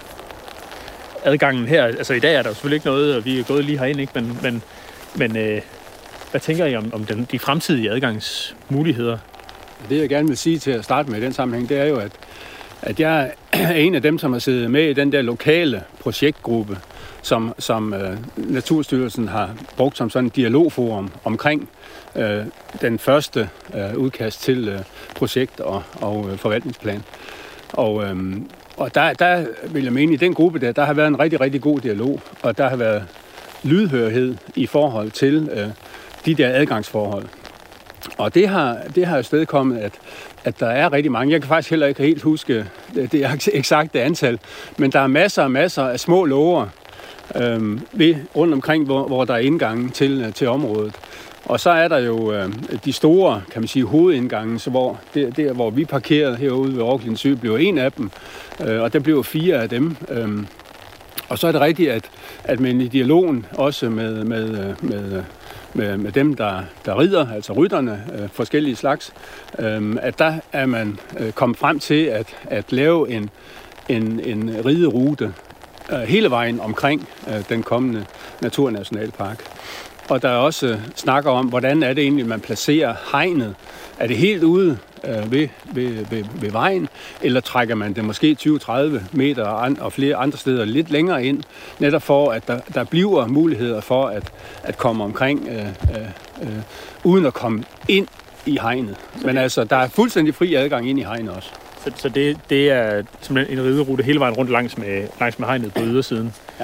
adgangen her, altså i dag er der jo selvfølgelig ikke noget, og vi er gået lige herind, ikke? Men, men, men øh, hvad tænker I om, om den, de fremtidige adgangsmuligheder? Det jeg gerne vil sige til at starte med i den sammenhæng, det er jo, at, at jeg er en af dem, som har siddet med i den der lokale projektgruppe, som, som uh, Naturstyrelsen har brugt som sådan en dialogforum omkring uh, den første uh, udkast til uh, projekt og, og uh, forvaltningsplan. Og, um, og der, der vil jeg mene, i den gruppe der, der har været en rigtig, rigtig god dialog, og der har været lydhørhed i forhold til uh, de der adgangsforhold. Og det har, det har jo stedkommet, at, at der er rigtig mange. Jeg kan faktisk heller ikke helt huske det eksakte antal, men der er masser og masser af små låger øh, ved, rundt omkring, hvor, hvor der er indgange til, til området. Og så er der jo øh, de store, kan man sige, hovedindgange, så hvor, det, det, hvor vi parkerede herude ved Orkland Sø, blev en af dem, øh, og der blev fire af dem. Øh, og så er det rigtigt, at, at man i dialogen også med, med, med Med, med dem, der, der rider, altså rytterne, øh, forskellige slags, øh, at der er man øh, kommet frem til at, at lave en, en, en riderute øh, hele vejen omkring øh, den kommende naturnationalpark. Og der er også øh, snakker om, hvordan er det egentlig, man placerer hegnet. Er det helt ude øh, ved, ved, ved, ved vejen, eller trækker man det måske tyve til tredive meter og flere andre steder lidt længere ind, netop for, at der, der bliver muligheder for at, at komme omkring, øh, øh, øh, uden at komme ind i hegnet. Men altså, der er fuldstændig fri adgang ind i hegnet også. Så, så det, det er simpelthen en riderute hele vejen rundt langs med, langs med hegnet på ydersiden? Ja.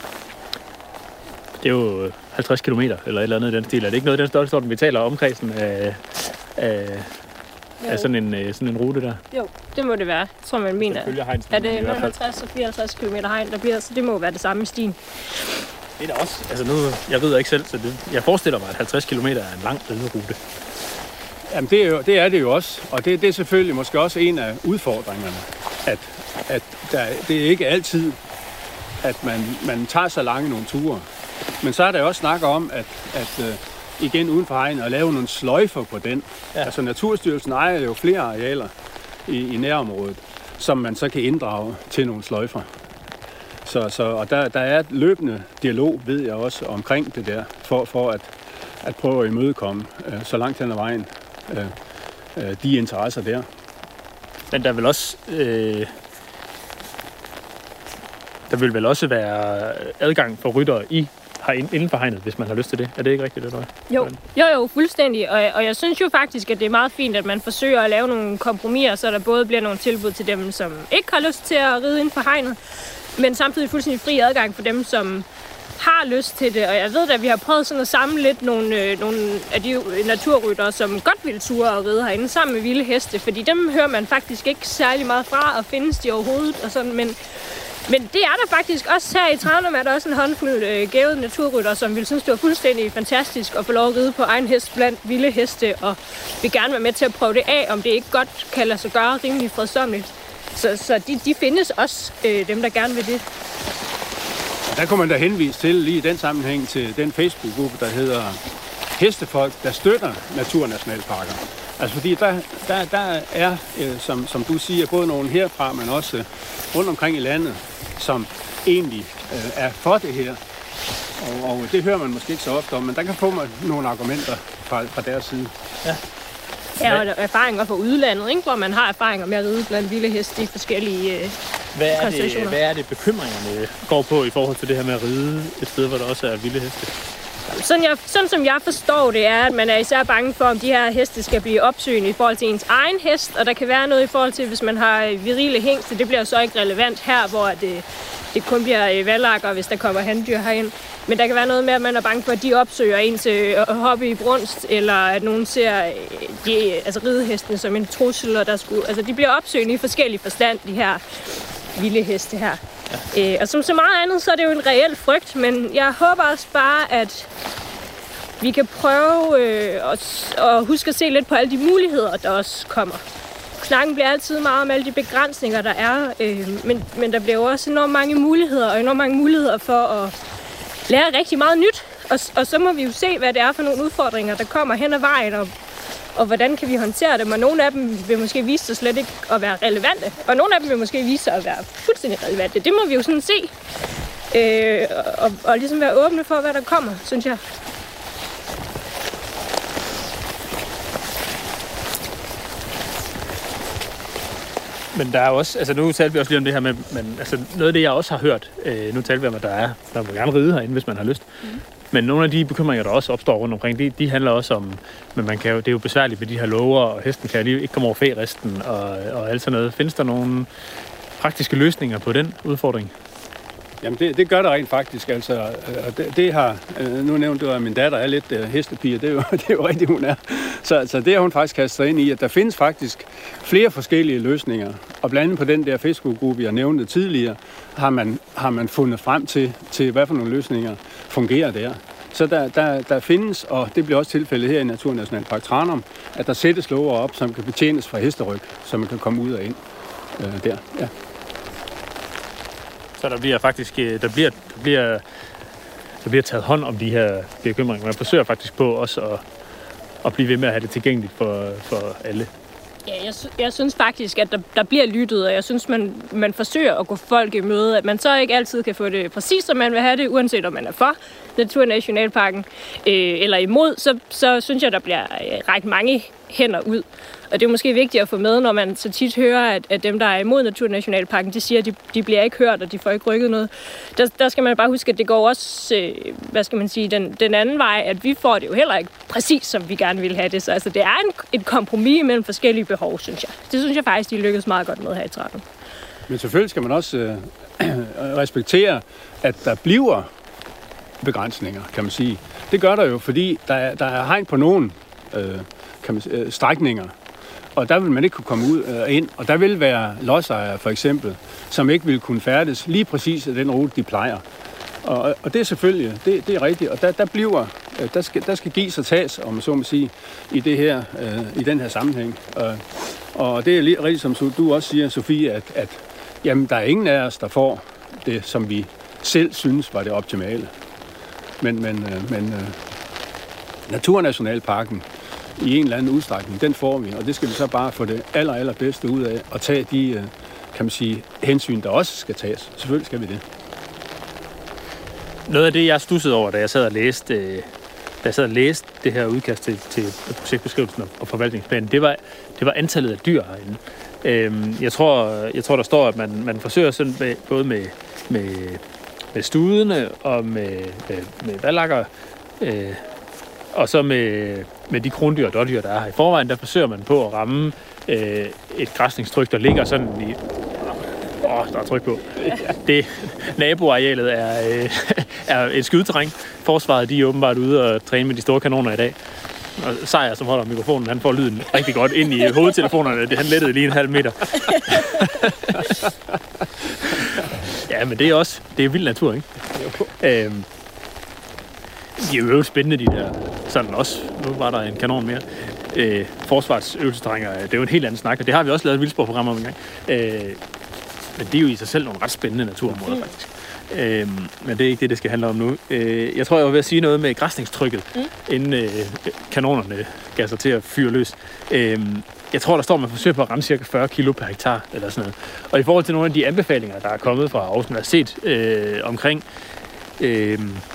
Det er jo halvtreds kilometer eller et eller andet i den stil. Er det ikke noget af den størrelsesorden, vi taler om omkredsen af, af, af sådan, en, sådan en rute der? Jo, det må det være. Jeg tror, man mener, er det mellem halvtreds og fireoghalvtreds kilometer hegn, der bliver, så det må være det samme i stien. Det er da også. Altså nu, jeg ved ikke selv, så det, jeg forestiller mig, at halvtreds kilometer er en lang riderute. Jamen det er, jo, det er det jo også, og det, det er selvfølgelig måske også en af udfordringerne, at, at der, det er ikke altid, at man, man tager så lange nogle ture. Men så er der også snak om, at, at uh, igen uden for hegnet, at lave nogle sløjfer på den. Ja. Altså Naturstyrelsen ejer jo flere arealer i, i nærområdet, som man så kan inddrage til nogle sløjfer. Så, så, og der, der er et løbende dialog, ved jeg også, omkring det der, for, for at, at prøve at imødekomme uh, så langt hen ad vejen uh, uh, de interesser der. Men der vil også... Øh Der vil vel også være adgang for ryttere i inden for hegnet, hvis man har lyst til det. Er det ikke rigtigt, det der? Jo, jo, jo, fuldstændig. Og, og jeg synes jo faktisk, at det er meget fint, at man forsøger at lave nogle kompromiser, så der både bliver nogle tilbud til dem, som ikke har lyst til at ride inden for hegnet, men samtidig fuldstændig fri adgang for dem, som har lyst til det. Og jeg ved at vi har prøvet sådan at samle lidt nogle, øh, nogle af de naturryttere, som godt vil ture og ride herinde sammen med vilde heste, fordi dem hører man faktisk ikke særlig meget fra, og findes de overhovedet og sådan, men Men det er der faktisk også her i Tranum, er der også en håndfuld øh, gævede naturrytter, som vil synes, det var fuldstændig fantastisk at få lov at ride på egen hest blandt vilde heste, og vil gerne være med til at prøve det af, om det ikke godt kan lade sig gøre rimelig fredsomligt. Så, så de, de findes også, øh, dem der gerne vil det. Der kunne man da henvise til lige i den sammenhæng til den Facebook-gruppe, der hedder Hestefolk, der støtter naturnationalparker. Altså fordi der, der, der er, øh, som, som du siger, både nogle herfra, men også øh, rundt omkring i landet, som egentlig øh, er for det her. Og, og det hører man måske ikke så ofte om, men der kan få man nogle argumenter fra, fra deres side. Ja. Ja, og erfaringer fra udlandet, ikke? Hvor man har erfaringer med at ride blandt vilde heste i forskellige øh, hvad er det, hvad er det bekymringerne går på i forhold til det her med at ride et sted, hvor der også er vilde heste? sådan, jeg, sådan som jeg forstår det, er, at man er især bange for, om de her heste skal blive opsøgende i forhold til ens egen hest, og der kan være noget i forhold til, hvis man har virile hængste. Det bliver så ikke relevant her, hvor det, det kun bliver vallakker, hvis der kommer handdyr herind. Men der kan være noget med, at man er bange for, at de opsøger ens hobby i brunst, eller at nogen ser de, altså ridehestene som en trussel, og der skulle, altså de bliver opsøgende i forskellige forstand, de her vilde heste her. Ja. Øh, og som så meget andet, så er det jo en reel frygt, men jeg håber også bare, at vi kan prøve øh, at, at huske at se lidt på alle de muligheder, der også kommer. Snakken bliver altid meget om alle de begrænsninger, der er, øh, men, men der bliver jo også enormt mange muligheder, og enormt mange muligheder for at lære rigtig meget nyt. Og, og så må vi jo se, hvad det er for nogle udfordringer, der kommer hen ad vejen, og, og hvordan kan vi håndtere dem. Og nogle af dem vil måske vise sig slet ikke at være relevante, og nogle af dem vil måske vise sig at være fuldstændig relevante. Det må vi jo sådan se, øh, og, og ligesom være åbne for, hvad der kommer, synes jeg. Men der er også, altså nu talte vi også lige om det her med, men altså noget af det, jeg også har hørt, øh, nu talte vi om, at der er, der må gerne ride herinde, hvis man har lyst. Mm. Men nogle af de bekymringer, der også opstår rundt omkring, de, de handler også om, men man kan jo, det er jo besværligt med de her lover, og hesten kan lige ikke komme over færisten og, og alt sådan noget. Findes der nogle praktiske løsninger på den udfordring? Jamen det, det gør der rent faktisk, altså, og det, det har, nu nævnte du, at min datter er lidt uh, hestepige, det er, jo, det er jo rigtigt, hun er. Så altså, det har hun faktisk kastet ind i, at der findes faktisk flere forskellige løsninger, og blandt andet på den der Facebook-gruppe, jeg nævnte tidligere, har man, har man fundet frem til, til, hvad for nogle løsninger fungerer der. Så der, der, der findes, og det bliver også tilfældet her i Naturnationalpark Tranum, at der sættes lover op, som kan betjenes fra hesteryg, så man kan komme ud og ind uh, der, ja. Så der bliver faktisk der bliver, der bliver, der bliver taget hånd om de her bekymringer. Man forsøger faktisk på også at, at blive ved med at have det tilgængeligt for, for alle. Ja, jeg, jeg synes faktisk, at der, der bliver lyttet, og jeg synes, man, man forsøger at gå folk i møde. At man så ikke altid kan få det præcis, som man vil have det, uanset om man er for Naturnationalparken øh, eller imod, så, så synes jeg, der bliver rækket mange hænder ud. Og det er måske vigtigt at få med, når man så tit hører, at, at dem, der er imod Naturnationalparken, de siger, at de, de bliver ikke hørt, og de får ikke rykket noget. Der, der skal man bare huske, at det går også, øh, hvad skal man sige, den, den anden vej, at vi får det jo heller ikke præcis, som vi gerne vil have det. Så altså, det er en, et kompromis mellem forskellige behov, synes jeg. Det synes jeg faktisk, de lykkes meget godt med her i Tranum. Men selvfølgelig skal man også øh, respektere, at der bliver begrænsninger, kan man sige. Det gør der jo, fordi der er, der er hegn på nogle øh, kan man, øh, strækninger, og der vil man ikke kunne komme ud og ind. Og der vil være lodsejere, for eksempel, som ikke vil kunne færdes lige præcis af den rute, de plejer. Og, og det er selvfølgelig, det, det er rigtigt. Og der, der bliver, der skal, der skal gives og tages, om man så må sige, i, det her, øh, i den her sammenhæng. Og, og det er lige rigtigt, som du også siger, Sofie, at, at jamen, der er ingen af os, der får det, som vi selv synes var det optimale. Men, men, øh, men øh, Naturnationalparken, i en eller anden udstrækning, den får vi, og det skal vi så bare få det aller, aller bedste ud af, og tage de, kan man sige, hensyn, der også skal tages. Selvfølgelig skal vi det. Noget af det, jeg stussede over, da jeg sad og læste, da jeg sad og læste det her udkast til, til projektbeskrivelsen og forvaltningsplanen, det var, det var antallet af dyr herinde. Jeg tror, jeg tror der står, at man, man forsøger sådan med, både med, med, med studene og med, med, med vallakker, øh, og så med, med de krondyr og dårdyr, der er her. I forvejen, der forsøger man på at ramme øh, et græsningstryk, der ligger sådan i... Åh, oh, der er tryk på. Det, naboarealet er, øh, er et skydeterræn. Forsvaret, de er åbenbart ude og træne med de store kanoner i dag. Og Sejr, som holder mikrofonen, han får lyden rigtig godt ind i hovedtelefonerne. Han lettede lige en halv meter. Ja, men det er også... Det er vild natur, ikke? Øhm, de er jo spændende, de der. Sådan også. Nu var der en kanon mere. Øh, forsvarsøvelsesterrænger, det er jo en helt anden snak, og det har vi også lavet et vildsporprogram om en gang. Øh, men det er jo i sig selv nogle ret spændende naturområder, mm. faktisk. Øh, men det er ikke det, det skal handle om nu. Øh, jeg tror, jeg var ved at sige noget med græsningstrykket, mm. inden øh, kanonerne gav sig til at fyre løs. Øh, jeg tror, der står, at man forsøger på at ramme cirka fyrre kilo per hektar, eller sådan noget. Og i forhold til nogle af de anbefalinger, der er kommet fra Aarhus Universitet øh, omkring øh,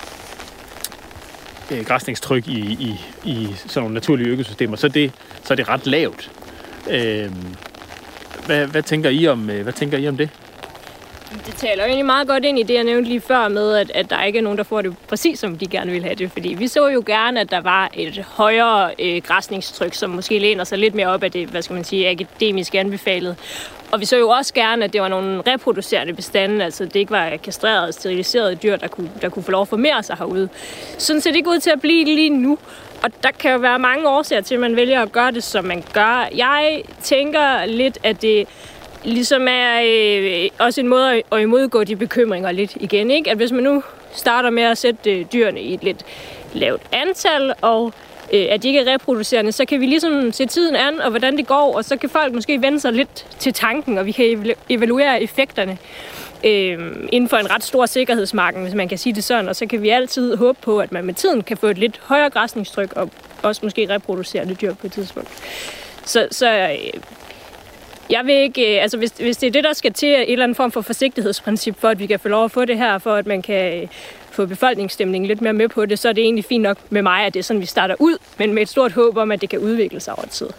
øh, græsningstryk i, i, i sådan nogle naturlige økosystemer, så er det, så er det ret lavt. Øh, hvad, hvad, tænker I om, hvad tænker I om det? Det taler jo egentlig meget godt ind i det, jeg nævnte lige før med, at, at der ikke er nogen, der får det præcis, som de gerne vil have det. Fordi vi så jo gerne, at der var et højere øh, græsningstryk, som måske læner sig lidt mere op af det, hvad skal man sige, akademisk anbefalet. Og vi så jo også gerne, at det var nogle reproducerende bestande, altså det ikke var kastrerede, steriliserede dyr, der kunne, der kunne få lov at formere sig herude. Sådan ser det ikke ud til at blive lige nu. Og der kan jo være mange årsager til, at man vælger at gøre det, som man gør. Jeg tænker lidt, at det ligesom er øh, også en måde at imodgå de bekymringer lidt igen, ikke? At hvis man nu starter med at sætte øh, dyrene i et lidt lavt antal, og øh, at de ikke er reproducerende, så kan vi ligesom se tiden an, og hvordan det går, og så kan folk måske vende sig lidt til tanken, og vi kan evaluere effekterne øh, inden for en ret stor sikkerhedsmarken, hvis man kan sige det sådan, og så kan vi altid håbe på, at man med tiden kan få et lidt højere græsningstryk, og også måske reproducerende dyr på et tidspunkt. Så, så øh, jeg vil ikke, altså hvis, hvis det er det, der skal til, en eller anden form for forsigtighedsprincip for, at vi kan få lov at få det her, for at man kan få befolkningsstemningen lidt mere med på det, så er det egentlig fint nok med mig, at det er sådan, vi starter ud, men med et stort håb om, at det kan udvikle sig over tid.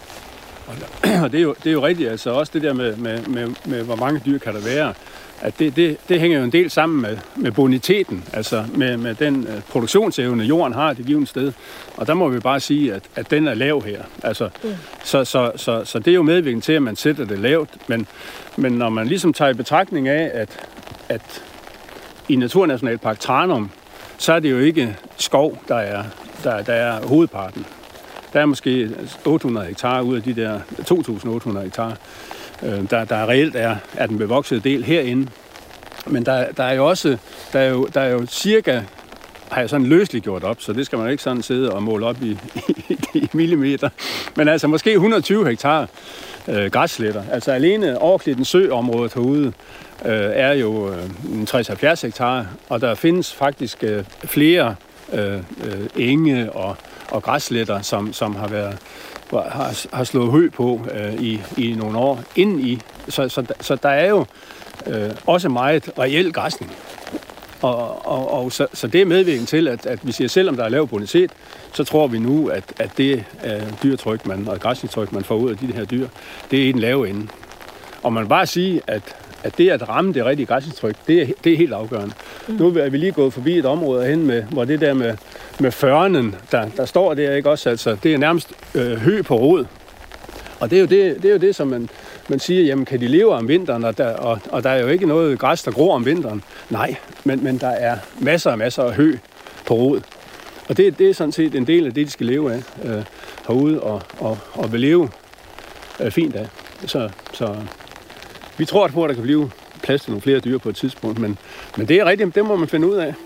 Og det er jo, det er jo rigtigt, altså også det der med, med, med, med hvor mange dyr kan der være, at det, det, det hænger jo en del sammen med, med boniteten, altså med, med den produktionsevne, jorden har det givne sted. Og der må vi bare sige, at, at den er lav her. Altså, mm. så, så, så, så det er jo medvirkende til, at man sætter det lavt. Men, men når man ligesom tager i betragtning af, at, at i Naturnationalpark Tranum, så er det jo ikke skov, der er, der, der er hovedparten. Der er måske otte hundrede hektar ud af de der to tusind otte hundrede hektar. Der, der reelt er, er den bevoksede del herinde. Men der, der er jo også, der er jo, der er jo cirka, har jeg sådan løsligt gjort op, så det skal man ikke sådan sidde og måle op i, i, i millimeter. Men altså måske et hundrede og tyve hektar øh, græssletter. Altså alene Overklitten Sø-området herude øh, er jo øh, tres til halvfjerds hektar, og der findes faktisk øh, flere øh, øh, enge og, og græssletter, som, som har været Har, har slået hø på øh, i, i nogle år inden i. Så, så, så der er jo øh, også meget reel græsning. Og, og, og så, så det er medvirkende til, at, at vi siger, selvom der er lav bonitet, så tror vi nu, at, at det øh, dyrtryk man, og græsningstryk, man får ud af de her dyr, det er i den lave ende. Og man bare sige, at, at det at ramme det rigtige græsningstryk, det er, det er helt afgørende. Mm. Nu er vi lige gået forbi et område hen, med, hvor det der med, med førnen, der, der står der ikke også, altså det er nærmest øh, hø på rod. Og det er jo det, det, er jo det som man, man siger, jamen kan de leve om vinteren, og der, og, og der er jo ikke noget græs, der gror om vinteren. Nej, men, men der er masser og masser af hø på rod. Og det, det er sådan set en del af det, de skal leve af øh, herude, og, og, og vil leve øh, fint af. Så, så vi tror på, at der kan blive plads til nogle flere dyr på et tidspunkt, men, men det er rigtigt, det må man finde ud af.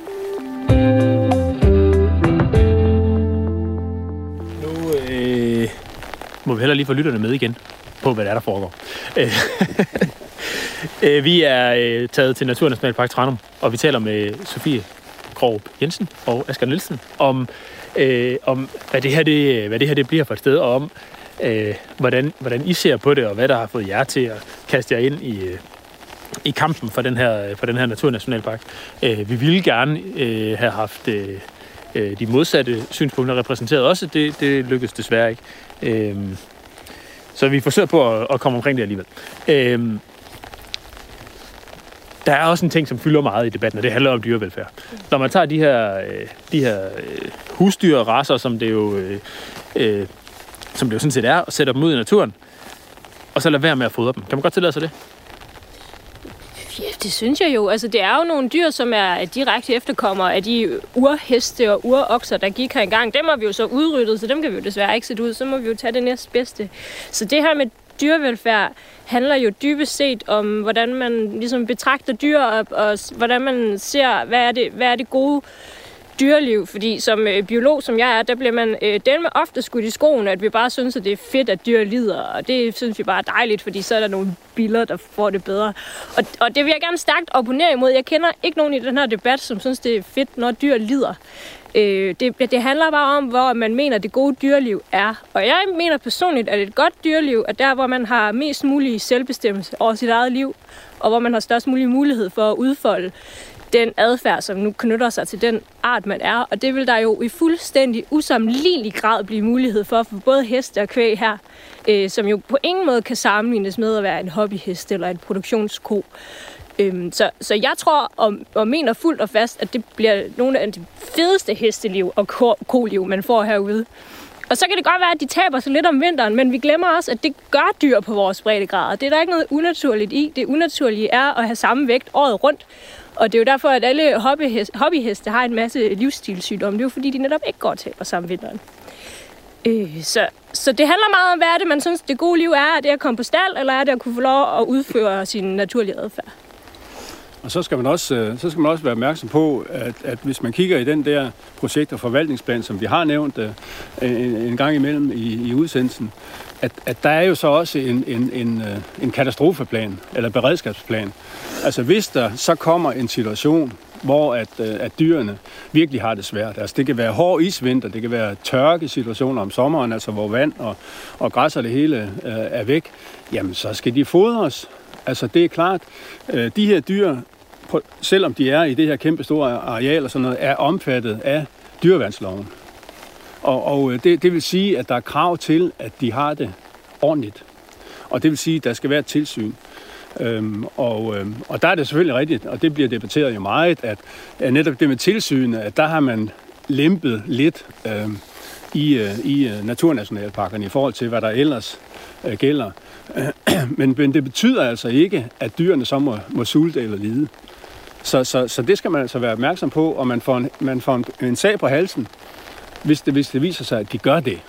Nu øh, må vi heller lige få lytterne med igen på, hvad der, er, der foregår. Vi er øh, taget til Naturnationalpark Tranum, og vi taler med Sofie Krog Jensen og Asger Nielsen om, øh, om hvad, det her, det, hvad det her det bliver for et sted, og om øh, hvordan, hvordan I ser på det, og hvad der har fået jer til at kaste jer ind i, øh, i kampen for den her, for den her Naturnationalpark. Øh, vi ville gerne øh, have haft øh, de modsatte synspunkter repræsenteret også. Det, det lykkedes desværre ikke. Øh, så vi forsøger på at, at komme omkring det alligevel. Øh, Der er også en ting, som fylder meget i debatten, og det handler om dyrevelfærd. Når man tager de her, de her husdyrracer, som det jo, øh, som det jo sådan set er, og sætter dem ud i naturen, og så lader være med at fodre dem. Kan man godt tillade sig det? Ja, det synes jeg jo. Altså, det er jo nogle dyr, som er direkte efterkommere af de urheste og urokser, der gik her engang. Dem har vi jo så udryddet, så dem kan vi jo desværre ikke sætte ud. Så må vi jo tage det næstbedste. Så det her med dyrevelfærd handler jo dybest set om, hvordan man ligesom betragter dyr, og, og hvordan man ser, hvad er det, hvad er det gode dyreliv. Fordi som øh, biolog, som jeg er, der bliver man øh, del med ofte skudt i skoen, at vi bare synes, at det er fedt, at dyr lider. Og det synes vi bare er dejligt, fordi så er der nogle billeder, der får det bedre. Og, og det vil jeg gerne stærkt opponere imod. Jeg kender ikke nogen i den her debat, som synes, det er fedt, når dyr lider. Øh, det, det handler bare om, hvor man mener, det gode dyreliv er. Og jeg mener personligt, at et godt dyreliv er der, hvor man har mest mulig selvbestemmelse over sit eget liv, og hvor man har størst mulig mulighed for at udfolde den adfærd, som nu knytter sig til den art, man er. Og det vil der jo i fuldstændig usammenlignelig grad blive mulighed for for både heste og kvæg her, øh, som jo på ingen måde kan sammenlignes med at være en hobbyhest eller en produktionsko. Øhm, så, så jeg tror og, og mener fuldt og fast, at det bliver nogle af de fedeste hesteliv og ko- koliv, man får herude. Og så kan det godt være, at de taber sig lidt om vinteren, men vi glemmer også, at det gør dyr på vores breddegrader. Det er der ikke noget unaturligt i. Det unaturlige er at have samme vægt året rundt. Og det er jo derfor, at alle hobbyheste, hobbyheste har en masse livsstilssygdomme. Det er jo fordi, de netop ikke går og taber sig om vinteren. Øh, så, så det handler meget om, hvad er det, man synes, det gode liv er. Er det at komme på stald, eller er det at kunne få lov at udføre sin naturlige adfærd? Og så skal man også, så skal man også være opmærksom på, at, at hvis man kigger i den der projekt- og forvaltningsplan, som vi har nævnt uh, en, en gang imellem i, i udsendelsen, at, at der er jo så også en, en, en, en katastrofeplan, eller beredskabsplan. Altså hvis der så kommer en situation, hvor at, at dyrene virkelig har det svært. Altså det kan være hård isvinter, det kan være tørkesituationer om sommeren, altså hvor vand og, og græs og det hele uh, er væk, jamen så skal de fodres. Altså det er klart, øh, de her dyr, selvom de er i det her kæmpe store areal og sådan noget, er omfattet af dyreværnsloven. Og, og det, det vil sige, at der er krav til, at de har det ordentligt. Og det vil sige, at der skal være et tilsyn. Øhm, og, øhm, og der er det selvfølgelig rigtigt, og det bliver debatteret jo meget, at, at netop det med tilsynet, at der har man lempet lidt øhm, i, øh, i naturnationalparkerne i forhold til, hvad der ellers øh, gælder. Men, men det betyder altså ikke, at dyrene så må, må sulte eller lide. Så, så, så det skal man altså være opmærksom på, og man får en, man får en, en sag på halsen, hvis det, hvis det viser sig, at de gør det.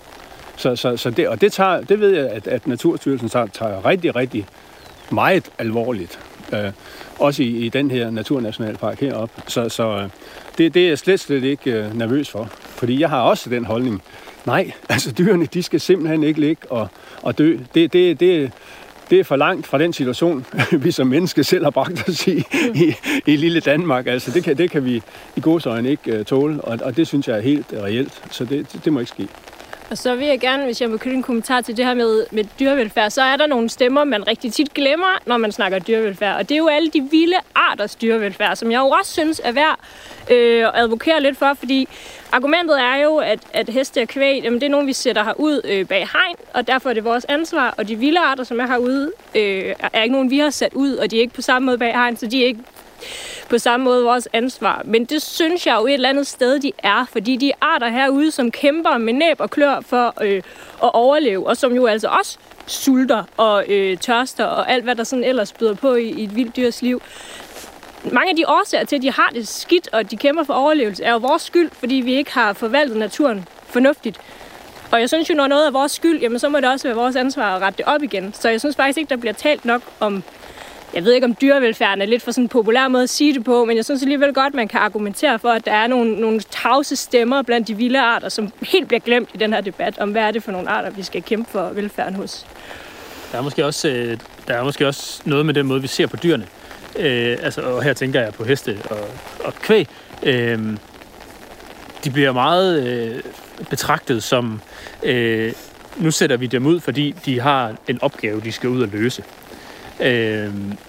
Så, så, så det og det, tager, det ved jeg, at, at Naturstyrelsen tager, tager rigtig, rigtig meget alvorligt. Øh, også i, i den her naturnationalpark heroppe. Så, så det, det er jeg slet, slet ikke øh, nervøs for. Fordi jeg har også den holdning. Nej, altså dyrene, de skal simpelthen ikke ligge og, og dø. Det, det, det, det er for langt fra den situation, vi som mennesker selv har bragt os i, i, i lille Danmark. Altså det kan, det kan vi i godsøjne ikke uh, tåle, og, og det synes jeg er helt uh, reelt. Så det, det, det må ikke ske. Og så vil jeg gerne, hvis jeg må knytte en kommentar til det her med, med dyrevelfærd, så er der nogle stemmer, man rigtig tit glemmer, når man snakker dyrevelfærd. Og det er jo alle de vilde arters dyrevelfærd, som jeg jo også synes er værd øh, at advokere lidt for, fordi argumentet er jo, at, at heste og kvæg, jamen, det er nogen, vi sætter herud øh, bag hegn, og derfor er det vores ansvar. Og de vilde arter, som er herude, øh, er ikke nogen, vi har sat ud, og de er ikke på samme måde bag hegn, så de er ikke på samme måde vores ansvar. Men det synes jeg jo et eller andet sted, de er, fordi de arter herude, som kæmper med næb og klør for øh, at overleve, og som jo altså også sulter og øh, tørster og alt, hvad der sådan ellers byder på i, i et vildt dyrs liv. Mange af de årsager til, at de har det skidt, og de kæmper for overlevelse, er jo vores skyld, fordi vi ikke har forvaltet naturen fornuftigt. Og jeg synes jo, når noget er vores skyld, jamen så må det også være vores ansvar at rette det op igen. Så jeg synes faktisk ikke, der bliver talt nok om, jeg ved ikke om dyrevelfærden er lidt for sådan en populær måde at sige det på, men jeg synes alligevel godt, man kan argumentere for, at der er nogle, nogle tavse stemmer blandt de vilde arter, som helt bliver glemt i den her debat om, hvad er det for nogle arter, vi skal kæmpe for velfærden hos. Der er måske også, der er måske også noget med den måde, vi ser på dyrene. Øh, altså, og her tænker jeg på heste og, og kvæg. Øh, de bliver meget øh, betragtet som, øh, nu sætter vi dem ud, fordi de har en opgave, de skal ud og løse. Øh,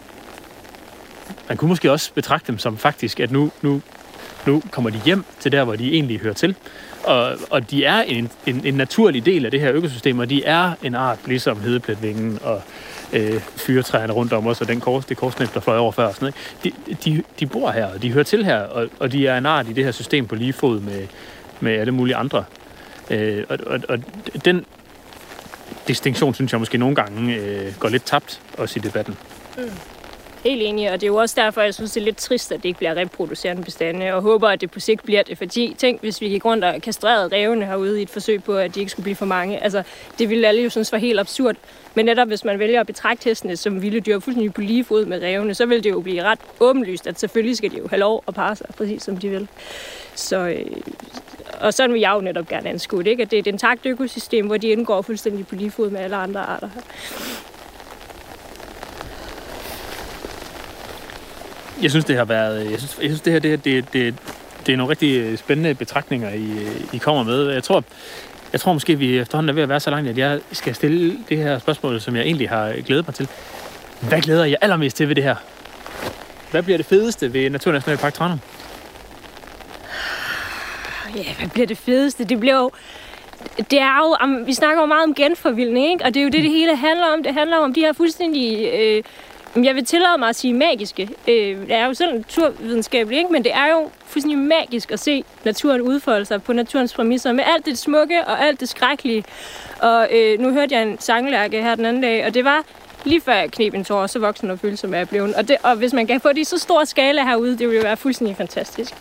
man kunne måske også betragte dem som faktisk, at nu, nu, nu kommer de hjem til der, hvor de egentlig hører til. Og, og de er en, en, en naturlig del af det her økosystem, og de er en art, ligesom hedepletvingen og øh, fyretræerne rundt om os, og den kors, det korsnæb, der fløj over før. Og sådan noget. De, de, de bor her, og de hører til her, og, og de er en art i det her system på lige fod med, med alle mulige andre. Øh, og, og, og den distinktion, synes jeg måske nogle gange øh, går lidt tabt, også i debatten. Mm. Helt enig, og det er jo også derfor, jeg synes, det er lidt trist, at det ikke bliver reproducerende bestande, og håber, at det på sigt bliver det. Fordi tænk, hvis vi gik rundt og kastrerede rævene herude i et forsøg på, at de ikke skulle blive for mange. Altså, det ville alle jo synes var helt absurd. Men netop hvis man vælger at betragte hestene som vilde dyr fuldstændig på lige fod med rævene, så vil det jo blive ret åbenlyst, at selvfølgelig skal de jo have lov at parre sig, præcis som de vil. Så, øh, og sådan vil jeg jo netop gerne anskue det, ikke? At det er et intakt økosystem, hvor de indgår fuldstændig på lige fod med alle andre arter her. Jeg synes, det har været, jeg synes, jeg synes det her, det, det, det, det er nogle rigtig spændende betragtninger, I, I kommer med. Jeg tror, jeg tror måske, vi efterhånden er ved at være så langt, at jeg skal stille det her spørgsmål, som jeg egentlig har glædet mig til. Hvad glæder jeg allermest til ved det her? Hvad bliver det fedeste ved Naturnationalpark Tranum? Ja, hvad bliver det fedeste? Det bliver jo... Det er jo... Vi snakker jo meget om genforvildning, ikke? Og det er jo det, det hele handler om. Det handler om de her fuldstændig... Øh, jeg vil tillade mig at sige magiske. Øh, det er jo selv naturvidenskabeligt, ikke? Men det er jo fuldstændig magisk at se naturen udfolde sig på naturens præmisser med alt det smukke og alt det skrækkelige. Og øh, nu hørte jeg en sanglærke her den anden dag, og det var lige før jeg kneb en tår, så voksen og følsom er jeg blevet. Og, det, og hvis man kan få det i så stor skala herude, det vil jo være fuldstændig fantastisk.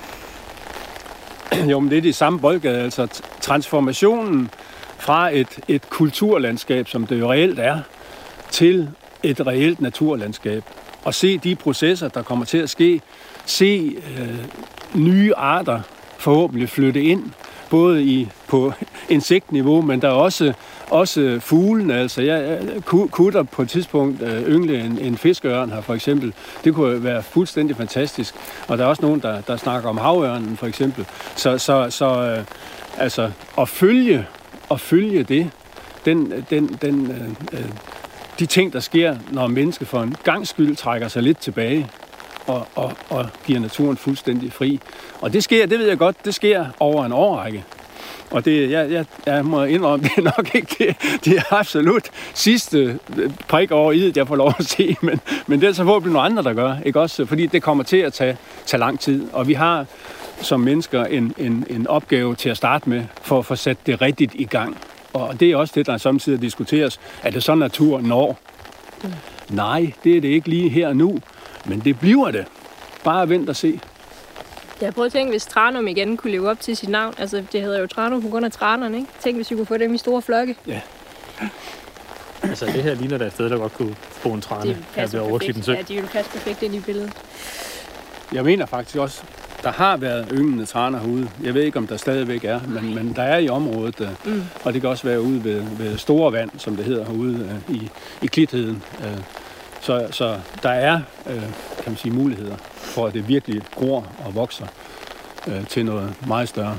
Jo, men det er det samme boldgade, altså transformationen fra et, et kulturlandskab, som det jo reelt er, til et reelt naturlandskab. Og se de processer, der kommer til at ske. Se øh, nye arter forhåbentlig flytte ind, både i, på insektniveau, men der er også, også fuglene. Altså, jeg kunne der på et tidspunkt øh, yngle en, en fiskeørn her, for eksempel. Det kunne være fuldstændig fantastisk. Og der er også nogen, der, der snakker om havørnen, for eksempel. Så, så, så øh, altså, at følge, at følge det, den, den, den, øh, de ting, der sker, når mennesker for en gangs skyld trækker sig lidt tilbage, Og, og, og giver naturen fuldstændig fri. Og det sker, det ved jeg godt, det sker over en årrække. Og det, jeg, jeg, jeg må indrømme, det er nok ikke det, det er absolut sidste prik over i, jeg får lov at se, men, men det er så forhåbentlig nogle andre, der gør, ikke også? Fordi det kommer til at tage, tage lang tid, og vi har som mennesker en, en, en opgave til at starte med, for at få sat det rigtigt i gang. Og det er også det, der samtidig diskuteres. Er det så natur når? Mm. Nej, det er det ikke lige her og nu. Men det bliver det. Bare vent og se. Jeg prøver at tænke, hvis Tranum igen kunne leve op til sit navn. Altså, det hedder jo Tranum på grund af tranerne, ikke? Tænk, hvis vi kunne få dem i store flokke. Ja. Altså, det her ligner da et sted, der godt kunne bo en trane. De passer perfekt. Ja, de vil passe perfekt ind i billedet. Jeg mener faktisk også, der har været ynglende traner herude. Jeg ved ikke, om der stadigvæk er, men, men der er i området. Mm. Og det kan også være ude ved, ved Store Vand, som det hedder herude i, i Klitheden. Så, så der er, øh, kan man sige, muligheder for, at det virkelig gror og vokser øh, til noget meget større.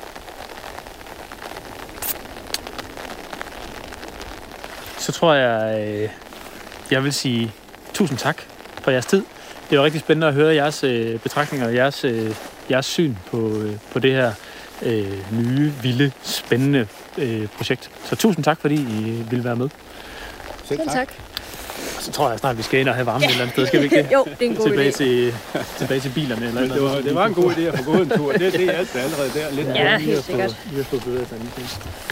Så tror jeg, øh, jeg vil sige tusind tak for jeres tid. Det var rigtig spændende at høre jeres øh, betragtninger og jeres, øh, jeres syn på, øh, på det her øh, nye, vilde, spændende øh, projekt. Så tusind tak, fordi I ville være med. Selv tak. tak. Så tror jeg snart, vi skal ind og have varme ja. et eller andet sted. Skal vi ikke det? Jo, det er en god tilbage idé. Til, tilbage til bilerne. Eller det, var, det var en god idé at få gået en tur. Det, det er alt allerede der. Lidt ja, helt sikkert. Vi har fået bedre til anden ting.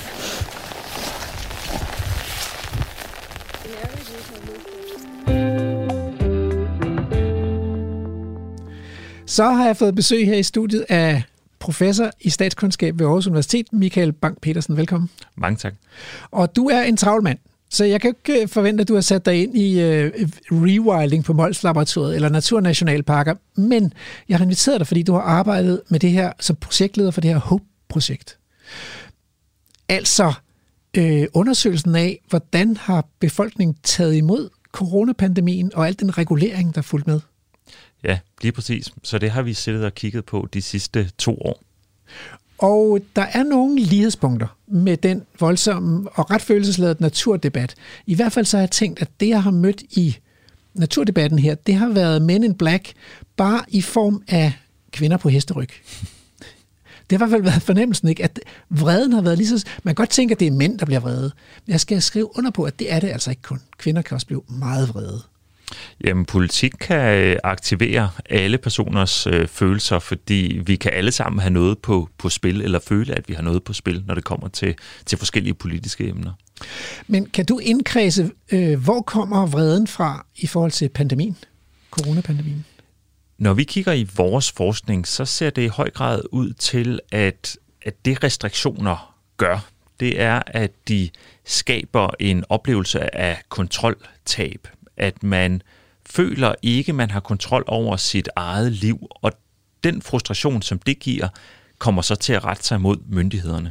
Så har jeg fået besøg her i studiet af professor i statskundskab ved Aarhus Universitet, Michael Bang-Petersen. Velkommen. Mange tak. Og du er en travl mand. Så jeg kan ikke forvente, at du har sat dig ind i uh, rewilding på Mols Laboratoriet eller naturnationalparker, men jeg har inviteret dig, fordi du har arbejdet med det her som projektleder for det her HOPE-projekt. Altså øh, undersøgelsen af, hvordan har befolkningen taget imod coronapandemien og al den regulering, der er fulgt med? Ja, lige præcis. Så det har vi siddet og kigget på de sidste to år. Og der er nogle lighedspunkter med den voldsomme og ret følelsesladede naturdebat. I hvert fald så har jeg tænkt, at det, jeg har mødt i naturdebatten her, det har været Men in Black, bare i form af kvinder på hesteryg. Det har i hvert fald været fornemmelsen, ikke? At vreden har været lige så... Man kan godt tænke, at det er mænd, der bliver vrede. Men jeg skal skrive under på, at det er det altså ikke kun. Kvinder kan også blive meget vrede. Jamen, politik kan aktivere alle personers øh, følelser, fordi vi kan alle sammen have noget på, på spil, eller føle, at vi har noget på spil, når det kommer til, til forskellige politiske emner. Men kan du indkredse, øh, hvor kommer vreden fra i forhold til pandemien, coronapandemien? Når vi kigger i vores forskning, så ser det i høj grad ud til, at, at det restriktioner gør, det er, at de skaber en oplevelse af kontroltab. At man føler ikke, man har kontrol over sit eget liv, og den frustration, som det giver, kommer så til at rette sig mod myndighederne.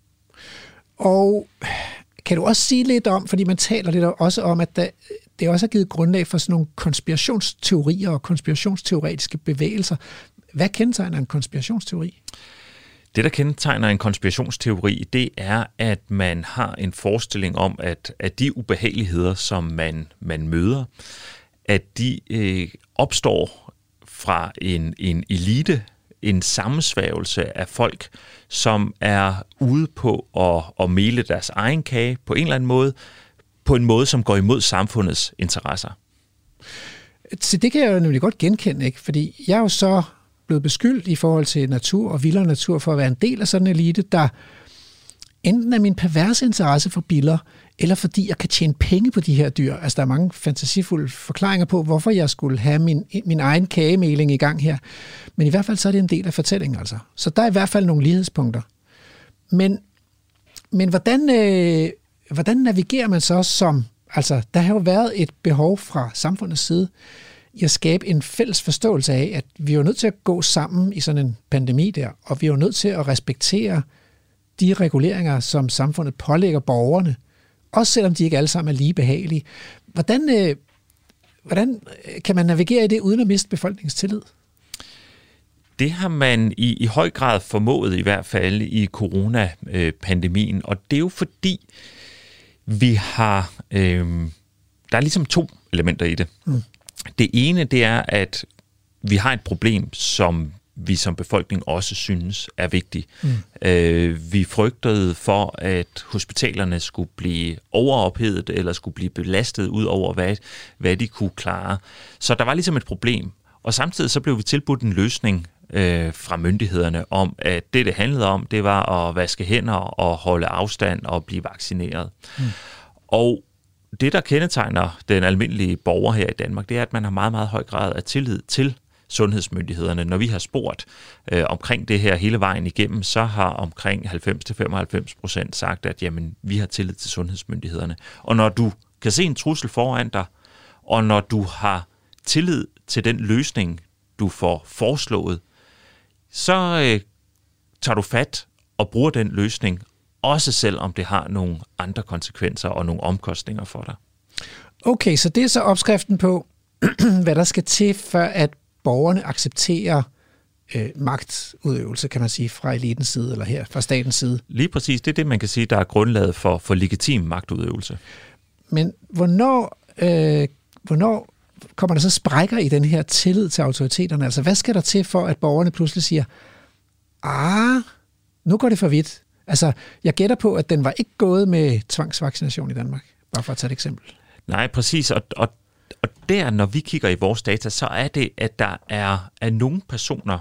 Og kan du også sige lidt om, fordi man taler lidt også om, at der, det også har givet grundlag for sådan nogle konspirationsteorier og konspirationsteoretiske bevægelser. Hvad kendetegner en konspirationsteori? Det, der kendetegner en konspirationsteori, det er, at man har en forestilling om, at, at de ubehageligheder, som man, man møder, at de øh, opstår fra en, en elite, en sammensværgelse af folk, som er ude på at, at mele deres egen kage på en eller anden måde, på en måde, som går imod samfundets interesser. Så det kan jeg jo nemlig godt genkende, ikke? Fordi jeg er jo så blevet beskyldt i forhold til natur og vildere natur for at være en del af sådan en elite, der enten er min perverse interesse for biller, eller fordi jeg kan tjene penge på de her dyr. Altså, der er mange fantasifulde forklaringer på, hvorfor jeg skulle have min, min egen kagemæling i gang her. Men i hvert fald så er det en del af fortællingen, altså. Så der er i hvert fald nogle lighedspunkter. Men, men hvordan, øh, hvordan navigerer man så som... Altså, der har jo været et behov fra samfundets side i at skabe en fælles forståelse af, at vi er jo nødt til at gå sammen i sådan en pandemi der, og vi er jo nødt til at respektere de reguleringer, som samfundet pålægger borgerne, også selvom de ikke alle sammen er lige behagelige. Hvordan, øh, hvordan kan man navigere i det, uden at miste befolkningens tillid? Det har man i, i høj grad formået, i hvert fald i coronapandemien, og det er jo fordi, vi har... Øh, der er ligesom to elementer i det. Mm. Det ene, det er, at vi har et problem, som vi som befolkning også synes er vigtigt. Mm. Øh, vi frygtede for, at hospitalerne skulle blive overophedet, eller skulle blive belastet ud over, hvad, hvad de kunne klare. Så der var ligesom et problem. Og samtidig så blev vi tilbudt en løsning øh, fra myndighederne om, at det, det handlede om, det var at vaske hænder og holde afstand og blive vaccineret. Mm. Og det, der kendetegner den almindelige borger her i Danmark, det er, at man har meget, meget høj grad af tillid til sundhedsmyndighederne. Når vi har spurgt øh, omkring det her hele vejen igennem, så har omkring halvfems til femoghalvfems procent sagt, at jamen, vi har tillid til sundhedsmyndighederne. Og når du kan se en trussel foran dig, og når du har tillid til den løsning, du får foreslået, så øh, tager du fat og bruger den løsning, også selvom det har nogle andre konsekvenser og nogle omkostninger for dig. Okay, så det er så opskriften på, hvad der skal til, for at borgerne accepterer øh, magtudøvelse, kan man sige, fra elitens side, eller her fra statens side. Lige præcis, det er det, man kan sige, der er grundlaget for, for legitim magtudøvelse. Men hvornår, øh, hvornår kommer der så sprækker i den her tillid til autoriteterne? Altså, hvad skal der til for, at borgerne pludselig siger, ah, nu går det for vidt. Altså, jeg gætter på, at den var ikke gået med tvangsvaccination i Danmark, bare for at tage et eksempel. Nej, præcis, og, og, og der, når vi kigger i vores data, så er det, at der er, er nogle personer,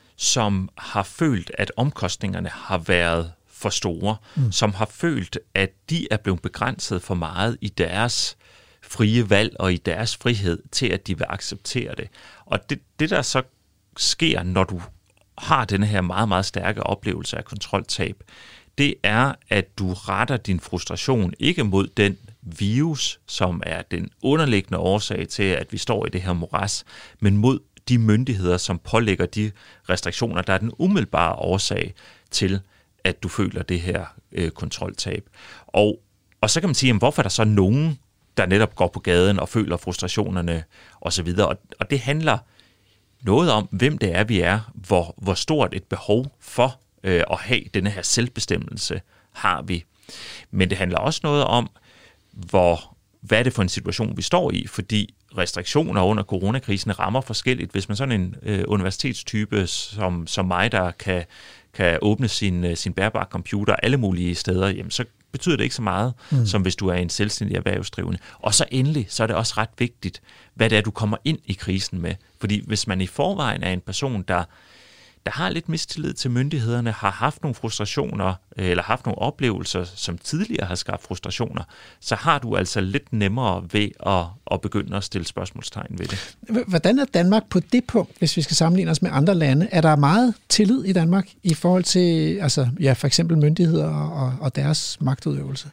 som har følt, at omkostningerne har været for store, mm. som har følt, at de er blevet begrænset for meget i deres frie valg og i deres frihed til, at de vil acceptere det. Og det, det der så sker, når du har den her meget, meget stærke oplevelse af kontroltab, det er, at du retter din frustration ikke mod den virus, som er den underliggende årsag til, at vi står i det her moras, men mod de myndigheder, som pålægger de restriktioner, der er den umiddelbare årsag til, at du føler det her øh, kontroltab. Og, og så kan man sige, jamen, hvorfor er der så nogen, der netop går på gaden og føler frustrationerne osv., og, og det handler noget om, hvem det er, vi er, hvor, hvor stort et behov for øh, at have denne her selvbestemmelse har vi. Men det handler også noget om, hvor, hvad er det for en situation, vi står i, fordi restriktioner under coronakrisen rammer forskelligt. Hvis man sådan en øh, universitetstype som, som mig, der kan, kan åbne sin, sin bærbare computer alle mulige steder, jamen, så betyder det ikke så meget, mm. som hvis du er en selvstændig erhvervsdrivende. Og så endelig, så er det også ret vigtigt, hvad det er, du kommer ind i krisen med. Fordi hvis man i forvejen er en person, der, der har lidt mistillid til myndighederne, har haft nogle frustrationer, eller haft nogle oplevelser, som tidligere har skabt frustrationer, så har du altså lidt nemmere ved at, at begynde at stille spørgsmålstegn ved det. Hvordan er Danmark på det punkt, hvis vi skal sammenligne os med andre lande? Er der meget tillid i Danmark i forhold til altså, ja, for eksempel myndigheder og, og deres magtudøvelse?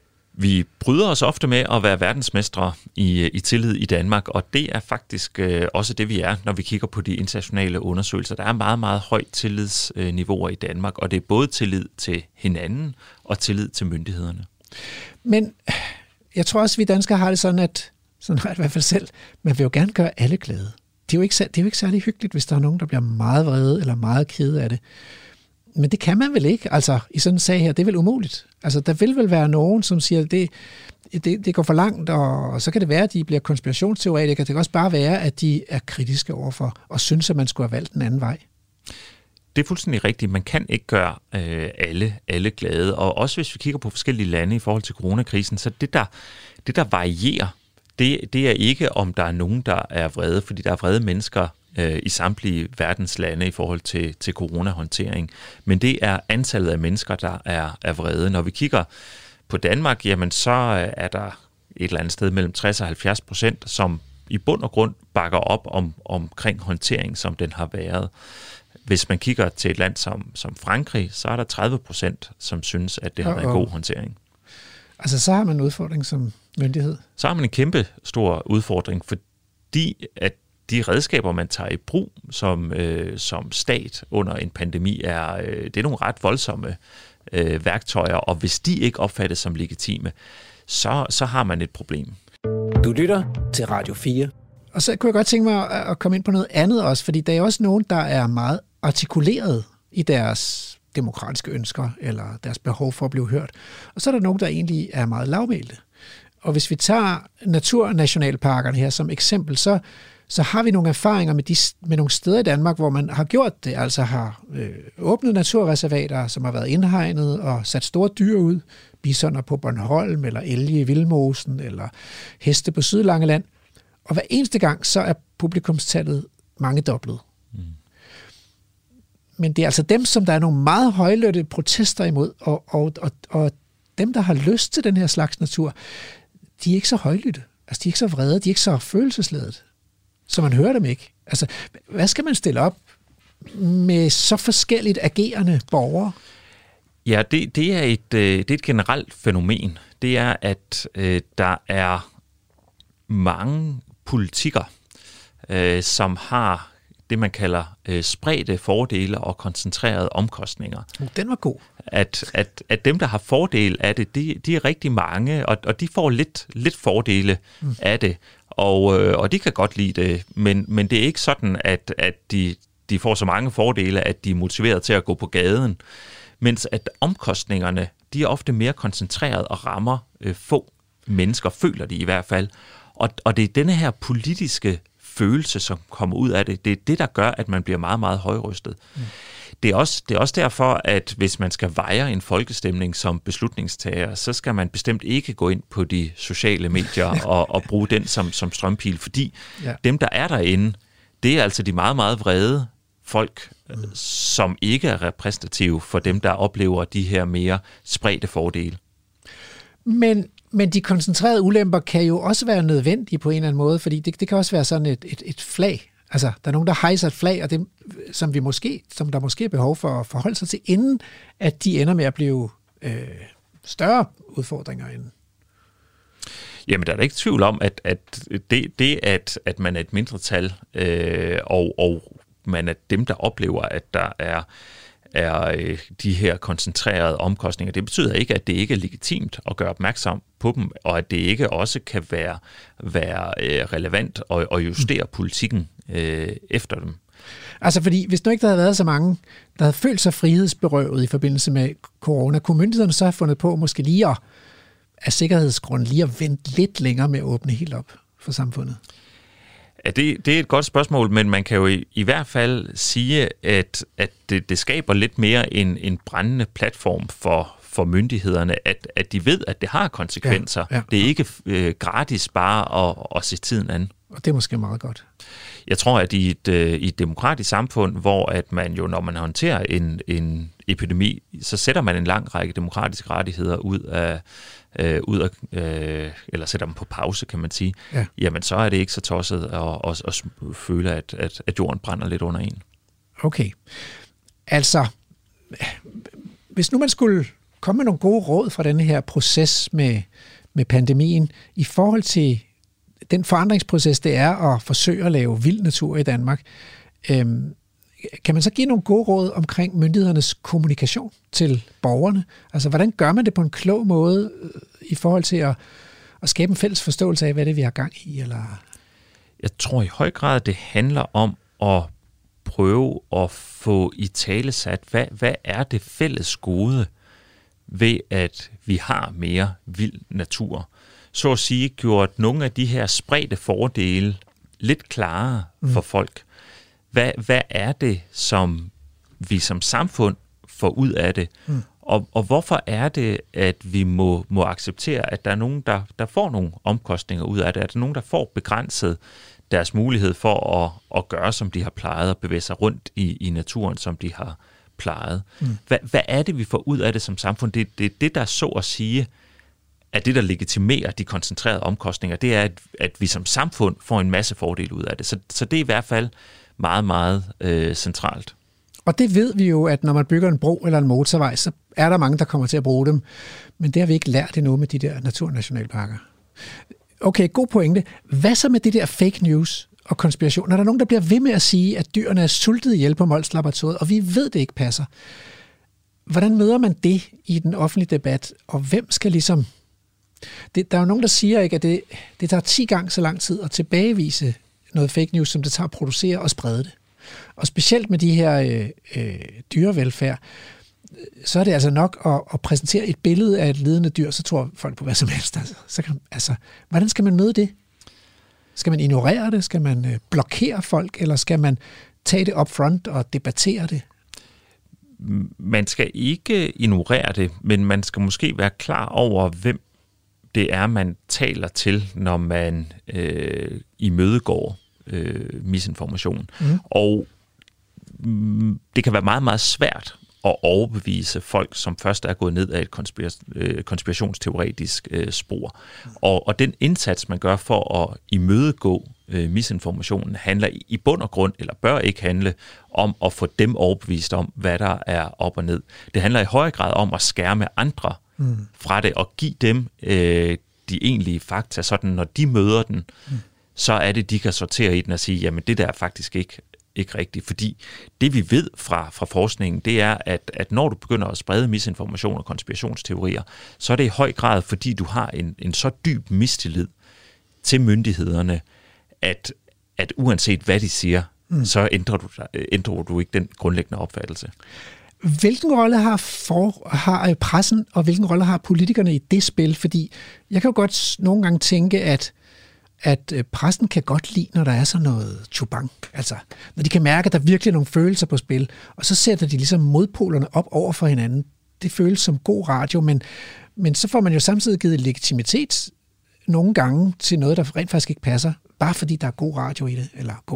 Vi bryder os ofte med at være verdensmestre i, i tillid i Danmark, og det er faktisk øh, også det, vi er, når vi kigger på de internationale undersøgelser. Der er meget, meget højt tillidsniveauer i Danmark, og det er både tillid til hinanden og tillid til myndighederne. Men jeg tror også, at vi danskere har det sådan, at sådan har jeg i hvert fald selv, man vil jo gerne gøre alle glade. Det er jo ikke, det er jo ikke særlig hyggeligt, hvis der er nogen, der bliver meget vrede eller meget kede af det. Men det kan man vel ikke, altså i sådan en sag her, det er vel umuligt. Altså der vil vel være nogen, som siger, at det, det, det går for langt, og så kan det være, at de bliver konspirationsteoretikere. Det kan også bare være, at de er kritiske overfor, og synes, at man skulle have valgt en anden vej. Det er fuldstændig rigtigt. Man kan ikke gøre øh, alle, alle glade, og også hvis vi kigger på forskellige lande i forhold til coronakrisen, så det der, det der varierer, det, det er ikke, om der er nogen, der er vrede, fordi der er vrede mennesker øh, i samtlige verdens lande i forhold til, til coronahåndtering. Men det er antallet af mennesker, der er, er vrede. Når vi kigger på Danmark, jamen så er der et eller andet sted mellem tres og halvfjerds procent, som i bund og grund bakker op om, omkring håndtering, som den har været. Hvis man kigger til et land som, som Frankrig, så er der tredive procent, som synes, at det har været en god håndtering. Altså, så har man en udfordring som myndighed? Så har man en kæmpe stor udfordring, fordi at de redskaber, man tager i brug som, øh, som stat under en pandemi, er, øh, det er nogle ret voldsomme øh, værktøjer, og hvis de ikke opfattes som legitime, så, så har man et problem. Du lytter til Radio fire. Og så kunne jeg godt tænke mig at komme ind på noget andet også, fordi der er også nogen, der er meget artikuleret i deres demokratiske ønsker eller deres behov for at blive hørt. Og så er der nogen, der egentlig er meget lavmælte. Og hvis vi tager naturnationalparkerne her som eksempel, så, så har vi nogle erfaringer med, de, med nogle steder i Danmark, hvor man har gjort det, altså har øh, åbnet naturreservater, som har været indhegnet og sat store dyr ud, bisoner på Bornholm, eller elge i Vildmosen, eller heste på Sydlangeland. Og hver eneste gang, så er publikumstallet mangedoblet. Mm. Men det er altså dem, som der er nogle meget højlydte protester imod, og, og, og, og dem, der har lyst til den her slags natur, de er ikke så højlydte. Altså, de er ikke så vrede, de er ikke så følelsesladet. Så man hører dem ikke. Altså, hvad skal man stille op med så forskelligt agerende borgere? Ja, det, det, er, et, det er et generelt fænomen. Det er, at øh, der er mange politikker, øh, som har det, man kalder øh, spredte fordele og koncentrerede omkostninger. Uh, den var god. At, at, at dem, der har fordel af det, de, de er rigtig mange, og, og de får lidt, lidt fordele mm. af det, og, øh, og de kan godt lide det, men, men det er ikke sådan, at, at de, de får så mange fordele, at de er motiveret til at gå på gaden, mens at omkostningerne, de er ofte mere koncentreret og rammer øh, få mennesker, føler de i hvert fald. Og, og det er denne her politiske følelse, som kommer ud af det, det er det, der gør, at man bliver meget, meget højrystet. Mm. Det er, også, det er også derfor, at hvis man skal vejre en folkestemning som beslutningstager, så skal man bestemt ikke gå ind på de sociale medier og, og bruge den som, som strømpil, fordi ja. dem, der er derinde, det er altså de meget, meget vrede folk, mm. som ikke er repræsentative for dem, der oplever de her mere spredte fordele. Men Men de koncentrerede ulemper kan jo også være nødvendige på en eller anden måde, fordi det, det kan også være sådan et, et, et flag. Altså, der er nogen, der hejser et flag, og det, som, vi måske, som der måske er behov for at forholde sig til, inden at de ender med at blive øh, større udfordringer end. Jamen, der er da ikke tvivl om, at, at det, det at, at man er et mindretal, øh, og, og man er dem, der oplever, at der er er øh, de her koncentrerede omkostninger. Det betyder ikke, at det ikke er legitimt at gøre opmærksom på dem, og at det ikke også kan være, være øh, relevant at, at justere politikken øh, efter dem. Altså fordi, hvis nu ikke der havde været så mange, der havde følt sig frihedsberøvet i forbindelse med corona, kunne myndighederne så have fundet på måske lige at, af sikkerhedsgrund lige at vente lidt længere med at åbne helt op for samfundet? Ja, det, det er et godt spørgsmål, men man kan jo i, i hvert fald sige, at, at det, det skaber lidt mere en, en brændende platform for, for myndighederne, at, at de ved, at det har konsekvenser. Ja, ja. Det er ikke øh, gratis bare at, at se tiden an. Og det er måske meget godt. Jeg tror, at i et, øh, i et demokratisk samfund, hvor at man jo, når man håndterer en, en epidemi, så sætter man en lang række demokratiske rettigheder ud af Øh, ud af, øh, eller sætter dem på pause, kan man sige, ja. Jamen så er det ikke så tosset at, at, at føle, at, at, at jorden brænder lidt under en. Okay. Altså, hvis nu man skulle komme med nogle gode råd fra denne her proces med, med pandemien, i forhold til den forandringsproces, det er at forsøge at lave vild natur i Danmark, øhm, kan man så give nogle gode råd omkring myndighedernes kommunikation til borgerne? Altså, hvordan gør man det på en klog måde i forhold til at, at skabe en fælles forståelse af, hvad det er, vi har gang i? Eller? Jeg tror i høj grad, det handler om at prøve at få i tale sat, hvad, hvad er det fælles gode ved, at vi har mere vild natur? Så at sige, gjort nogle af de her spredte fordele lidt klarere mm. for folk. Hvad, hvad er det, som vi som samfund får ud af det? Mm. Og, og hvorfor er det, at vi må, må acceptere, at der er nogen, der, der får nogle omkostninger ud af det? Er der nogen, der får begrænset deres mulighed for at, at gøre, som de har plejet, og bevæge sig rundt i, i naturen, som de har plejet? Mm. Hvad, hvad er det, vi får ud af det som samfund? Det er det, det, der så at sige, at det, der legitimerer de koncentrerede omkostninger, det er, at, at vi som samfund får en masse fordele ud af det. Så, så det er i hvert fald meget, meget øh, centralt. Og det ved vi jo, at når man bygger en bro eller en motorvej, så er der mange, der kommer til at bruge dem. Men det har vi ikke lært endnu med de der naturnationalparker. Okay, god pointe. Hvad så med det der fake news og konspiration? Når der er nogen, der bliver ved med at sige, at dyrene er sultet ihjel på Mols Laboratoriet, og vi ved, det ikke passer. Hvordan møder man det i den offentlige debat? Og hvem skal ligesom... Det, der er jo nogen, der siger, ikke, at det, det tager ti gange så lang tid at tilbagevise noget fake news, som det tager at producere og sprede det. Og specielt med de her øh, øh, dyrevelfærd, så er det altså nok at, at præsentere et billede af et lidende dyr, så tror folk på hvad som helst. Altså, så kan, altså, hvordan skal man møde det? Skal man ignorere det? Skal man øh, blokere folk? Eller skal man tage det up front og debattere det? Man skal ikke ignorere det, men man skal måske være klar over, hvem det er, man taler til, når man øh, imødegår øh, misinformation. Mm. Og mm, det kan være meget, meget svært at overbevise folk, som først er gået ned af et konspira- øh, konspirationsteoretisk øh, spor. Og, og den indsats, man gør for at imødegå øh, misinformationen, handler i bund og grund, eller bør ikke handle, om at få dem overbevist om, hvad der er op og ned. Det handler i høj grad om at skærme andre mm. fra det, og give dem øh, de egentlige fakta, sådan når de møder den, mm. så er det, de kan sortere i den og sige, jamen det der er faktisk ikke ikke rigtigt, fordi det vi ved fra, fra forskningen, det er, at, at når du begynder at sprede misinformation og konspirationsteorier, så er det i høj grad, fordi du har en, en så dyb mistillid til myndighederne, at, at uanset hvad de siger, mm. så ændrer du, ændrer du ikke den grundlæggende opfattelse. Hvilken rolle har, for, har pressen, og hvilken rolle har politikerne i det spil? Fordi jeg kan jo godt nogle gange tænke, at at pressen kan godt lide, når der er sådan noget chubang. Altså, når de kan mærke, at der virkelig er nogle følelser på spil, og så sætter de ligesom modpolerne op over for hinanden. Det føles som god radio, men, men så får man jo samtidig givet legitimitet nogle gange til noget, der rent faktisk ikke passer, bare fordi der er god radio i det, eller god,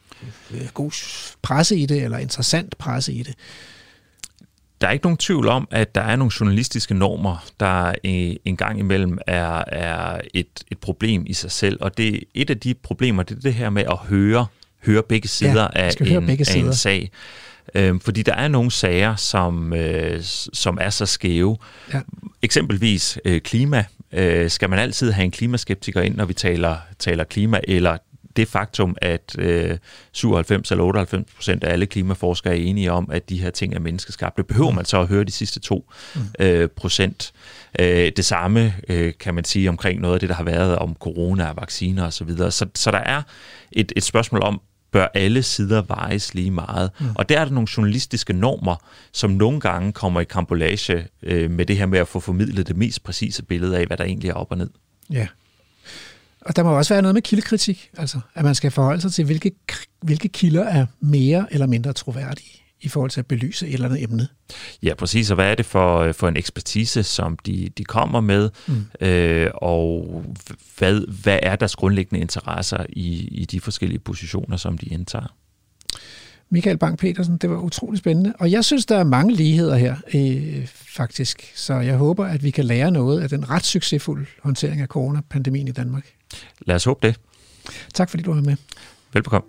god presse i det, eller interessant presse i det. Der er ikke nogen tvivl om, at der er nogle journalistiske normer, der en gang imellem er, er et, et problem i sig selv. Og det et af de problemer, det er det her med at høre, høre begge sider, ja, af, en, begge sider. af en sag. Øhm, fordi der er nogle sager, som, øh, som er så skæve. Ja. Eksempelvis øh, klima. Øh, skal man altid have en klimaskeptiker ind, når vi taler, taler klima, eller det faktum, at øh, syvoghalvfems eller otteoghalvfems procent af alle klimaforskere er enige om, at de her ting er menneskeskabte. Behøver man så at høre de sidste to øh, procent? Øh, det samme øh, kan man sige omkring noget af det, der har været om corona og vacciner osv. Så, så, så der er et, et spørgsmål om, bør alle sider vejes lige meget? Mm. Og der er der nogle journalistiske normer, som nogle gange kommer i karambolage øh, med det her med at få formidlet det mest præcise billede af, hvad der egentlig er op og ned. Ja. Og der må også være noget med kildekritik, altså at man skal forholde sig til, hvilke, hvilke kilder er mere eller mindre troværdige i forhold til at belyse et eller andet emne. Ja, præcis. Og hvad er det for, for en ekspertise, som de, de kommer med, mm. øh, og hvad, hvad er deres grundlæggende interesser i, i de forskellige positioner, som de indtager? Michael Bang-Petersen, det var utrolig spændende, og jeg synes, der er mange ligheder her, øh, faktisk. Så jeg håber, at vi kan lære noget af den ret succesfulde håndtering af coronapandemien i Danmark. Lad os håbe det. Tak fordi du var med. Velbekomme.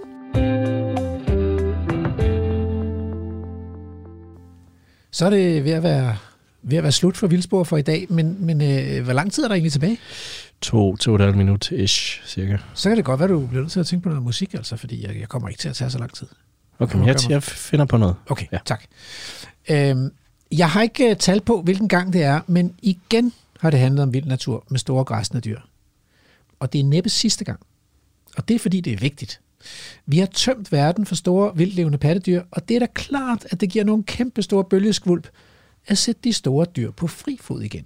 Så er det ved at være, ved at være slut for Vildspor for i dag, men, men øh, hvor lang tid er der egentlig tilbage? To, to og et halvt minut ish, cirka. Så kan det godt være, du bliver nødt til at tænke på noget musik, altså, fordi jeg, jeg kommer ikke til at tage så lang tid. Okay, men jeg, jeg finder på noget. Okay, ja. Tak. Øhm, jeg har ikke tal på, hvilken gang det er, men igen har det handlet om vild natur med store græsne dyr. Og det er næppe sidste gang. Og det er, fordi det er vigtigt. Vi har tømt verden for store vildlevende pattedyr, og det er da klart, at det giver nogle kæmpe store bølgeskvulp at sætte de store dyr på fri fod igen.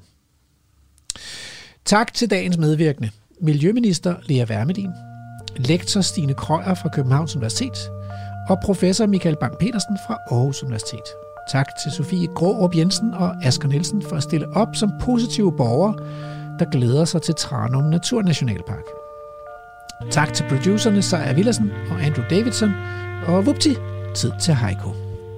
Tak til dagens medvirkende. Miljøminister Lea Wermelin, lektor Stine Krøyer fra Københavns Universitet og professor Michael Bang-Petersen fra Aarhus Universitet. tak til Sofie Grårup Jensen og Asger Nielsen for at stille op som positive borgere, der glæder sig til Tranum Naturnationalpark. Tak til producerne Sejer Villersen og Andrew Davidson, og vupti, tid til haiku.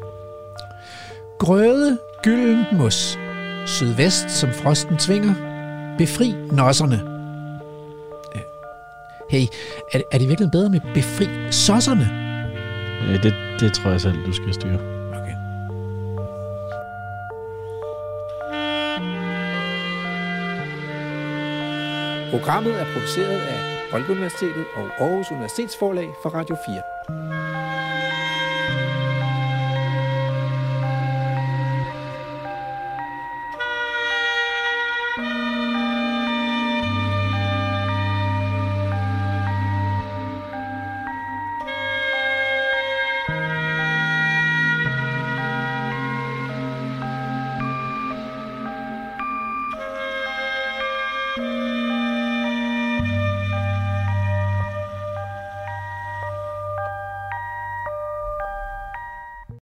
Grøde, gyldent mos, sydvest som frosten tvinger, befri nosserne. Hey, er, er det virkelig bedre med befri sosserne? Ja, det, det tror jeg selv, du skal styre. Okay. Programmet er produceret af Folkeuniversitetet og Aarhus Universitetsforlag for Radio fire.